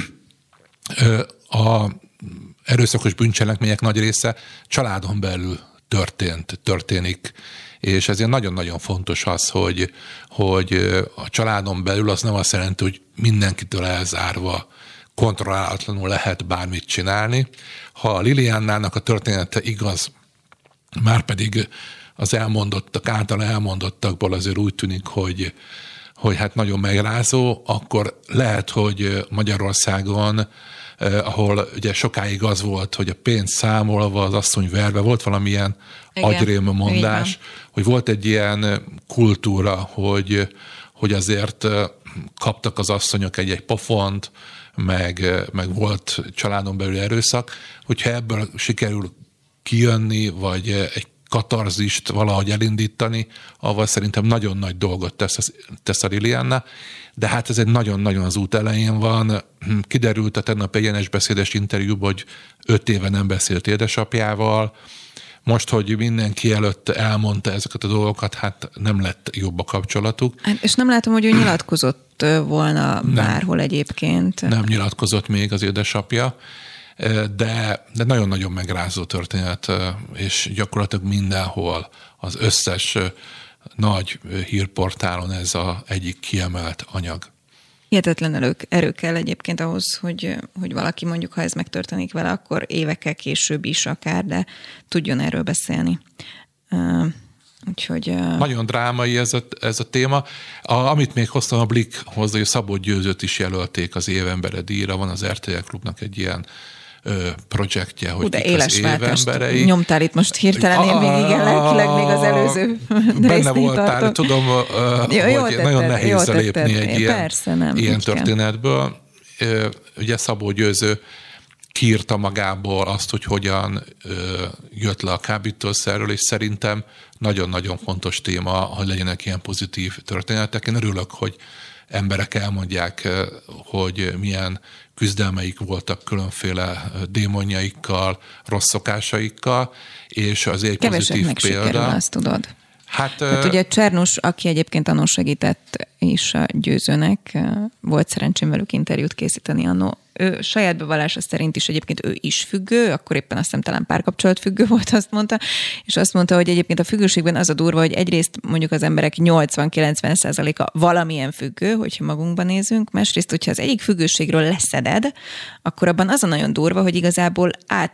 a erőszakos bűncselekmények nagy része családon belül történik, és ezért nagyon-nagyon fontos az, hogy a családon belül az nem azt jelenti, hogy mindenkitől elzárva kontrollálatlanul lehet bármit csinálni. Ha a Liliannának a története igaz, márpedig az által elmondottakból azért úgy tűnik, hogy hát nagyon megrázó, akkor lehet, hogy Magyarországon, ahol ugye sokáig az volt, hogy a pénz számolva, az asszony verve, volt valamilyen agyrém mondás, hogy volt egy ilyen kultúra, hogy azért kaptak az asszonyok egy pofont, meg volt családon belül erőszak, hogyha ebből sikerül kijönni, vagy egy katarzist valahogy elindítani, avval szerintem nagyon nagy dolgot tesz a Lilianna, de hát ez egy nagyon-nagyon az út elején van. Kiderült a tegnap egyenes beszédes interjúban, hogy 5 éve nem beszélt édesapjával, Most, hogy mindenki előtt elmondta ezeket a dolgokat, hát nem lett jobb a kapcsolatuk. És nem látom, hogy ő nyilatkozott volna bárhol egyébként. Nem nyilatkozott még az édesapja, de nagyon-nagyon megrázó történet, és gyakorlatilag mindenhol az összes nagy hírportálon ez az egyik kiemelt anyag. Hihetetlen erő kell egyébként ahhoz, hogy valaki mondjuk, ha ez megtörténik vele, akkor évekkel később is akár, de tudjon erről beszélni. Úgyhogy... Nagyon drámai ez a téma. Amit még hoztam a Blik hozzá, hogy Szabó Győzőt is jelölték az évembere díjra, van az RTL Klubnak egy ilyen projektje, hogy de éles váltást nyomtál itt most hirtelen, én még igen, lelkileg még az előző benne voltál, tudom, hogy nagyon nehéz lépni egy ilyen történetből. Ugye Szabó Győző kiírta magából azt, hogy hogyan jött le a kábítószerről, és szerintem nagyon-nagyon fontos téma, hogy legyenek ilyen pozitív történetek. Én örülök, hogy emberek elmondják, hogy milyen küzdelmeik voltak különféle démonjaikkal, rossz szokásaikkal, és az egy pozitív példa. Sikerül, azt tudod. Hát ugye Csernus, aki egyébként annó segített is a Győzőnek, volt szerencsém velük interjút készíteni annó. Ő saját bevallása szerint is egyébként ő is függő, akkor éppen azt hiszem talán párkapcsolat függő volt, azt mondta, és azt mondta, hogy egyébként a függőségben az a durva, hogy egyrészt mondjuk az emberek 80-90%-a valamilyen függő, hogyha magunkban nézünk, másrészt, hogyha az egyik függőségről leszeded, akkor abban az a nagyon durva, hogy igazából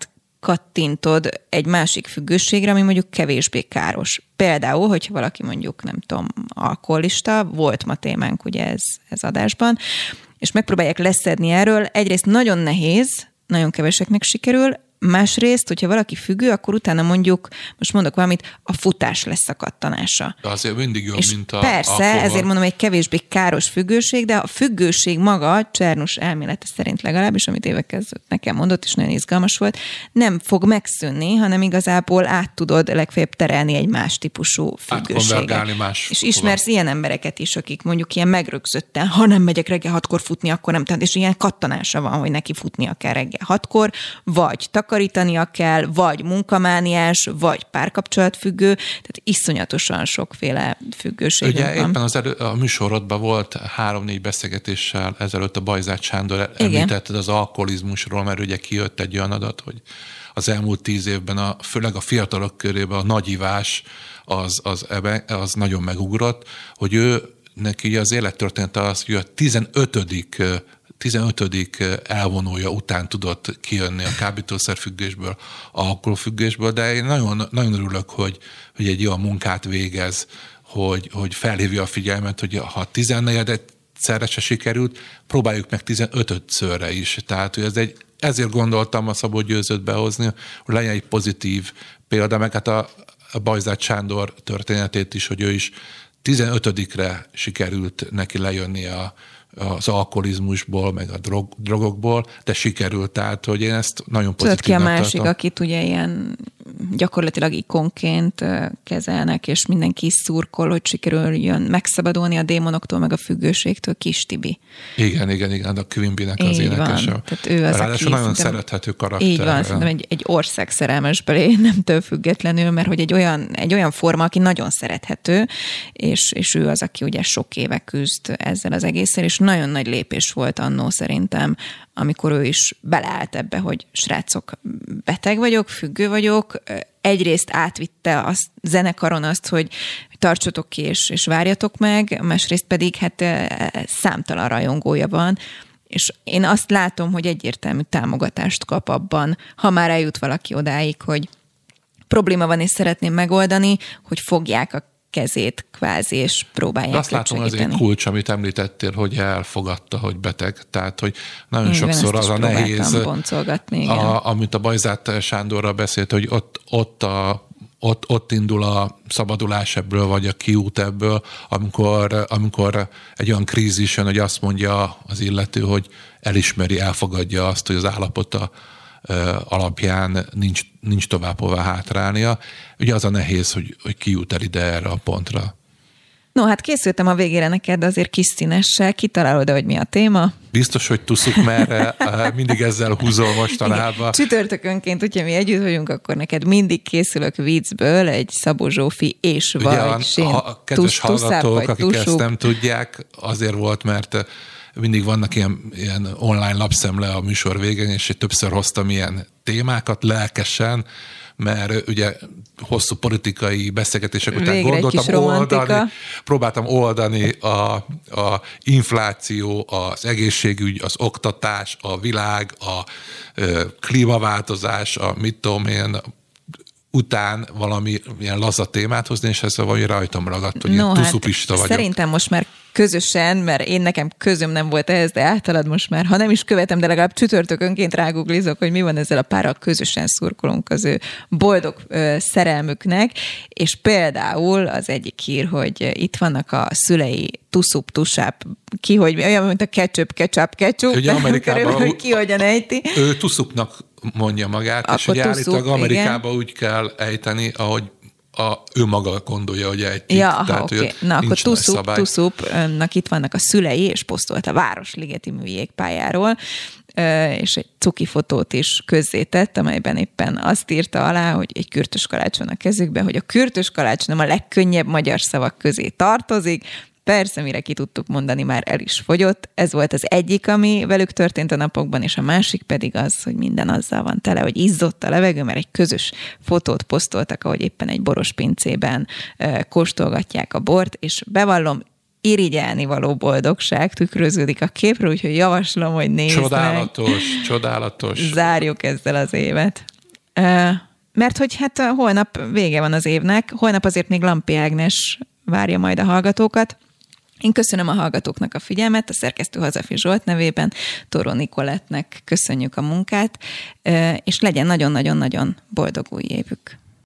kattintod egy másik függőségre, ami mondjuk kevésbé káros. Például, hogyha valaki mondjuk, nem tudom, alkoholista, volt ma témánk ugye ez adásban, és megpróbálják leszedni erről, egyrészt nagyon nehéz, nagyon keveseknek sikerül, másrészt, hogyha valaki függő, akkor utána mondjuk, most mondok valamit, a futás lesz a kattanása. De azért mindig jobb, és mint a persze, alkohol. Ezért mondom, egy kevésbé káros függőség, de a függőség maga, Csernus elmélete szerint legalábbis, amit évek ezelőtt nekem mondott, és nagyon izgalmas volt, nem fog megszűnni, hanem igazából át tudod legfeljebb terelni egy más típusú függőséget. És ismersz ilyen embereket is, akik mondjuk ilyen megrögzötten, ha nem megyek reggel 6-kor futni, akkor nem, és ilyen kattanása van, hogy neki futnia kell reggel 6-kor, vagy takarítania kell, vagy munkamániás, vagy párkapcsolatfüggő, tehát iszonyatosan sokféle függőség van. Ugye éppen a műsorodban volt 3-4 beszélgetéssel ezelőtt a Bajzát Sándor említetted az alkoholizmusról, mert ugye kijött egy olyan adat, hogy az elmúlt 10 évben főleg a fiatalok körében a nagyivás az nagyon megugrott, hogy ő neki az élettörténete az, hogy a 15. elvonója után tudott kijönni a kábítószerfüggésből, alkoholfüggésből, de én nagyon, nagyon örülök, hogy egy olyan munkát végez, hogy felhívja a figyelmet, hogy ha 14-szerre se sikerült, próbáljuk meg 15-szörre is. Tehát, hogy ezért gondoltam a Szabó Győzőt behozni, hogy legyen egy pozitív példa, meg hát a Bajzát Sándor történetét is, hogy ő is 15-re sikerült neki lejönni az alkoholizmusból, meg a drogokból, de sikerült, tehát, hogy én ezt nagyon pozitívnak tartom. Tudod ki a másik, akit ugye ilyen gyakorlatilag ikonként kezelnek, és mindenki szurkol, hogy sikerüljön megszabadulni a démonoktól, meg a függőségtől, Kis Tibi. Igen, a Quimby-nek az énekese. Ráadásul nagyon szerethető karakter. Így van, szerintem egy ország szerelmesbeli, nemtől függetlenül, mert hogy egy olyan forma, aki nagyon szerethető, és ő az, aki ugye sok éve küzd ezzel az egésszel, és nagyon nagy lépés volt annó szerintem, amikor ő is beleállt ebbe, hogy srácok, beteg vagyok, függő vagyok, egyrészt átvitte a zenekaron azt, hogy tartsatok ki és várjatok meg, másrészt pedig hát számtalan rajongója van, és én azt látom, hogy egyértelmű támogatást kap abban, ha már eljut valaki odáig, hogy probléma van és szeretném megoldani, hogy fogják a kezét kvázi, és próbálják azt látom, az egy kulcs, amit említettél, hogy elfogadta, hogy beteg. Tehát, hogy nagyon sokszor az a nehéz, amit a Bajzát Sándorral beszélt, hogy ott indul a szabadulás ebből, vagy a kiút ebből, amikor egy olyan krízis jön, hogy azt mondja az illető, hogy elismeri, elfogadja azt, hogy az állapota alapján nincs tovább hová hátrálnia. Ugye az a nehéz, hogy ki jut el ide erre a pontra. No, hát készültem a végére neked, de azért kis színessel. Kitalálod, hogy mi a téma? Biztos, hogy tuszuk, mert mindig ezzel húzol mostanában. Csütörtökönként, hogyha mi együtt vagyunk, akkor neked mindig készülök viccből egy Szabó Zsófi és vagy Sén. A kedves hallgatók, akik ezt nem tudják, azért volt, mert mindig vannak ilyen online lapszemle a műsor végén, és többször hoztam ilyen témákat lelkesen, mert ugye hosszú politikai beszélgetések után próbáltam oldani a infláció, az egészségügy, az oktatás, a világ, a klímaváltozás, a mit tudom én, után valami ilyen laza témát hozni, és ez valahogy rajtam ragadt, hogy ilyen tuszupista vagyok. Szerintem most már közösen, mert én nekem közöm nem volt ehhez, de általad most már, ha nem is követem, de legalább csütörtökönként ráguglizok, hogy mi van ezzel a párral, közösen szurkolunk az ő boldog szerelmüknek, és például az egyik hír, hogy itt vannak a szülei tuszup, tusáp, ki, hogy olyan, mint a ketchup. Ugye Amerikában ki hogyan ejti. Ő tuszupnak mondja magát, akkor és ugye állítólag Amerikában úgy kell ejteni, ahogy ő maga gondolja, hogy ejtik. Ja, oké. Na, akkor tuszupnak itt vannak a szülei, és posztolt a Városligeti műjégpályáról, és egy cuki fotót is közzétett, amelyben éppen azt írta alá, hogy egy kürtös kalács van a kezükben, hogy a kürtös kalács nem a legkönnyebb magyar szavak közé tartozik. Persze, mire ki tudtuk mondani, már el is fogyott. Ez volt az egyik, ami velük történt a napokban, és a másik pedig az, hogy minden azzal van tele, hogy izzott a levegő, mert egy közös fotót posztoltak, ahogy éppen egy boros pincében kóstolgatják a bort, és bevallom, irigyelni való boldogság tükröződik a képről, úgyhogy javaslom, hogy nézd Csodálatos. Zárjuk ezzel az évet. Mert hogy hát holnap vége van az évnek, holnap azért még Lampi Ágnes várja majd a hallgatókat. Én köszönöm a hallgatóknak a figyelmet, a szerkesztő Hazafi Zsolt nevében, Toró Nikolettnek köszönjük a munkát, és legyen nagyon-nagyon-nagyon boldog új évük.